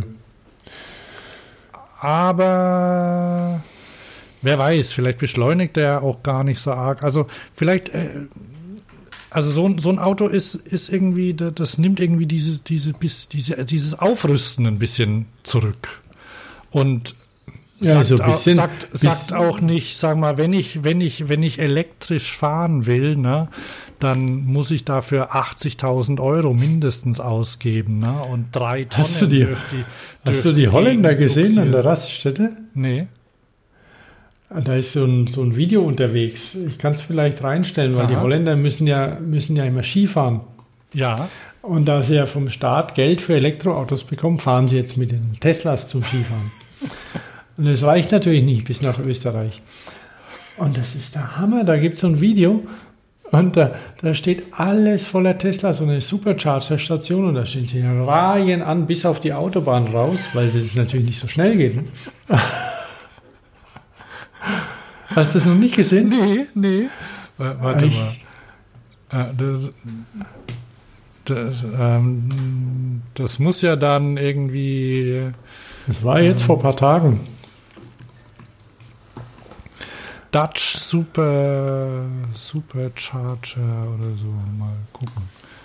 Aber wer weiß, vielleicht beschleunigt er auch gar nicht so arg. Also vielleicht, also so ein Auto ist irgendwie, das nimmt irgendwie dieses Aufrüsten ein bisschen zurück. Und ja, sagt auch nicht, sag mal, wenn ich elektrisch fahren will, ne, dann muss ich dafür 80.000 € mindestens ausgeben, ne, und 3 Tonnen. Hast du die Holländer gesehen an der Raststätte? Nee. Da ist so ein Video unterwegs. Ich kann es vielleicht reinstellen, weil die Holländer müssen ja immer Skifahren. Ja. Und da sie ja vom Staat Geld für Elektroautos bekommen, fahren sie jetzt mit den Teslas zum Skifahren. Und es reicht natürlich nicht bis nach Österreich. Und das ist der Hammer. Da gibt es so ein Video, Und da steht alles voller Tesla, so eine Supercharger-Station, und da stehen sie in Reihen an bis auf die Autobahn raus, weil das natürlich nicht so schnell geht. Ne? Hast du das noch nicht gesehen? Nee. Warte mal. Das muss ja dann irgendwie... Das war jetzt vor ein paar Tagen. Dutch Supercharger oder so. Mal gucken.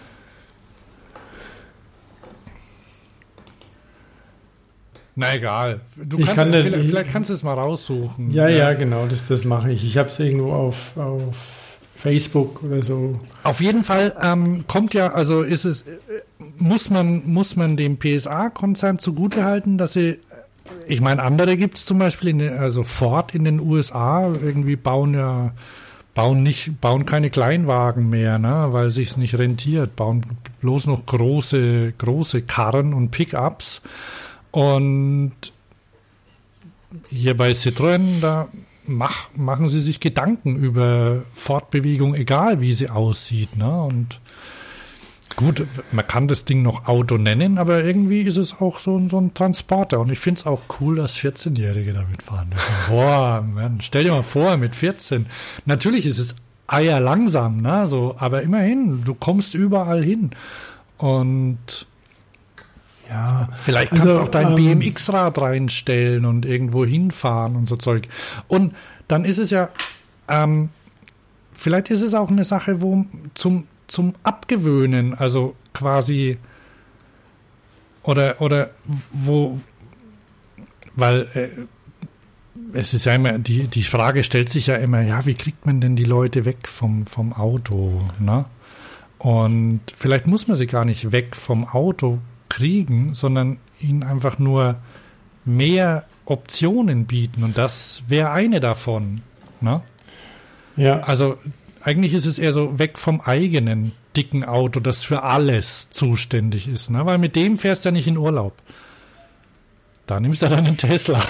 Na egal. Vielleicht kannst du es mal raussuchen. Ja, genau, das mache ich. Ich habe es irgendwo auf Facebook oder so. Auf jeden Fall kommt ja, also muss man dem PSA-Konzern zugutehalten, dass sie, ich meine, andere gibt es zum Beispiel, also Ford in den USA, irgendwie bauen keine Kleinwagen mehr, ne, weil sich's nicht rentiert, bauen bloß noch große Karren und Pickups. Und hier bei Citroën, da machen sie sich Gedanken über Fortbewegung, egal wie sie aussieht, ne? Und gut, man kann das Ding noch Auto nennen, aber irgendwie ist es auch so ein Transporter. Und ich finde es auch cool, dass 14-Jährige damit fahren dürfen. Boah, man, stell dir mal vor, mit 14. Natürlich ist es eierlangsam, ne? So, aber immerhin, du kommst überall hin. Und ja, vielleicht kannst du auch dein BMX-Rad reinstellen und irgendwo hinfahren und so Zeug. Und dann ist es ja, vielleicht ist es auch eine Sache, wo zum Abgewöhnen, also quasi, oder wo, weil es ist ja immer, die Frage stellt sich ja immer, ja, wie kriegt man denn die Leute weg vom Auto, ne? Und vielleicht muss man sie gar nicht weg vom Auto kriegen, sondern ihnen einfach nur mehr Optionen bieten, und das wäre eine davon, ne? Ja. Also eigentlich ist es eher so weg vom eigenen dicken Auto, das für alles zuständig ist, ne? Weil mit dem fährst du ja nicht in Urlaub. Da nimmst du dann einen Tesla.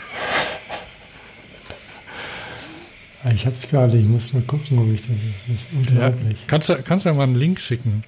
Ich hab's gerade, ich muss mal gucken, ob ich das ist unglaublich. Ja, kannst du mir mal einen Link schicken?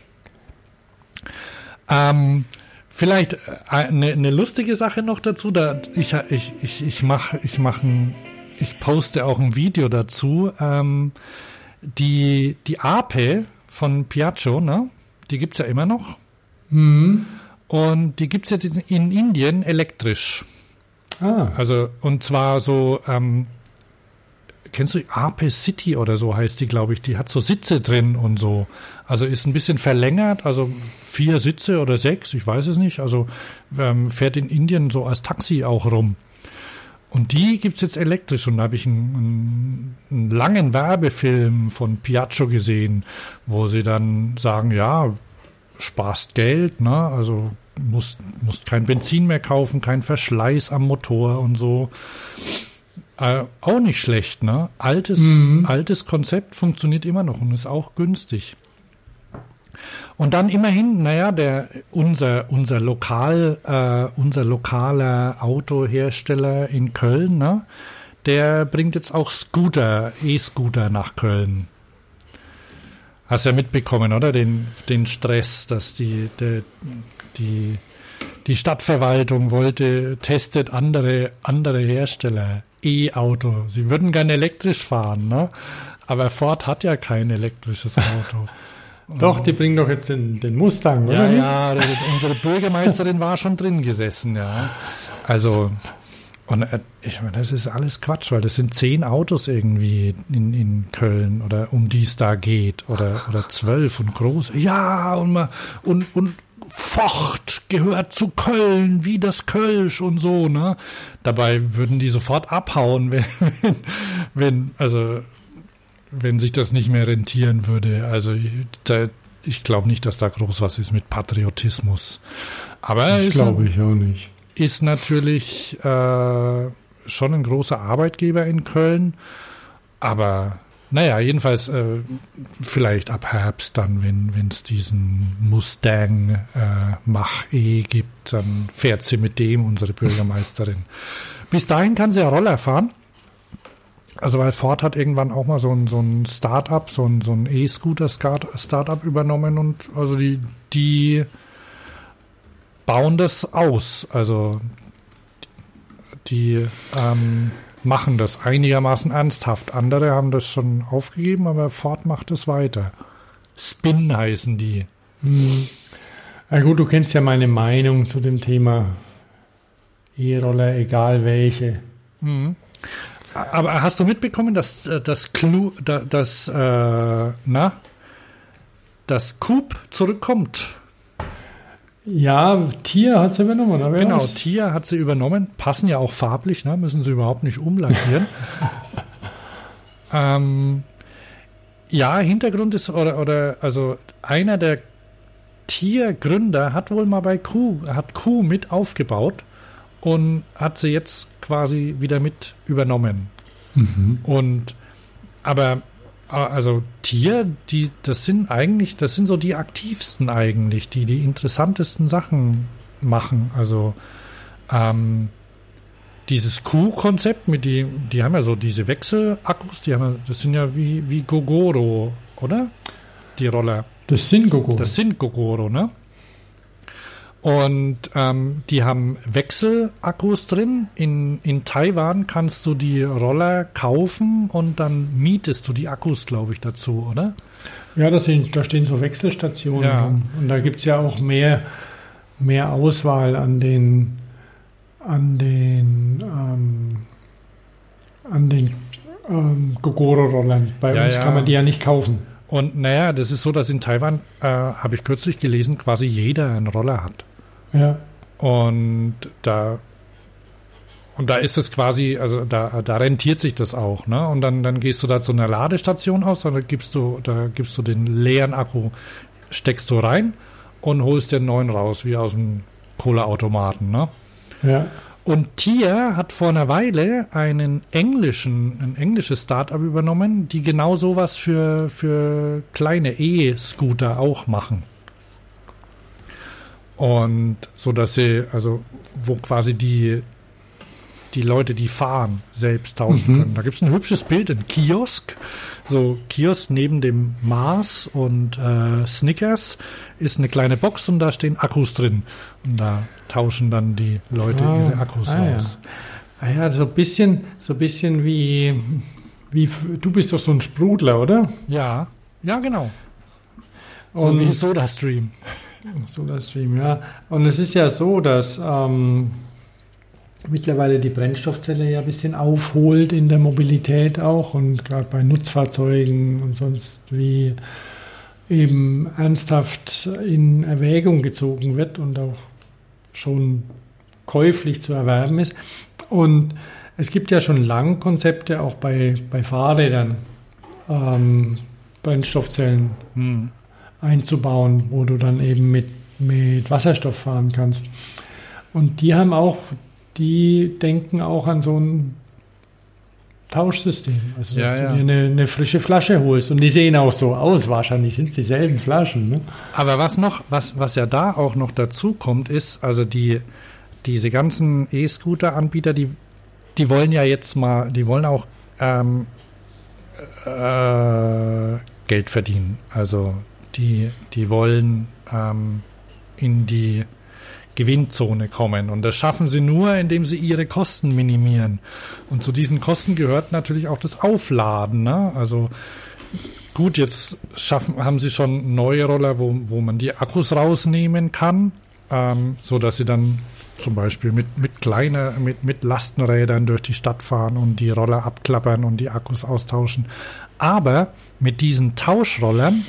Vielleicht eine lustige Sache noch dazu. Ich poste auch ein Video dazu. Die Ape von Piaggio, ne? Die gibt's ja immer noch. Mhm. Und die gibt's jetzt in Indien elektrisch. Ah. Also, und zwar so, kennst du Ape City oder so heißt die, glaube ich. Die hat so Sitze drin und so. Also ist ein bisschen verlängert, also 4 Sitze oder 6, ich weiß es nicht. Also fährt in Indien so als Taxi auch rum. Und die gibt's jetzt elektrisch. Und da habe ich einen langen Werbefilm von Piaggio gesehen, wo sie dann sagen, ja, sparst Geld, ne? Also musst kein Benzin mehr kaufen, kein Verschleiß am Motor und so. Auch nicht schlecht, ne? Altes Konzept, funktioniert immer noch und ist auch günstig. Und dann immerhin, naja, unser lokaler Autohersteller in Köln, ne? Der bringt jetzt auch E-Scooter nach Köln. Hast ja mitbekommen, oder? Den Stress, dass die Stadtverwaltung testet andere Hersteller. E-Auto. Sie würden gerne elektrisch fahren, ne? Aber Ford hat ja kein elektrisches Auto. Doch, die bringen doch jetzt den Mustang, oder? Ja, unsere Bürgermeisterin war schon drin gesessen, ja. Also, und ich meine, das ist alles Quatsch, weil das sind 10 Autos irgendwie in Köln oder um die es da geht oder 12 und groß. Ja, und Ford gehört zu Köln, wie das Kölsch und so, ne? Dabei würden die sofort abhauen, wenn sich das nicht mehr rentieren würde. Also ich glaube nicht, dass da groß was ist mit Patriotismus. Aber das glaube ich auch nicht. Ist natürlich schon ein großer Arbeitgeber in Köln. Aber naja, jedenfalls vielleicht ab Herbst dann, wenn es diesen Mustang Mach-E gibt, dann fährt sie mit dem, unsere Bürgermeisterin. Bis dahin kann sie ja Roller fahren. Also weil Ford hat irgendwann auch mal so ein Start-up, so ein E-Scooter-Start-up übernommen und also die bauen das aus. Also die machen das einigermaßen ernsthaft. Andere haben das schon aufgegeben, aber Ford macht es weiter. Spin heißen die. Na gut, du kennst ja meine Meinung zu dem Thema E-Roller, egal welche. Aber hast du mitbekommen, dass das Coupe zurückkommt? Ja, Tier hat sie übernommen. Aber genau, Tier hat sie übernommen. Passen ja auch farblich, ne? Müssen sie überhaupt nicht umlackieren. Ja, Hintergrund ist, also einer der Tier-Gründer hat wohl mal bei Kuh mit aufgebaut und hat sie jetzt quasi wieder mit übernommen. Also Tier, das sind so die aktivsten eigentlich, die interessantesten Sachen machen. Also dieses Q-Konzept die haben ja so diese Wechselakkus, das sind ja wie Gogoro, oder? Die Roller. Das sind Gogoro, ne? Und die haben Wechselakkus drin. In Taiwan kannst du die Roller kaufen und dann mietest du die Akkus, glaube ich, dazu, oder? Ja, da stehen so Wechselstationen. Ja. Und da gibt es ja auch mehr Auswahl an den Gogoro-Rollern. Bei uns kann man die ja nicht kaufen. Und naja, das ist so, dass in Taiwan, habe ich kürzlich gelesen, quasi jeder einen Roller hat. Ja. Und da ist es quasi, also da rentiert sich das auch, ne? Und dann gehst du da zu einer Ladestation aus, und da gibst du den leeren Akku, steckst du rein und holst den neuen raus, wie aus dem Cola-Automaten, ne? Ja. Und Tier hat vor einer Weile ein englisches Start-up übernommen, die genau sowas für kleine E-Scooter auch machen. Und so, dass sie, also wo quasi die Leute, die fahren, selbst tauschen können. Da gibt es ein hübsches Bild, ein Kiosk. So Kiosk neben dem Mars und Snickers ist eine kleine Box und da stehen Akkus drin. Und da tauschen dann die Leute ihre Akkus aus. Ja. Ja, so ein bisschen wie du bist doch so ein Sprudler, oder? Ja, genau. So wie SodaStream. SodaStream, ja. Und es ist ja so, dass mittlerweile die Brennstoffzelle ja ein bisschen aufholt in der Mobilität auch und gerade bei Nutzfahrzeugen und sonst wie eben ernsthaft in Erwägung gezogen wird und auch schon käuflich zu erwerben ist. Und es gibt ja schon lange Konzepte auch bei Fahrrädern, Brennstoffzellen einzubauen, wo du dann eben mit Wasserstoff fahren kannst. Und die denken auch an so ein Tauschsystem. Also, dass du dir eine frische Flasche holst. Und die sehen auch so aus, wahrscheinlich sind es dieselben Flaschen. Ne? Aber was ja da auch noch dazu kommt, ist, also diese ganzen E-Scooter-Anbieter, die wollen ja jetzt mal, die wollen auch Geld verdienen. Also die wollen in die Gewinnzone kommen. Und das schaffen sie nur, indem sie ihre Kosten minimieren. Und zu diesen Kosten gehört natürlich auch das Aufladen. Ne? Also gut, jetzt haben sie schon neue Roller, wo man die Akkus rausnehmen kann, so dass sie dann zum Beispiel mit Lastenrädern durch die Stadt fahren und die Roller abklappern und die Akkus austauschen. Aber mit diesen Tauschrollern,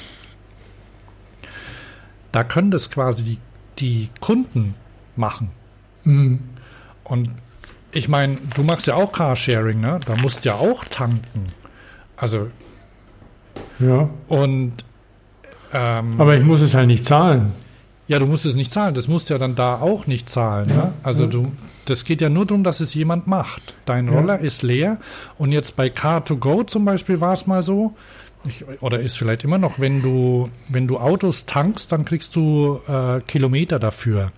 da können das quasi die Kunden machen. Und ich meine, du machst ja auch Carsharing, ne? Da musst du ja auch tanken. Also ja. Und aber ich muss es halt nicht zahlen. Ja, du musst es nicht zahlen. Das musst du ja dann da auch nicht zahlen. Ja. Ne? Also das geht ja nur darum, dass es jemand macht. Dein Roller ist leer. Und jetzt bei Car2Go zum Beispiel war es mal so, oder ist vielleicht immer noch, wenn du Autos tankst, dann kriegst du Kilometer dafür.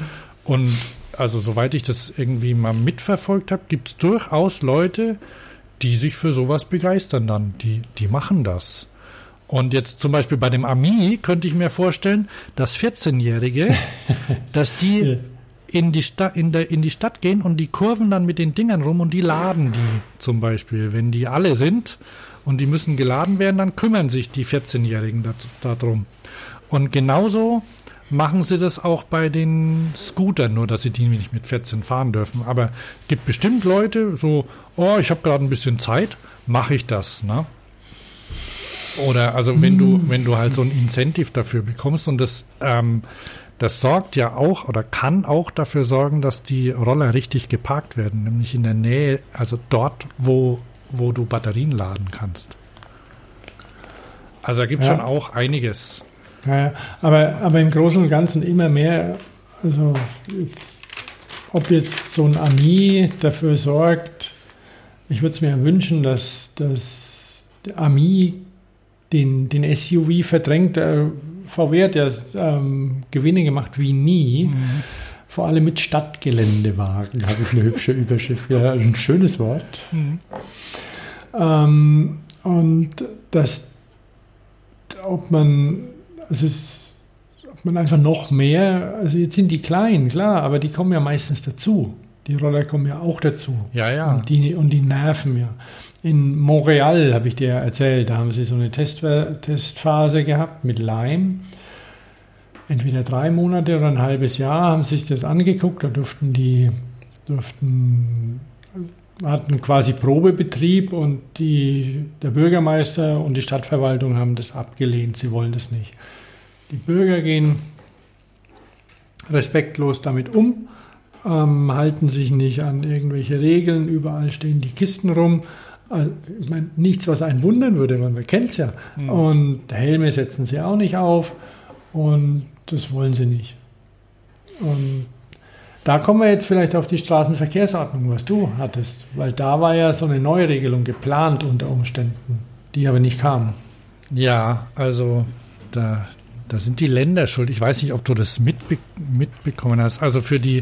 Und also soweit ich das irgendwie mal mitverfolgt habe, gibt es durchaus Leute, die sich für sowas begeistern dann. Die machen das. Und jetzt zum Beispiel bei dem Ami könnte ich mir vorstellen, dass 14-Jährige, dass die in die Stadt gehen und die kurven dann mit den Dingern rum und die laden die zum Beispiel. Wenn die alle sind und die müssen geladen werden, dann kümmern sich die 14-Jährigen darum. Und genauso machen sie das auch bei den Scootern, nur dass sie die nicht mit 14 fahren dürfen. Aber es gibt bestimmt Leute, so, ich habe gerade ein bisschen Zeit, mache ich das, ne? Oder also wenn du halt so ein Incentive dafür bekommst und das sorgt ja auch oder kann auch dafür sorgen, dass die Roller richtig geparkt werden, nämlich in der Nähe, also dort, wo du Batterien laden kannst. Also da gibt es schon auch einiges. Ja, aber im Großen und Ganzen immer mehr, also ob jetzt so ein Ami dafür sorgt, ich würde es mir wünschen, dass der Ami den SUV verdrängt. VW hat ja Gewinne gemacht wie nie, vor allem mit Stadtgeländewagen, habe ich eine hübsche Überschrift, ja, ein schönes Wort. Und ob man einfach noch mehr, also jetzt sind die klein, klar, aber die kommen ja meistens dazu. Die Roller kommen ja auch dazu. Ja. Und die nerven ja. In Montreal, habe ich dir erzählt, da haben sie so eine Testphase gehabt mit Lime. Entweder 3 Monate oder ein halbes Jahr haben sich das angeguckt. Da hatten quasi Probebetrieb und der Bürgermeister und die Stadtverwaltung haben das abgelehnt. Sie wollen das nicht. Die Bürger gehen respektlos damit um, halten sich nicht an irgendwelche Regeln. Überall stehen die Kisten rum. Ich meine, nichts, was einen wundern würde, weil man kennt es ja. Und Helme setzen sie auch nicht auf und das wollen sie nicht. Und da kommen wir jetzt vielleicht auf die Straßenverkehrsordnung, was du hattest, weil da war ja so eine Neuregelung geplant unter Umständen, die aber nicht kam. Ja, also da sind die Länder schuld. Ich weiß nicht, ob du das mitbekommen hast. Also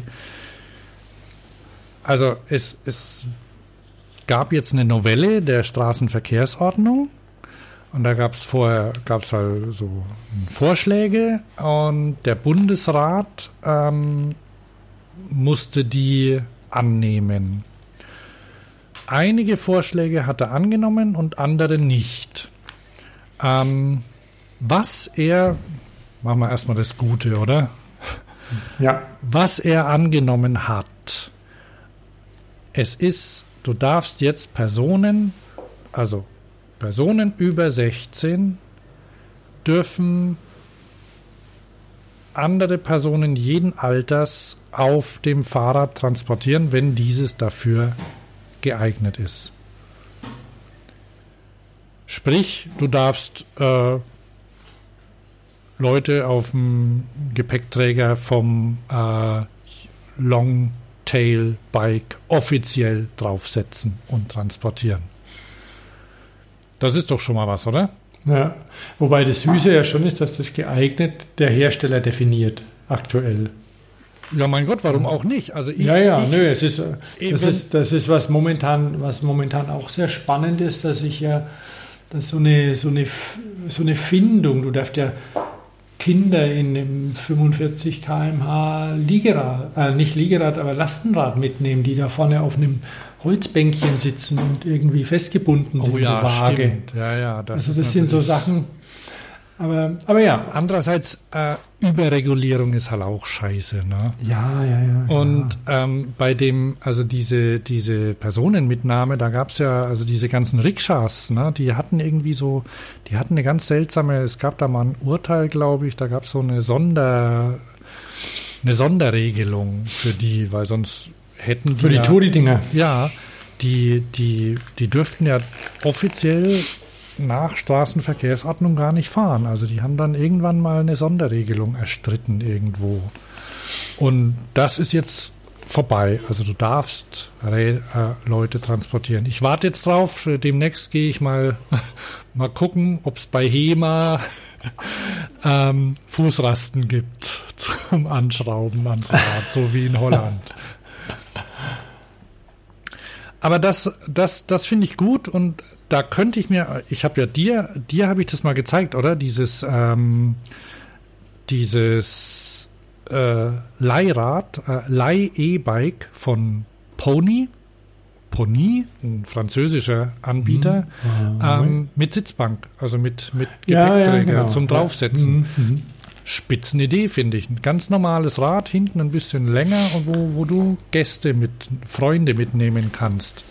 es gab jetzt eine Novelle der Straßenverkehrsordnung und da gab es halt so Vorschläge und der Bundesrat musste die annehmen. Einige Vorschläge hat er angenommen und andere nicht. Machen wir erstmal das Gute, oder? Ja. Was er angenommen hat, du darfst jetzt Personen über 16 dürfen andere Personen jeden Alters auf dem Fahrrad transportieren, wenn dieses dafür geeignet ist. Sprich, du darfst Leute auf dem Gepäckträger vom Longtail-Bike offiziell draufsetzen und transportieren. Das ist doch schon mal was, oder? Ja, wobei das Süße ja schon ist, dass das geeignet der Hersteller definiert, aktuell. Ja, mein Gott, warum auch nicht? Also das ist was momentan auch sehr spannend ist, dass so eine Findung, du darfst ja Kinder in einem 45 km/h Lastenrad mitnehmen, die da vorne auf einem Holzbänkchen sitzen und irgendwie festgebunden sind. Oh ja, so vage. stimmt. Ja, das sind so Sachen. Aber ja. Andererseits, Überregulierung ist halt auch scheiße, ne? Ja. Und bei dem, also diese Personenmitnahme, da gab es ja, also diese ganzen Rikschas, ne, die hatten eine ganz seltsame, es gab da mal ein Urteil, glaube ich, da gab es so eine Sonderregelung für die, weil sonst hätten die. Für die Touri-Dinger. Ja, die dürften ja offiziell nach Straßenverkehrsordnung gar nicht fahren. Also die haben dann irgendwann mal eine Sonderregelung erstritten irgendwo. Und das ist jetzt vorbei. Also du darfst Leute transportieren. Ich warte jetzt drauf. Demnächst gehe ich mal gucken, ob es bei HEMA Fußrasten gibt zum Anschrauben ans Rad, so wie in Holland. Aber das finde ich gut und da könnte ich habe ja dir habe ich das mal gezeigt, oder? Dieses Leihrad, Leih-E-Bike von Pony, ein französischer Anbieter, mit Sitzbank, also mit Gepäckträger genau. zum Draufsetzen. Mhm. Spitzenidee, finde ich. Ein ganz normales Rad, hinten ein bisschen länger und wo du Freunde mitnehmen kannst.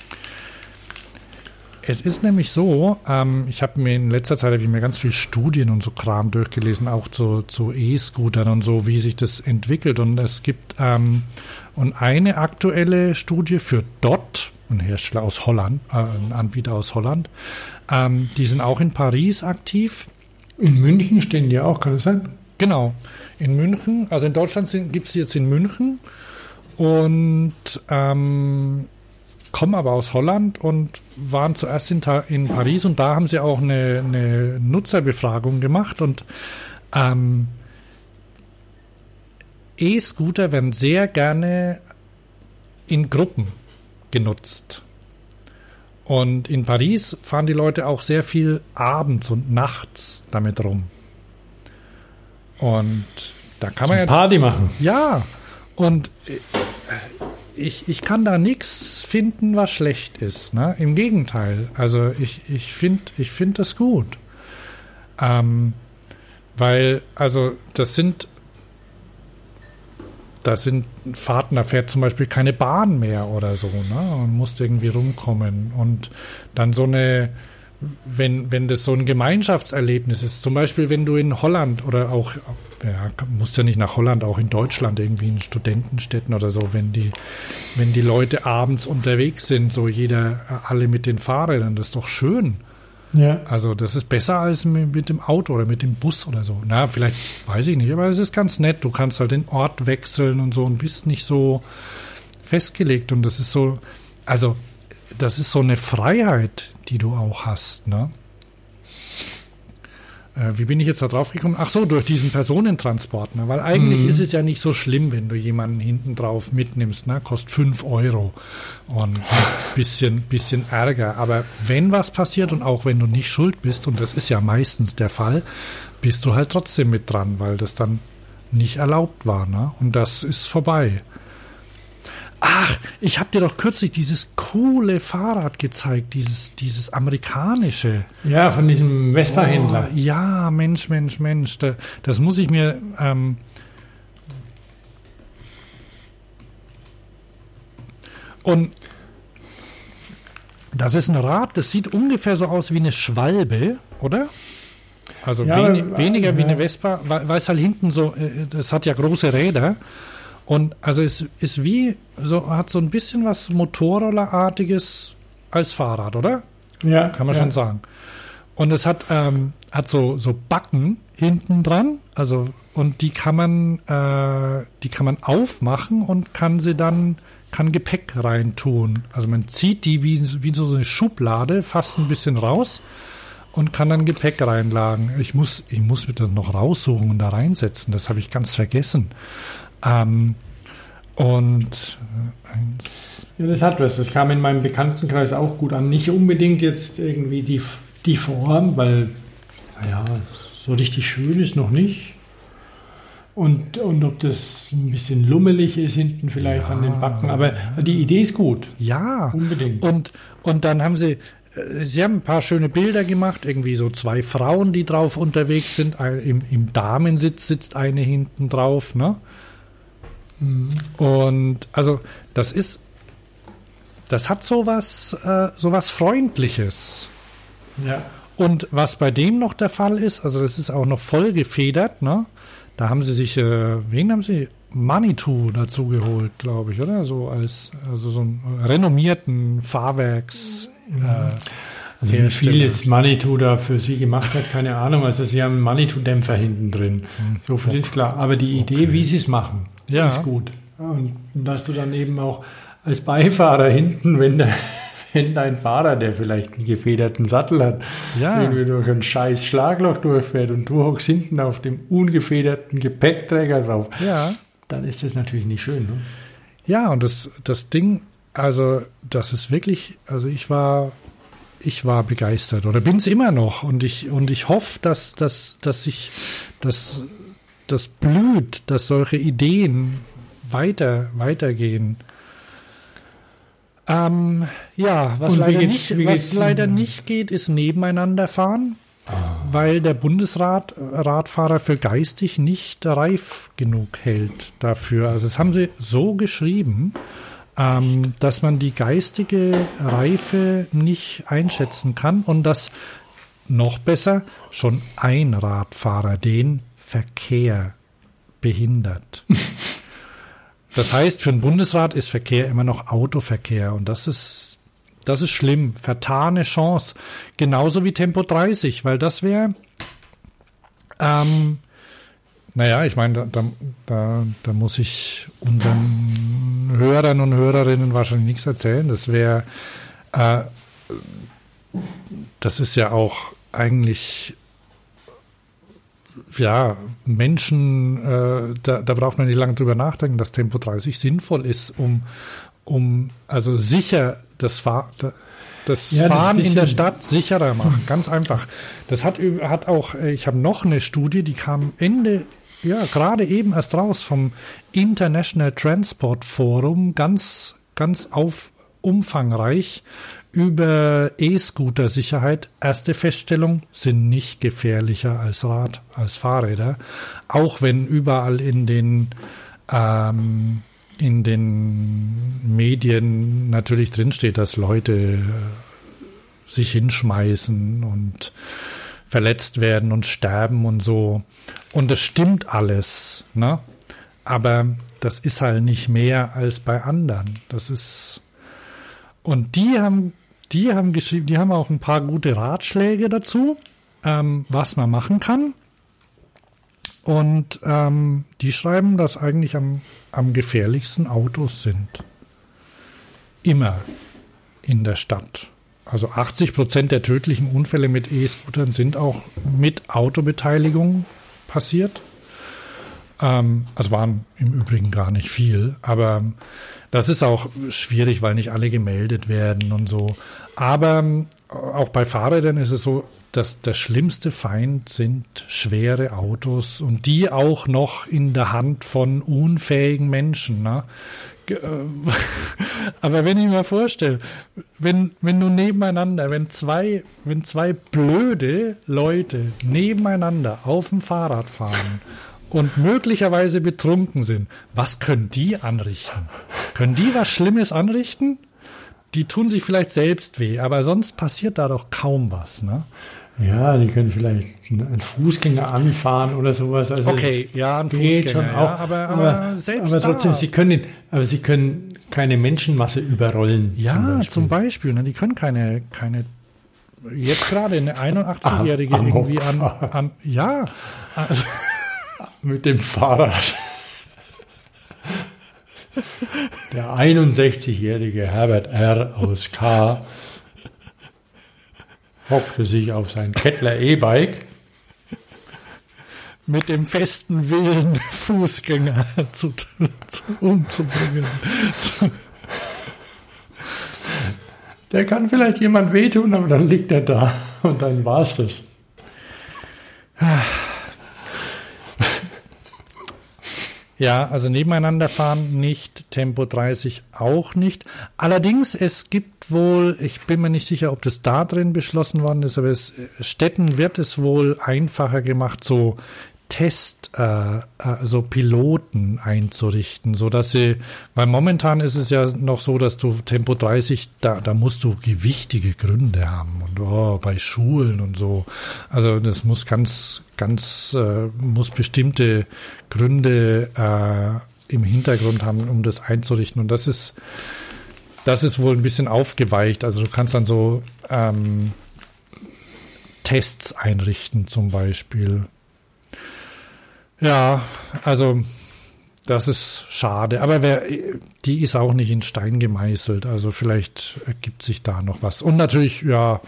Es ist nämlich so, ich habe mir in letzter Zeit ganz viel Studien und so Kram durchgelesen, auch zu E-Scootern und so, wie sich das entwickelt. Und es gibt und eine aktuelle Studie für DOT, ein Hersteller aus Holland, ein Anbieter aus Holland, die sind auch in Paris aktiv. In München stehen die auch, kann das sein? Genau, in München, also in Deutschland gibt es die jetzt in München und kommen aber aus Holland und waren zuerst in Paris und da haben sie auch eine Nutzerbefragung gemacht und E-Scooter werden sehr gerne in Gruppen genutzt. Und in Paris fahren die Leute auch sehr viel abends und nachts damit rum. Und da kann man jetzt Party machen. Ja, und ich kann da nichts finden, was schlecht ist. Ne? Im Gegenteil. Also ich finde das gut. Weil, also das sind Fahrten, da fährt zum Beispiel keine Bahn mehr oder so, ne? Und musst irgendwie rumkommen. Und dann wenn das so ein Gemeinschaftserlebnis ist, zum Beispiel wenn du in Holland oder auch, musst ja nicht nach Holland, auch in Deutschland, irgendwie in Studentenstädten oder so, wenn die Leute abends unterwegs sind, so alle mit den Fahrrädern, das ist doch schön. Ja. Also das ist besser als mit dem Auto oder mit dem Bus oder so. Na, vielleicht, weiß ich nicht, aber es ist ganz nett. Du kannst halt den Ort wechseln und so und bist nicht so festgelegt. Und das ist so, also das ist so eine Freiheit, die du auch hast, ne? Wie bin ich jetzt da drauf gekommen? Ach so, durch diesen Personentransport, ne? Weil eigentlich ist es ja nicht so schlimm, wenn du jemanden hinten drauf mitnimmst, ne? Kostet 5 € und bisschen Ärger. Aber wenn was passiert und auch wenn du nicht schuld bist, und das ist ja meistens der Fall, bist du halt trotzdem mit dran, weil das dann nicht erlaubt war, ne? Und das ist vorbei. Ach, ich habe dir doch kürzlich dieses coole Fahrrad gezeigt, dieses amerikanische. Ja, von diesem Vespa-Händler. Oh, ja, Mensch. Das muss ich mir... Und das ist ein Rad, das sieht ungefähr so aus wie eine Schwalbe, oder? Also ja, weniger wie eine Vespa, weil es halt hinten so, das hat ja große Räder. Und also es ist hat so ein bisschen was Motorrollerartiges als Fahrrad, oder? Ja. Kann man schon sagen. Und es hat so Backen hinten dran, also und die kann man aufmachen und kann Gepäck reintun. Also man zieht die wie so eine Schublade fast ein bisschen raus und kann dann Gepäck reinlagen. Ich muss mir das noch raussuchen und da reinsetzen. Das habe ich ganz vergessen. Ja, das hat was. Das kam in meinem Bekanntenkreis auch gut an. Nicht unbedingt jetzt irgendwie die Form, weil, so richtig schön ist noch nicht. Und ob das ein bisschen lummelig ist hinten vielleicht an den Backen. Aber die Idee ist gut. Ja. Unbedingt. Und dann haben sie haben ein paar schöne Bilder gemacht. Irgendwie so 2 Frauen, die drauf unterwegs sind. Im Damensitz sitzt eine hinten drauf, ne? Und also das hat sowas Freundliches. Ja. Und was bei dem noch der Fall ist, also das ist auch noch voll gefedert, ne? Da haben sie sich, wen haben sie? Manitou dazu geholt, glaube ich, oder? So so einen renommierten Fahrwerks. Also wie viel jetzt Manitou da für sie gemacht hat, keine Ahnung. Also sie haben einen Manitou-Dämpfer hinten drin. So viel ist klar. Aber die Idee, wie sie es machen, ist gut. Und dass du dann eben auch als Beifahrer hinten, wenn dein Fahrer, der vielleicht einen gefederten Sattel hat, irgendwie durch ein scheiß Schlagloch durchfährt und du hockst hinten auf dem ungefederten Gepäckträger drauf, dann ist das natürlich nicht schön. Ne? Ja, und das Ding also das ist wirklich, also ich war begeistert oder bin es immer noch und ich hoffe, dass das blüht, dass solche Ideen weitergehen. Was leider nicht geht, ist nebeneinander fahren, weil der Bundesradfahrer für geistig nicht reif genug hält dafür. Also das haben sie so geschrieben, dass man die geistige Reife nicht einschätzen kann und dass noch besser schon ein Radfahrer den Verkehr behindert. Das heißt, für den Bundesrat ist Verkehr immer noch Autoverkehr und das ist schlimm. Vertane Chance. Genauso wie Tempo 30, weil das wäre, ich meine, da muss ich unseren Hörern und Hörerinnen wahrscheinlich nichts erzählen. Das wäre, das ist ja auch eigentlich, ja, Menschen, da braucht man nicht lange drüber nachdenken, dass Tempo 30 sinnvoll ist, um also sicher das Fahren in der Stadt sicherer machen. Ganz einfach. Das hat auch, ich habe noch eine Studie, die kam gerade eben erst raus vom International Transport Forum, ganz umfangreich über E-Scooter-Sicherheit. Erste Feststellung, sind nicht gefährlicher als Fahrräder. Auch wenn überall in den Medien natürlich drinsteht, dass Leute sich hinschmeißen und verletzt werden und sterben und so. Und das stimmt alles, ne? Aber das ist halt nicht mehr als bei anderen. Das ist, und die haben geschrieben, die haben auch ein paar gute Ratschläge dazu, was man machen kann. Und die schreiben, dass eigentlich am gefährlichsten Autos sind. Immer in der Stadt. Also 80% der tödlichen Unfälle mit E-Scootern sind auch mit Autobeteiligung passiert. Also waren im Übrigen gar nicht viel, aber das ist auch schwierig, weil nicht alle gemeldet werden und so. Aber auch bei Fahrrädern ist es so, dass der schlimmste Feind sind schwere Autos und die auch noch in der Hand von unfähigen Menschen, ne? Aber wenn ich mir vorstelle, wenn du nebeneinander, wenn zwei blöde Leute nebeneinander auf dem Fahrrad fahren und möglicherweise betrunken sind, was können die anrichten? Können die was Schlimmes anrichten? Die tun sich vielleicht selbst weh, aber sonst passiert da doch kaum was, ne? Ja, die können vielleicht einen Fußgänger anfahren oder sowas. Also okay, ja, ein Fußgänger, schon auch, ja, aber selbst aber trotzdem, sie können keine Menschenmasse überrollen. Ja, zum Beispiel ne, die können keine jetzt gerade eine 81-Jährige irgendwie an ja. Also, mit dem Fahrrad. Der 61-jährige Herbert R. aus K. hockte sich auf sein Kettler E-Bike mit dem festen Willen, Fußgänger umzubringen. Der kann vielleicht jemand wehtun, aber dann liegt er da und dann war's das. Ja, also nebeneinander fahren nicht, Tempo 30 auch nicht. Allerdings, es gibt wohl, ich bin mir nicht sicher, ob das da drin beschlossen worden ist, aber Städten wird es wohl einfacher gemacht, so so Piloten einzurichten, so dass sie, weil momentan ist es ja noch so, dass du Tempo 30, da musst du gewichtige Gründe haben und bei Schulen und so. Also das muss muss bestimmte Gründe im Hintergrund haben, um das einzurichten. Und das ist wohl ein bisschen aufgeweicht. Also du kannst dann so Tests einrichten zum Beispiel. Ja, also das ist schade. Aber die ist auch nicht in Stein gemeißelt. Also vielleicht ergibt sich da noch was. Und natürlich, ja,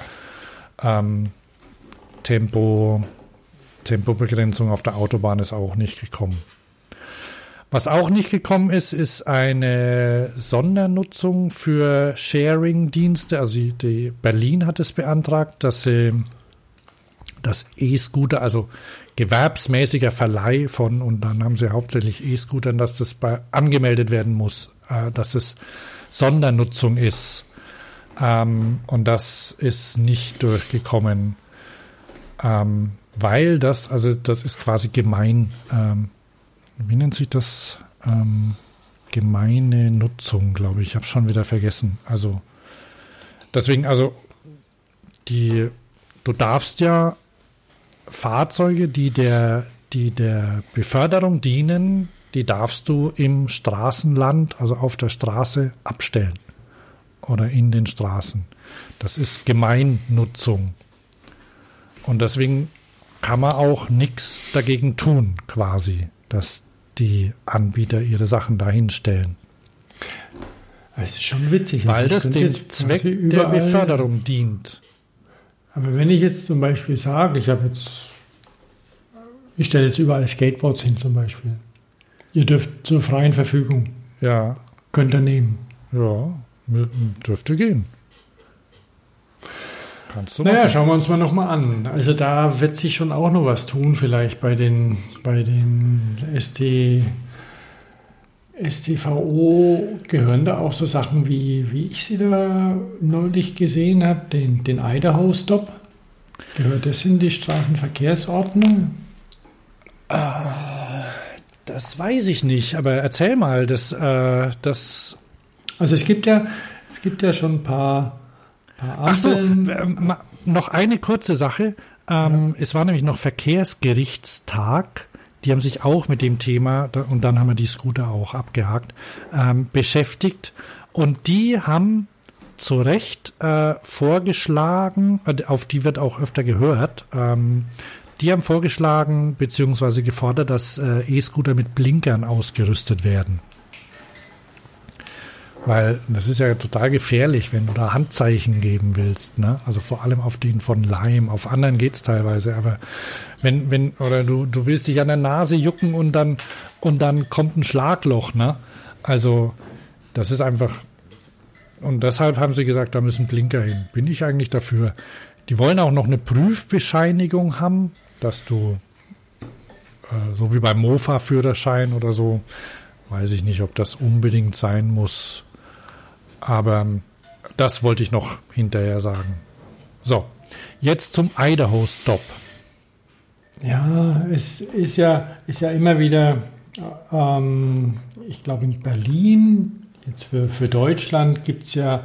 Tempobegrenzung auf der Autobahn ist auch nicht gekommen. Was auch nicht gekommen ist, ist eine Sondernutzung für Sharing-Dienste. Also die Berlin hat es beantragt, dass sie das E-Scooter, also gewerbsmäßiger Verleih von, und dann haben sie hauptsächlich E-Scootern, dass das angemeldet werden muss, dass es Sondernutzung ist. Und das ist nicht durchgekommen, weil das ist quasi gemein, wie nennt sich das? Gemeine Nutzung, glaube ich. Ich habe es schon wieder vergessen. Also deswegen, du darfst ja Fahrzeuge, die der Beförderung dienen, die darfst du im Straßenland, also auf der Straße, abstellen. Oder in den Straßen. Das ist Gemeinnutzung. Und deswegen kann man auch nichts dagegen tun, quasi, dass die Anbieter ihre Sachen dahin stellen. Das ist schon witzig. Weil das dem Zweck der Beförderung dient. Aber wenn ich jetzt zum Beispiel sage, ich stelle jetzt überall Skateboards hin zum Beispiel. Ihr dürft zur freien Verfügung. Ja. Könnt ihr nehmen. Ja, dürfte gehen. Kannst du machen. Naja, schauen wir uns mal nochmal an. Also da wird sich schon auch noch was tun, vielleicht bei den STVO gehören da auch so Sachen wie ich sie da neulich gesehen habe, den Idaho-Stop. Gehört das in die Straßenverkehrsordnung? Das weiß ich nicht, aber erzähl mal, das. Also es gibt ja schon ein paar Ampeln. Ach so, noch eine kurze Sache. Es war nämlich noch Verkehrsgerichtstag. Die haben sich auch mit dem Thema, und dann haben wir die Scooter auch abgehakt, beschäftigt. Und die haben zu Recht vorgeschlagen, auf die wird auch öfter gehört, die haben vorgeschlagen bzw. gefordert, dass E-Scooter mit Blinkern ausgerüstet werden. Weil das ist ja total gefährlich, wenn du da Handzeichen geben willst, ne? Also vor allem auf den von Lime, auf anderen geht's teilweise, aber oder du willst dich an der Nase jucken und dann kommt ein Schlagloch, ne? Also das ist einfach, und deshalb haben sie gesagt, da müssen Blinker hin. Bin ich eigentlich dafür. Die wollen auch noch eine Prüfbescheinigung haben, dass du so wie beim Mofa-Führerschein oder so, weiß ich nicht, ob das unbedingt sein muss. Aber das wollte ich noch hinterher sagen. So, jetzt zum Idaho-Stop. Ja, es ist ja immer wieder, ich glaube in Berlin, jetzt für Deutschland gibt es ja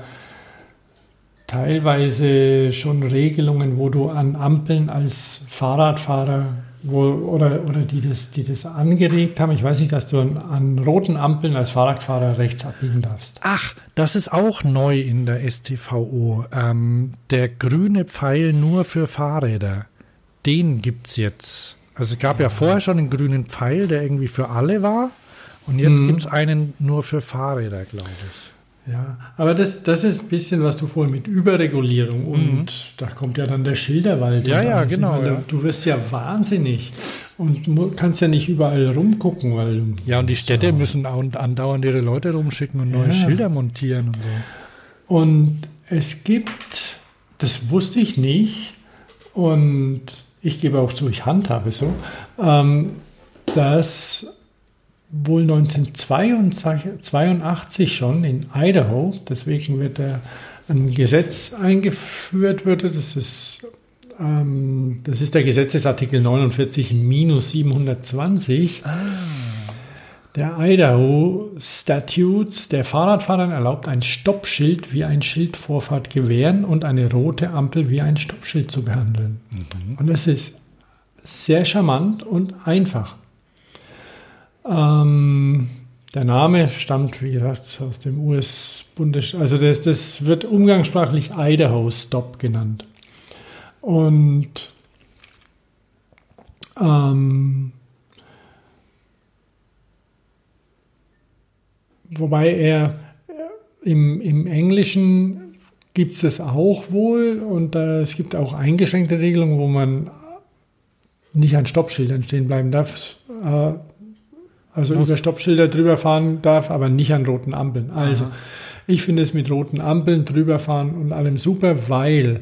teilweise schon Regelungen, wo du an Ampeln als Fahrradfahrer oder die das angeregt haben. Ich weiß nicht, dass du an roten Ampeln als Fahrradfahrer rechts abbiegen darfst. Ach, das ist auch neu in der StVO. Der grüne Pfeil nur für Fahrräder. Den gibt's jetzt. Also es gab ja vorher schon einen grünen Pfeil, der irgendwie für alle war. Und jetzt gibt's einen nur für Fahrräder, glaube ich. Ja, aber das ist ein bisschen, was du vorhin mit Überregulierung und da kommt ja dann der Schilderwald. Ja, genau. Meine, du wirst ja wahnsinnig und kannst ja nicht überall rumgucken. Ja, und die Städte müssen andauernd ihre Leute rumschicken und neue Schilder montieren und so. Und es gibt, das wusste ich nicht und ich gebe auch zu, ich handhabe so, dass wohl 1982 schon in Idaho, deswegen wird ein Gesetz eingeführt, das ist der Gesetzesartikel 49-720 der Idaho Statutes, der Fahrradfahrern erlaubt, ein Stoppschild wie ein Schild Vorfahrt gewähren und eine rote Ampel wie ein Stoppschild zu behandeln. Und das ist sehr charmant und einfach. Der Name stammt, wie gesagt, aus dem US-Bundesstaat. Also das wird umgangssprachlich Idaho Stop genannt. Und wobei er im Englischen gibt es das auch wohl und es gibt auch eingeschränkte Regelungen, wo man nicht an Stoppschildern stehen bleiben darf. Also über Stoppschilder drüber fahren darf, aber nicht an roten Ampeln. Also ich finde es mit roten Ampeln drüber fahren und allem super, weil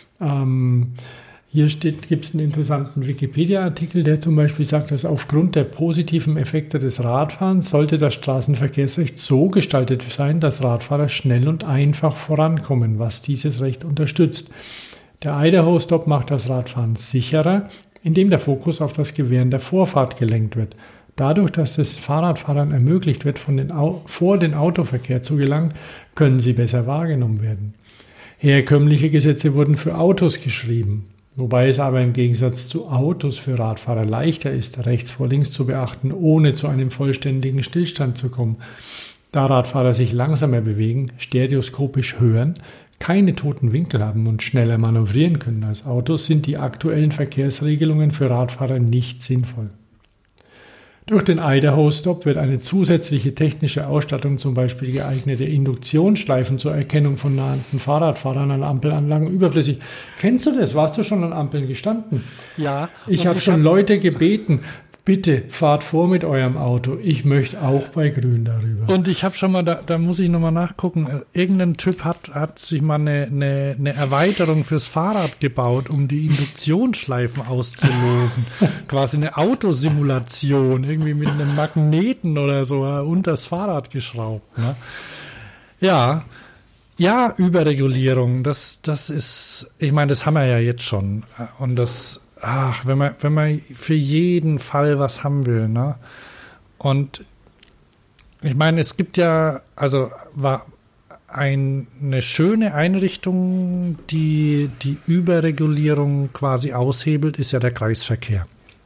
hier gibt es einen interessanten Wikipedia-Artikel, der zum Beispiel sagt, dass aufgrund der positiven Effekte des Radfahrens sollte das Straßenverkehrsrecht so gestaltet sein, dass Radfahrer schnell und einfach vorankommen, was dieses Recht unterstützt. Der Idaho-Stop macht das Radfahren sicherer, indem der Fokus auf das Gewähren der Vorfahrt gelenkt wird. Dadurch, dass es Fahrradfahrern ermöglicht wird, vor den Autoverkehr zu gelangen, können sie besser wahrgenommen werden. Herkömmliche Gesetze wurden für Autos geschrieben, wobei es aber im Gegensatz zu Autos für Radfahrer leichter ist, rechts vor links zu beachten, ohne zu einem vollständigen Stillstand zu kommen. Da Radfahrer sich langsamer bewegen, stereoskopisch hören, keine toten Winkel haben und schneller manövrieren können als Autos, sind die aktuellen Verkehrsregelungen für Radfahrer nicht sinnvoll. Durch den Idaho-Stop wird eine zusätzliche technische Ausstattung, zum Beispiel geeignete Induktionsschleifen zur Erkennung von nahenden Fahrradfahrern an Ampelanlagen, überflüssig. Kennst du das? Warst du schon an Ampeln gestanden? Ja. Ich habe schon Leute gebeten, bitte fahrt vor mit eurem Auto. Ich möchte auch bei Grün darüber. Und ich habe schon mal, da muss ich nochmal nachgucken, irgendein Typ hat sich mal eine Erweiterung fürs Fahrrad gebaut, um die Induktionsschleifen auszulosen. Quasi eine Autosimulation, irgendwie mit einem Magneten oder so unter das Fahrrad geschraubt. Ne? Ja, Überregulierung, das ist, ich meine, das haben wir ja jetzt schon. Und das, wenn man für jeden Fall was haben will, ne? Und ich meine, es gibt ja, also war eine schöne Einrichtung, die Überregulierung quasi aushebelt, ist ja der Kreisverkehr.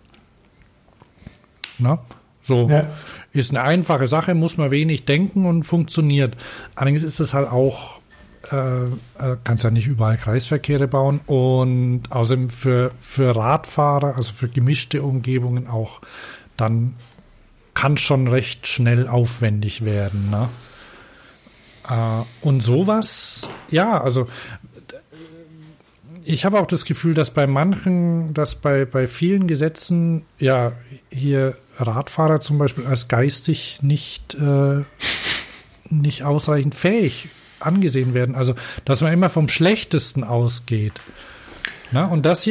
Ne? So, ja. Ist eine einfache Sache, muss man wenig denken und funktioniert. Allerdings ist es halt auch, kannst ja nicht überall Kreisverkehre bauen und außerdem für Radfahrer, also für gemischte Umgebungen auch, dann kann schon recht schnell aufwendig werden. Ne? Und sowas, ja, also ich habe auch das Gefühl, dass bei bei vielen Gesetzen, ja, hier Radfahrer zum Beispiel als geistig nicht ausreichend fähig angesehen werden. Also, dass man immer vom Schlechtesten ausgeht. Na, und das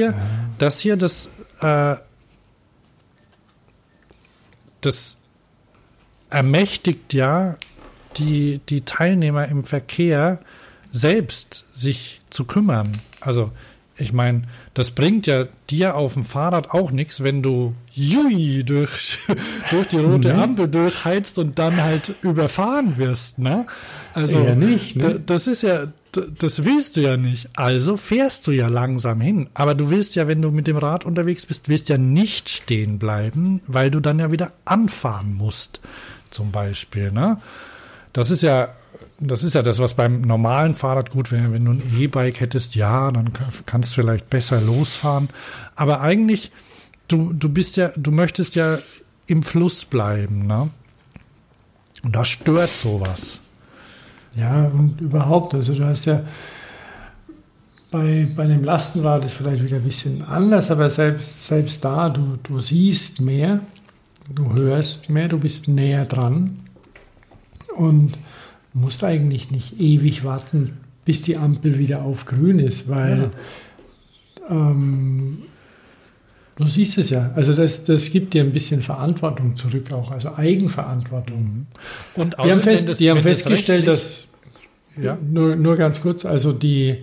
ermächtigt ja die Teilnehmer im Verkehr selbst sich zu kümmern. Also, ich meine, das bringt ja dir auf dem Fahrrad auch nichts, wenn du durch die rote Ampel durchheizt und dann halt überfahren wirst, ne? Also, ja nicht, ne? Das willst du ja nicht. Also fährst du ja langsam hin. Aber du willst ja, wenn du mit dem Rad unterwegs bist, willst ja nicht stehen bleiben, weil du dann ja wieder anfahren musst, zum Beispiel, ne? Das ist ja das, was beim normalen Fahrrad gut wäre. Wenn du ein E-Bike hättest, ja, dann kannst du vielleicht besser losfahren. Aber eigentlich, du möchtest ja im Fluss bleiben, ne? Und da stört sowas. Ja, und überhaupt, also du hast ja bei einem Lastenrad ist vielleicht wieder ein bisschen anders, aber selbst da, du siehst mehr, du hörst mehr, du bist näher dran und musst eigentlich nicht ewig warten, bis die Ampel wieder auf grün ist, weil du siehst es ja. Also das gibt dir ein bisschen Verantwortung zurück auch, also Eigenverantwortung. Und die haben festgestellt, dass, ja, nur ganz kurz, also es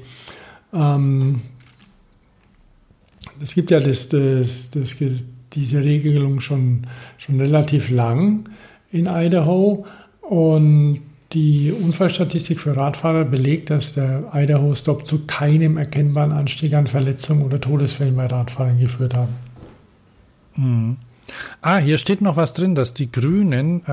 gibt ja diese Regelung schon relativ lang in Idaho und die Unfallstatistik für Radfahrer belegt, dass der Idaho-Stop zu keinem erkennbaren Anstieg an Verletzungen oder Todesfällen bei Radfahrern geführt haben. Mhm. Hier steht noch was drin, dass die Grünen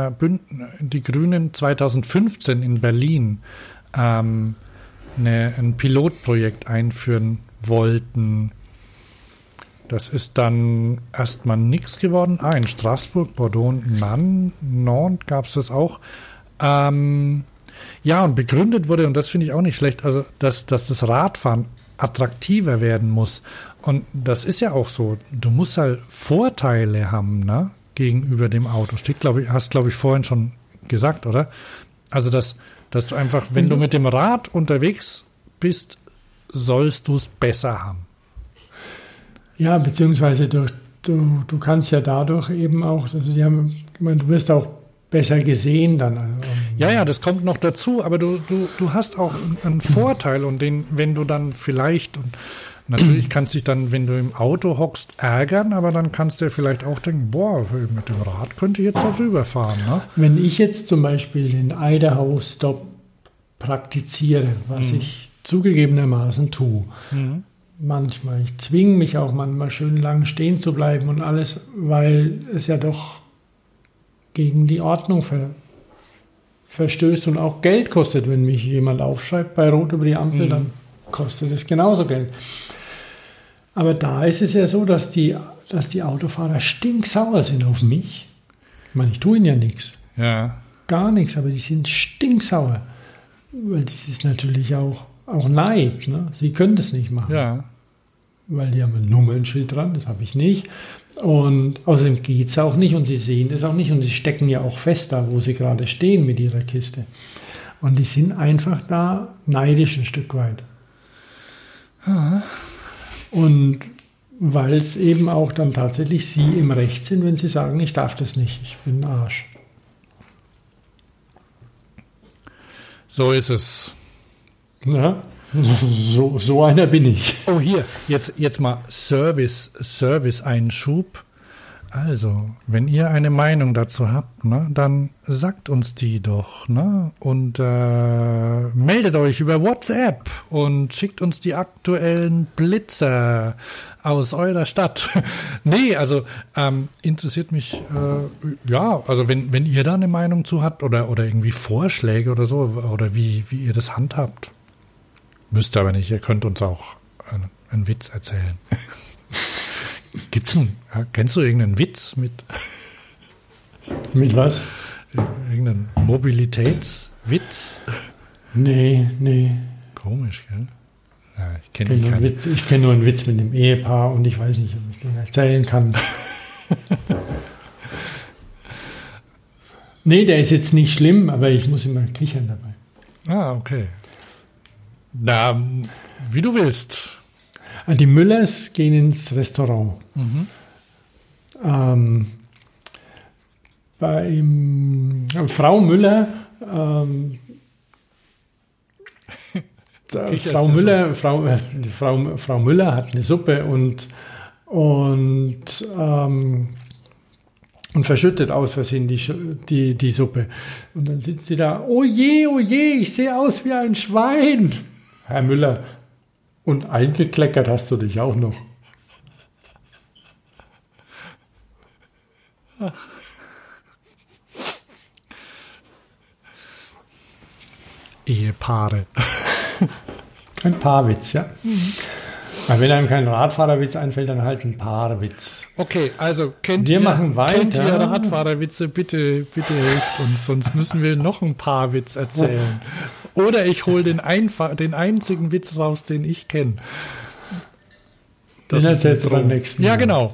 2015 in Berlin ein Pilotprojekt einführen wollten. Das ist dann erstmal nichts geworden. In Straßburg, Bordeaux und Nantes gab es das auch. Und begründet wurde, und das finde ich auch nicht schlecht, also dass das Radfahren attraktiver werden muss. Und das ist ja auch so. Du musst halt Vorteile haben, ne, gegenüber dem Auto. Hast, glaube ich, vorhin schon gesagt, oder? Also, dass du einfach, wenn du mit dem Rad unterwegs bist, sollst du es besser haben. Ja, beziehungsweise du kannst ja dadurch eben auch, also du wirst auch besser gesehen dann. Ja, das kommt noch dazu, aber du hast auch einen Vorteil und wenn du dann vielleicht, und natürlich kannst du dich dann, wenn du im Auto hockst, ärgern, aber dann kannst du ja vielleicht auch denken, boah, mit dem Rad könnte ich jetzt da rüberfahren. Ne? Wenn ich jetzt zum Beispiel den Idaho-Stop praktiziere, was ich zugegebenermaßen tue, manchmal, ich zwinge mich auch manchmal schön lang stehen zu bleiben und alles, weil es ja doch gegen die Ordnung verstößt und auch Geld kostet, wenn mich jemand aufschreibt bei Rot über die Ampel, dann kostet es genauso Geld. Aber da ist es ja so, dass die Autofahrer stinksauer sind auf mich. Ich meine, ich tue ihnen ja nichts. Ja. Gar nichts, aber die sind stinksauer. Weil das ist natürlich auch Neid. Ne? Sie können das nicht machen. Ja. Weil die haben ein Nummernschild dran, das habe ich nicht. Und außerdem geht es auch nicht und sie sehen das auch nicht und sie stecken ja auch fest da, wo sie gerade stehen mit ihrer Kiste. Und die sind einfach da neidisch ein Stück weit. Und weil es eben auch dann tatsächlich sie im Recht sind, wenn sie sagen, ich darf das nicht, ich bin ein Arsch. So ist es. Ja, so einer bin ich. Oh, hier, jetzt mal Service-Einschub. Also, wenn ihr eine Meinung dazu habt, ne, dann sagt uns die doch, ne? Und meldet euch über WhatsApp und schickt uns die aktuellen Blitzer aus eurer Stadt. Nee, also interessiert mich, also wenn ihr da eine Meinung zu habt oder irgendwie Vorschläge oder so, oder wie ihr das handhabt. Müsst ihr aber nicht, ihr könnt uns auch einen Witz erzählen. Kennst du irgendeinen Witz mit was? Irgendeinen Mobilitätswitz? Nee. Komisch, gell? Ja, ich kenne nur einen Witz mit dem Ehepaar und ich weiß nicht, ob ich den erzählen kann. Nee, der ist jetzt nicht schlimm, aber ich muss immer kichern dabei. Ah, okay. Na, wie du willst. Die Müllers gehen ins Restaurant. Frau Müller, Frau Müller hat eine Suppe und verschüttet aus Versehen die Suppe. Und dann sitzt sie da, oh je, ich sehe aus wie ein Schwein. Herr Müller, und eingekleckert hast du dich auch noch. Ehepaare. Ein Paarwitz, ja. Aber wenn einem kein Radfahrerwitz einfällt, dann halt ein Paarwitz. Okay, also kennt ihr Radfahrerwitze, bitte helft uns, sonst müssen wir noch einen Paarwitz erzählen. Oder ich hole den einzigen Witz raus, den ich kenne. Den erzählst du beim nächsten Mal. Ja, genau.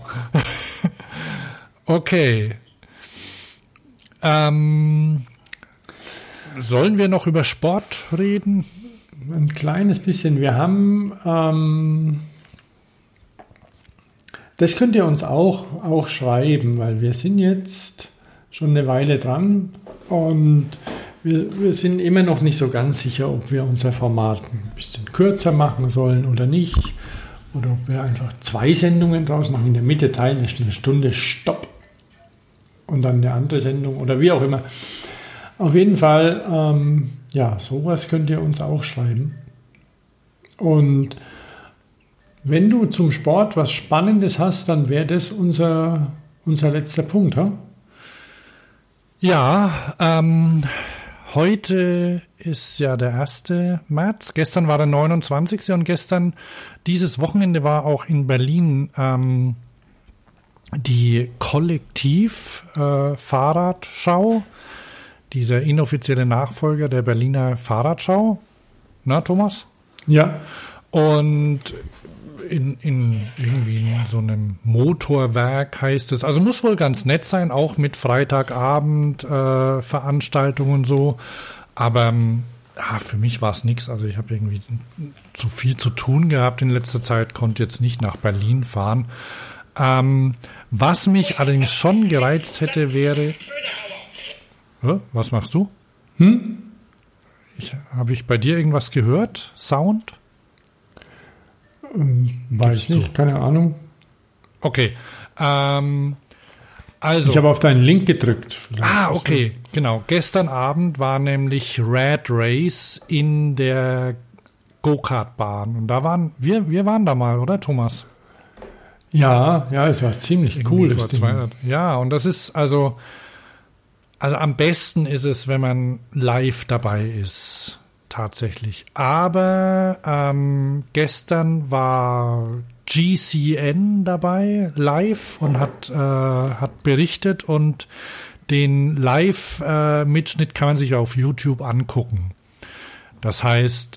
Okay. Sollen wir noch über Sport reden? Ein kleines bisschen. Wir haben, das könnt ihr uns auch schreiben, weil wir sind jetzt schon eine Weile dran und wir sind immer noch nicht so ganz sicher, ob wir unser Format ein bisschen kürzer machen sollen oder nicht. Oder ob wir einfach 2 Sendungen draus machen, in der Mitte teilen, eine Stunde Stopp und dann eine andere Sendung oder wie auch immer. Auf jeden Fall, sowas könnt ihr uns auch schreiben. Und wenn du zum Sport was Spannendes hast, dann wäre das unser letzter Punkt, ha? Ja, heute ist ja der 1. März. Gestern war der 29. und dieses Wochenende war auch in Berlin die Kollektiv-Fahrradschau, dieser inoffizielle Nachfolger der Berliner Fahrradschau. Na, Thomas? Ja. Und in irgendwie in so einem Motorwerk heißt es. Also muss wohl ganz nett sein, auch mit Freitagabend Veranstaltungen und so. Aber für mich war es nichts. Also ich habe irgendwie zu viel zu tun gehabt in letzter Zeit, konnte jetzt nicht nach Berlin fahren. Was mich allerdings schon gereizt hätte, wäre... Was machst du? Habe ich bei dir irgendwas gehört? Sound? Weiß nicht, keine Ahnung. Okay. Also. Ich habe auf deinen Link gedrückt. Okay, genau. Gestern Abend war nämlich Red Race in der Go-Kart-Bahn. Und da waren wir waren da mal, oder Thomas? Ja, es war ziemlich cool. Ja, und das ist also am besten ist es, wenn man live dabei ist. Tatsächlich. Aber gestern war GCN dabei, live, und hat berichtet, und den Live-Mitschnitt kann man sich auf YouTube angucken. Das heißt,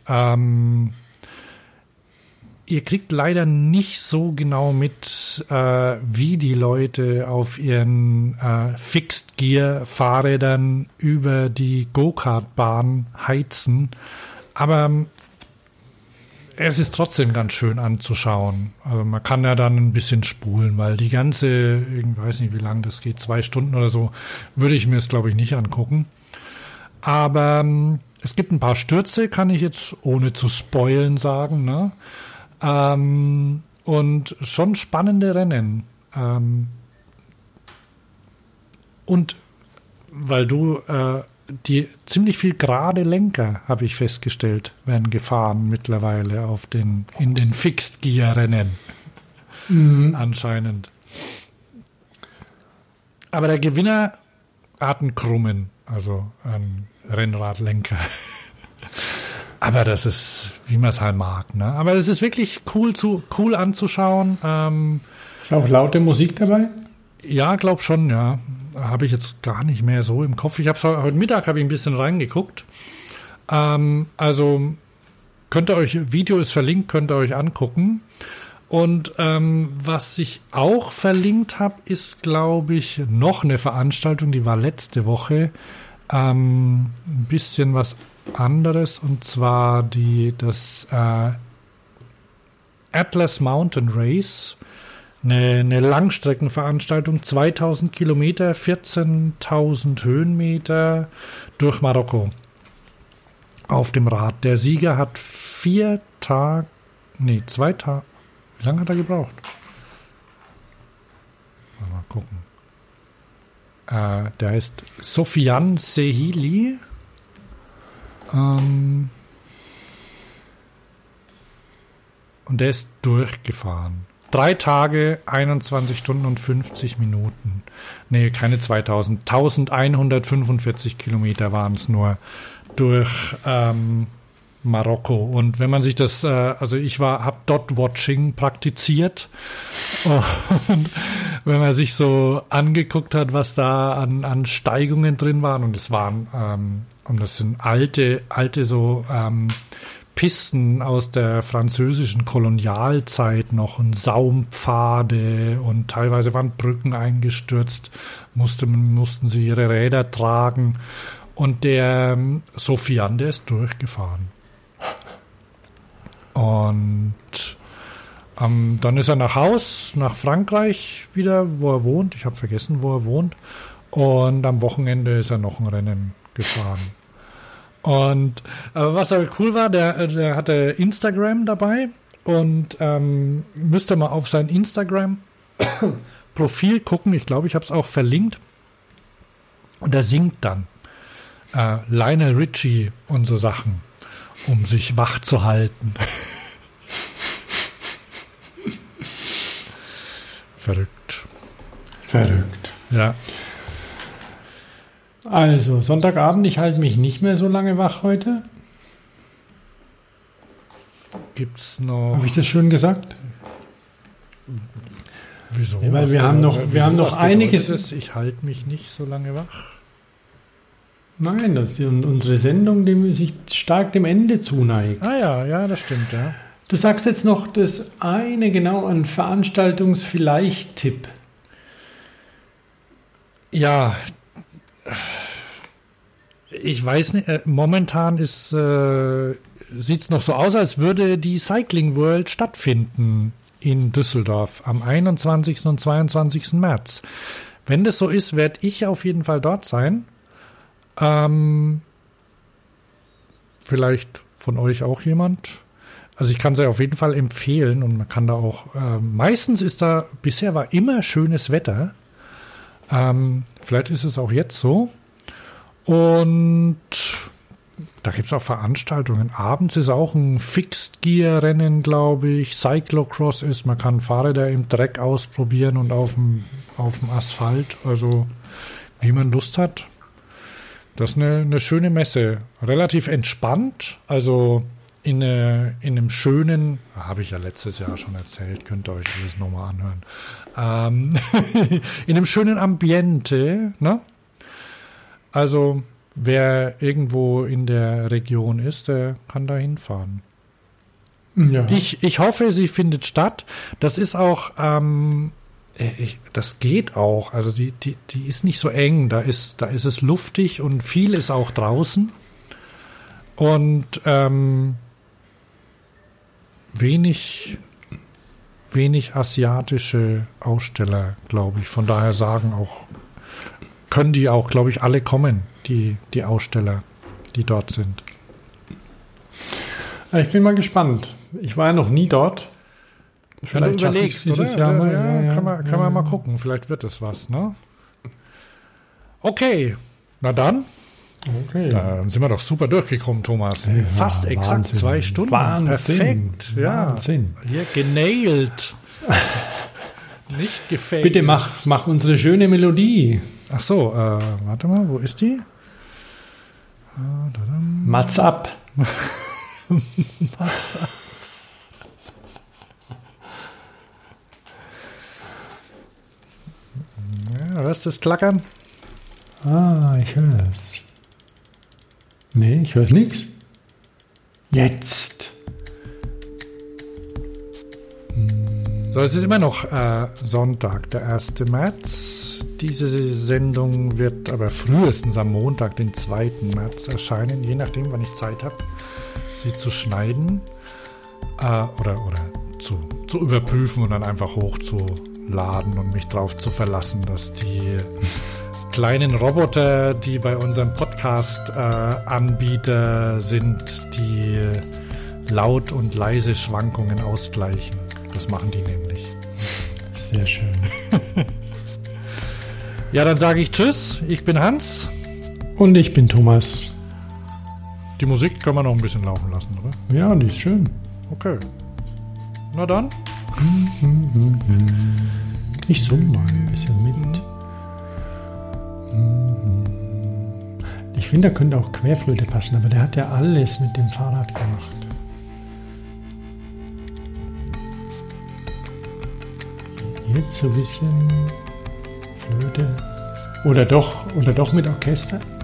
ihr kriegt leider nicht so genau mit, wie die Leute auf ihren Fixed-Gear-Fahrrädern über die Go-Kart-Bahn heizen. Aber es ist trotzdem ganz schön anzuschauen. Also man kann ja dann ein bisschen spulen, weil die ganze, ich weiß nicht, wie lange das geht, 2 Stunden oder so, würde ich mir es, glaube ich, nicht angucken. Aber es gibt ein paar Stürze, kann ich jetzt ohne zu spoilen sagen, ne? Und schon spannende Rennen. Und weil du die ziemlich viel gerade Lenker, habe ich festgestellt, werden gefahren mittlerweile in den Fixed Gear Rennen. Anscheinend. Aber der Gewinner hat einen krummen, also einen Rennradlenker. Aber das ist, wie man es halt mag, ne? Aber das ist wirklich cool anzuschauen. Ist auch laute Musik dabei? Ja, glaub schon, ja. Habe ich jetzt gar nicht mehr so im Kopf. Heute Mittag habe ich ein bisschen reingeguckt. Also Video ist verlinkt, könnt ihr euch angucken. Und was ich auch verlinkt habe, ist, glaube ich, noch eine Veranstaltung, die war letzte Woche. Ein bisschen was anderes, und zwar das Atlas Mountain Race, eine Langstreckenveranstaltung, 2000 Kilometer, 14.000 Höhenmeter durch Marokko auf dem Rad. Der Sieger hat 2 Tage, wie lange hat er gebraucht? Mal gucken. Der heißt Sofian Sehili. Und der ist durchgefahren. 3 Tage, 21 Stunden und 50 Minuten. Nee, keine 2000. 1145 Kilometer waren es nur durch Marokko. Und wenn man sich das, ich habe Dot-Watching praktiziert. Und wenn man sich so angeguckt hat, was da an Steigungen drin waren, und es waren, und das sind alte so Pisten aus der französischen Kolonialzeit noch, und Saumpfade, und teilweise waren Brücken eingestürzt, mussten sie ihre Räder tragen, und der Sofian, der ist durchgefahren. Und dann ist er nach Frankreich wieder, wo er wohnt. Ich habe vergessen, wo er wohnt. Und am Wochenende ist er noch ein Rennen gefahren. Und was aber cool war, der hatte Instagram dabei, und müsst ihr mal auf sein Instagram-Profil gucken. Ich glaube, ich habe es auch verlinkt. Und er singt dann Lionel Richie und so Sachen, um sich wach zu halten. Verrückt. Ja. Also, Sonntagabend, ich halte mich nicht mehr so lange wach heute. Gibt's noch... Habe ich das schön gesagt? Wieso? Ja, weil wir haben noch einiges... Ich halte mich nicht so lange wach. Nein, das ist unsere Sendung, die sich stark dem Ende zuneigt. Ja, das stimmt, ja. Du sagst jetzt noch das eine, genau, ein Veranstaltungs-Vielleicht-Tipp. Ja, ich weiß nicht, momentan sieht es noch so aus, als würde die Cycling World stattfinden in Düsseldorf am 21. und 22. März. Wenn das so ist, werde ich auf jeden Fall dort sein. Vielleicht von euch auch jemand. Also ich kann es ja auf jeden Fall empfehlen und man kann da auch, meistens bisher war immer schönes Wetter. Vielleicht ist es auch jetzt so. Und da gibt es auch Veranstaltungen. Abends ist auch ein Fixed-Gear-Rennen, glaube ich. Cyclocross ist, man kann Fahrräder im Dreck ausprobieren und auf dem Asphalt. Also wie man Lust hat. Das ist eine schöne Messe. Relativ entspannt. Also in einem schönen, habe ich ja letztes Jahr schon erzählt, könnt ihr euch das nochmal anhören. In einem schönen Ambiente, ne? Also, wer irgendwo in der Region ist, der kann da hinfahren. Ja. Ich hoffe, sie findet statt. Das ist auch, das geht auch. Also, die ist nicht so eng. Da ist es luftig und viel ist auch draußen. Und, wenig asiatische Aussteller, glaube ich. Von daher können die auch, glaube ich, alle kommen, die Aussteller, die dort sind. Ich bin mal gespannt. Ich war ja noch nie dort. Vielleicht schaffe ich es dieses Jahr mal. Ja, kann man mal gucken. Vielleicht wird es was, ne? Okay, na dann. Okay. Da sind wir doch super durchgekommen, Thomas. Ja, fast exakt Wahnsinn. 2 Stunden. Wahnsinn. Perfekt. Ja. Wahnsinn. Hier genailt. Nicht gefailt. Bitte mach unsere schöne Melodie. Ach so, warte mal, wo ist die? Mats ab. Mats ab. Ja, hörst du das Klackern? Ich höre es. Nee, ich höre nichts. Jetzt. So, es ist immer noch Sonntag, der 1. März. Diese Sendung wird aber frühestens am Montag, den 2. März erscheinen, je nachdem, wann ich Zeit habe, sie zu schneiden oder zu überprüfen und dann einfach hochzuladen und mich drauf zu verlassen, dass die kleinen Roboter, die bei unserem Podcast-Anbieter sind, die laut und leise Schwankungen ausgleichen. Das machen die nämlich. Sehr schön. Ja, dann sage ich Tschüss. Ich bin Hans. Und ich bin Thomas. Die Musik kann man noch ein bisschen laufen lassen, oder? Ja, die ist schön. Okay. Na dann. Ich summe mal ein bisschen mit. Ich finde, da könnte auch Querflöte passen, aber der hat ja alles mit dem Fahrrad gemacht. Jetzt so ein bisschen Flöte. Oder doch mit Orchester.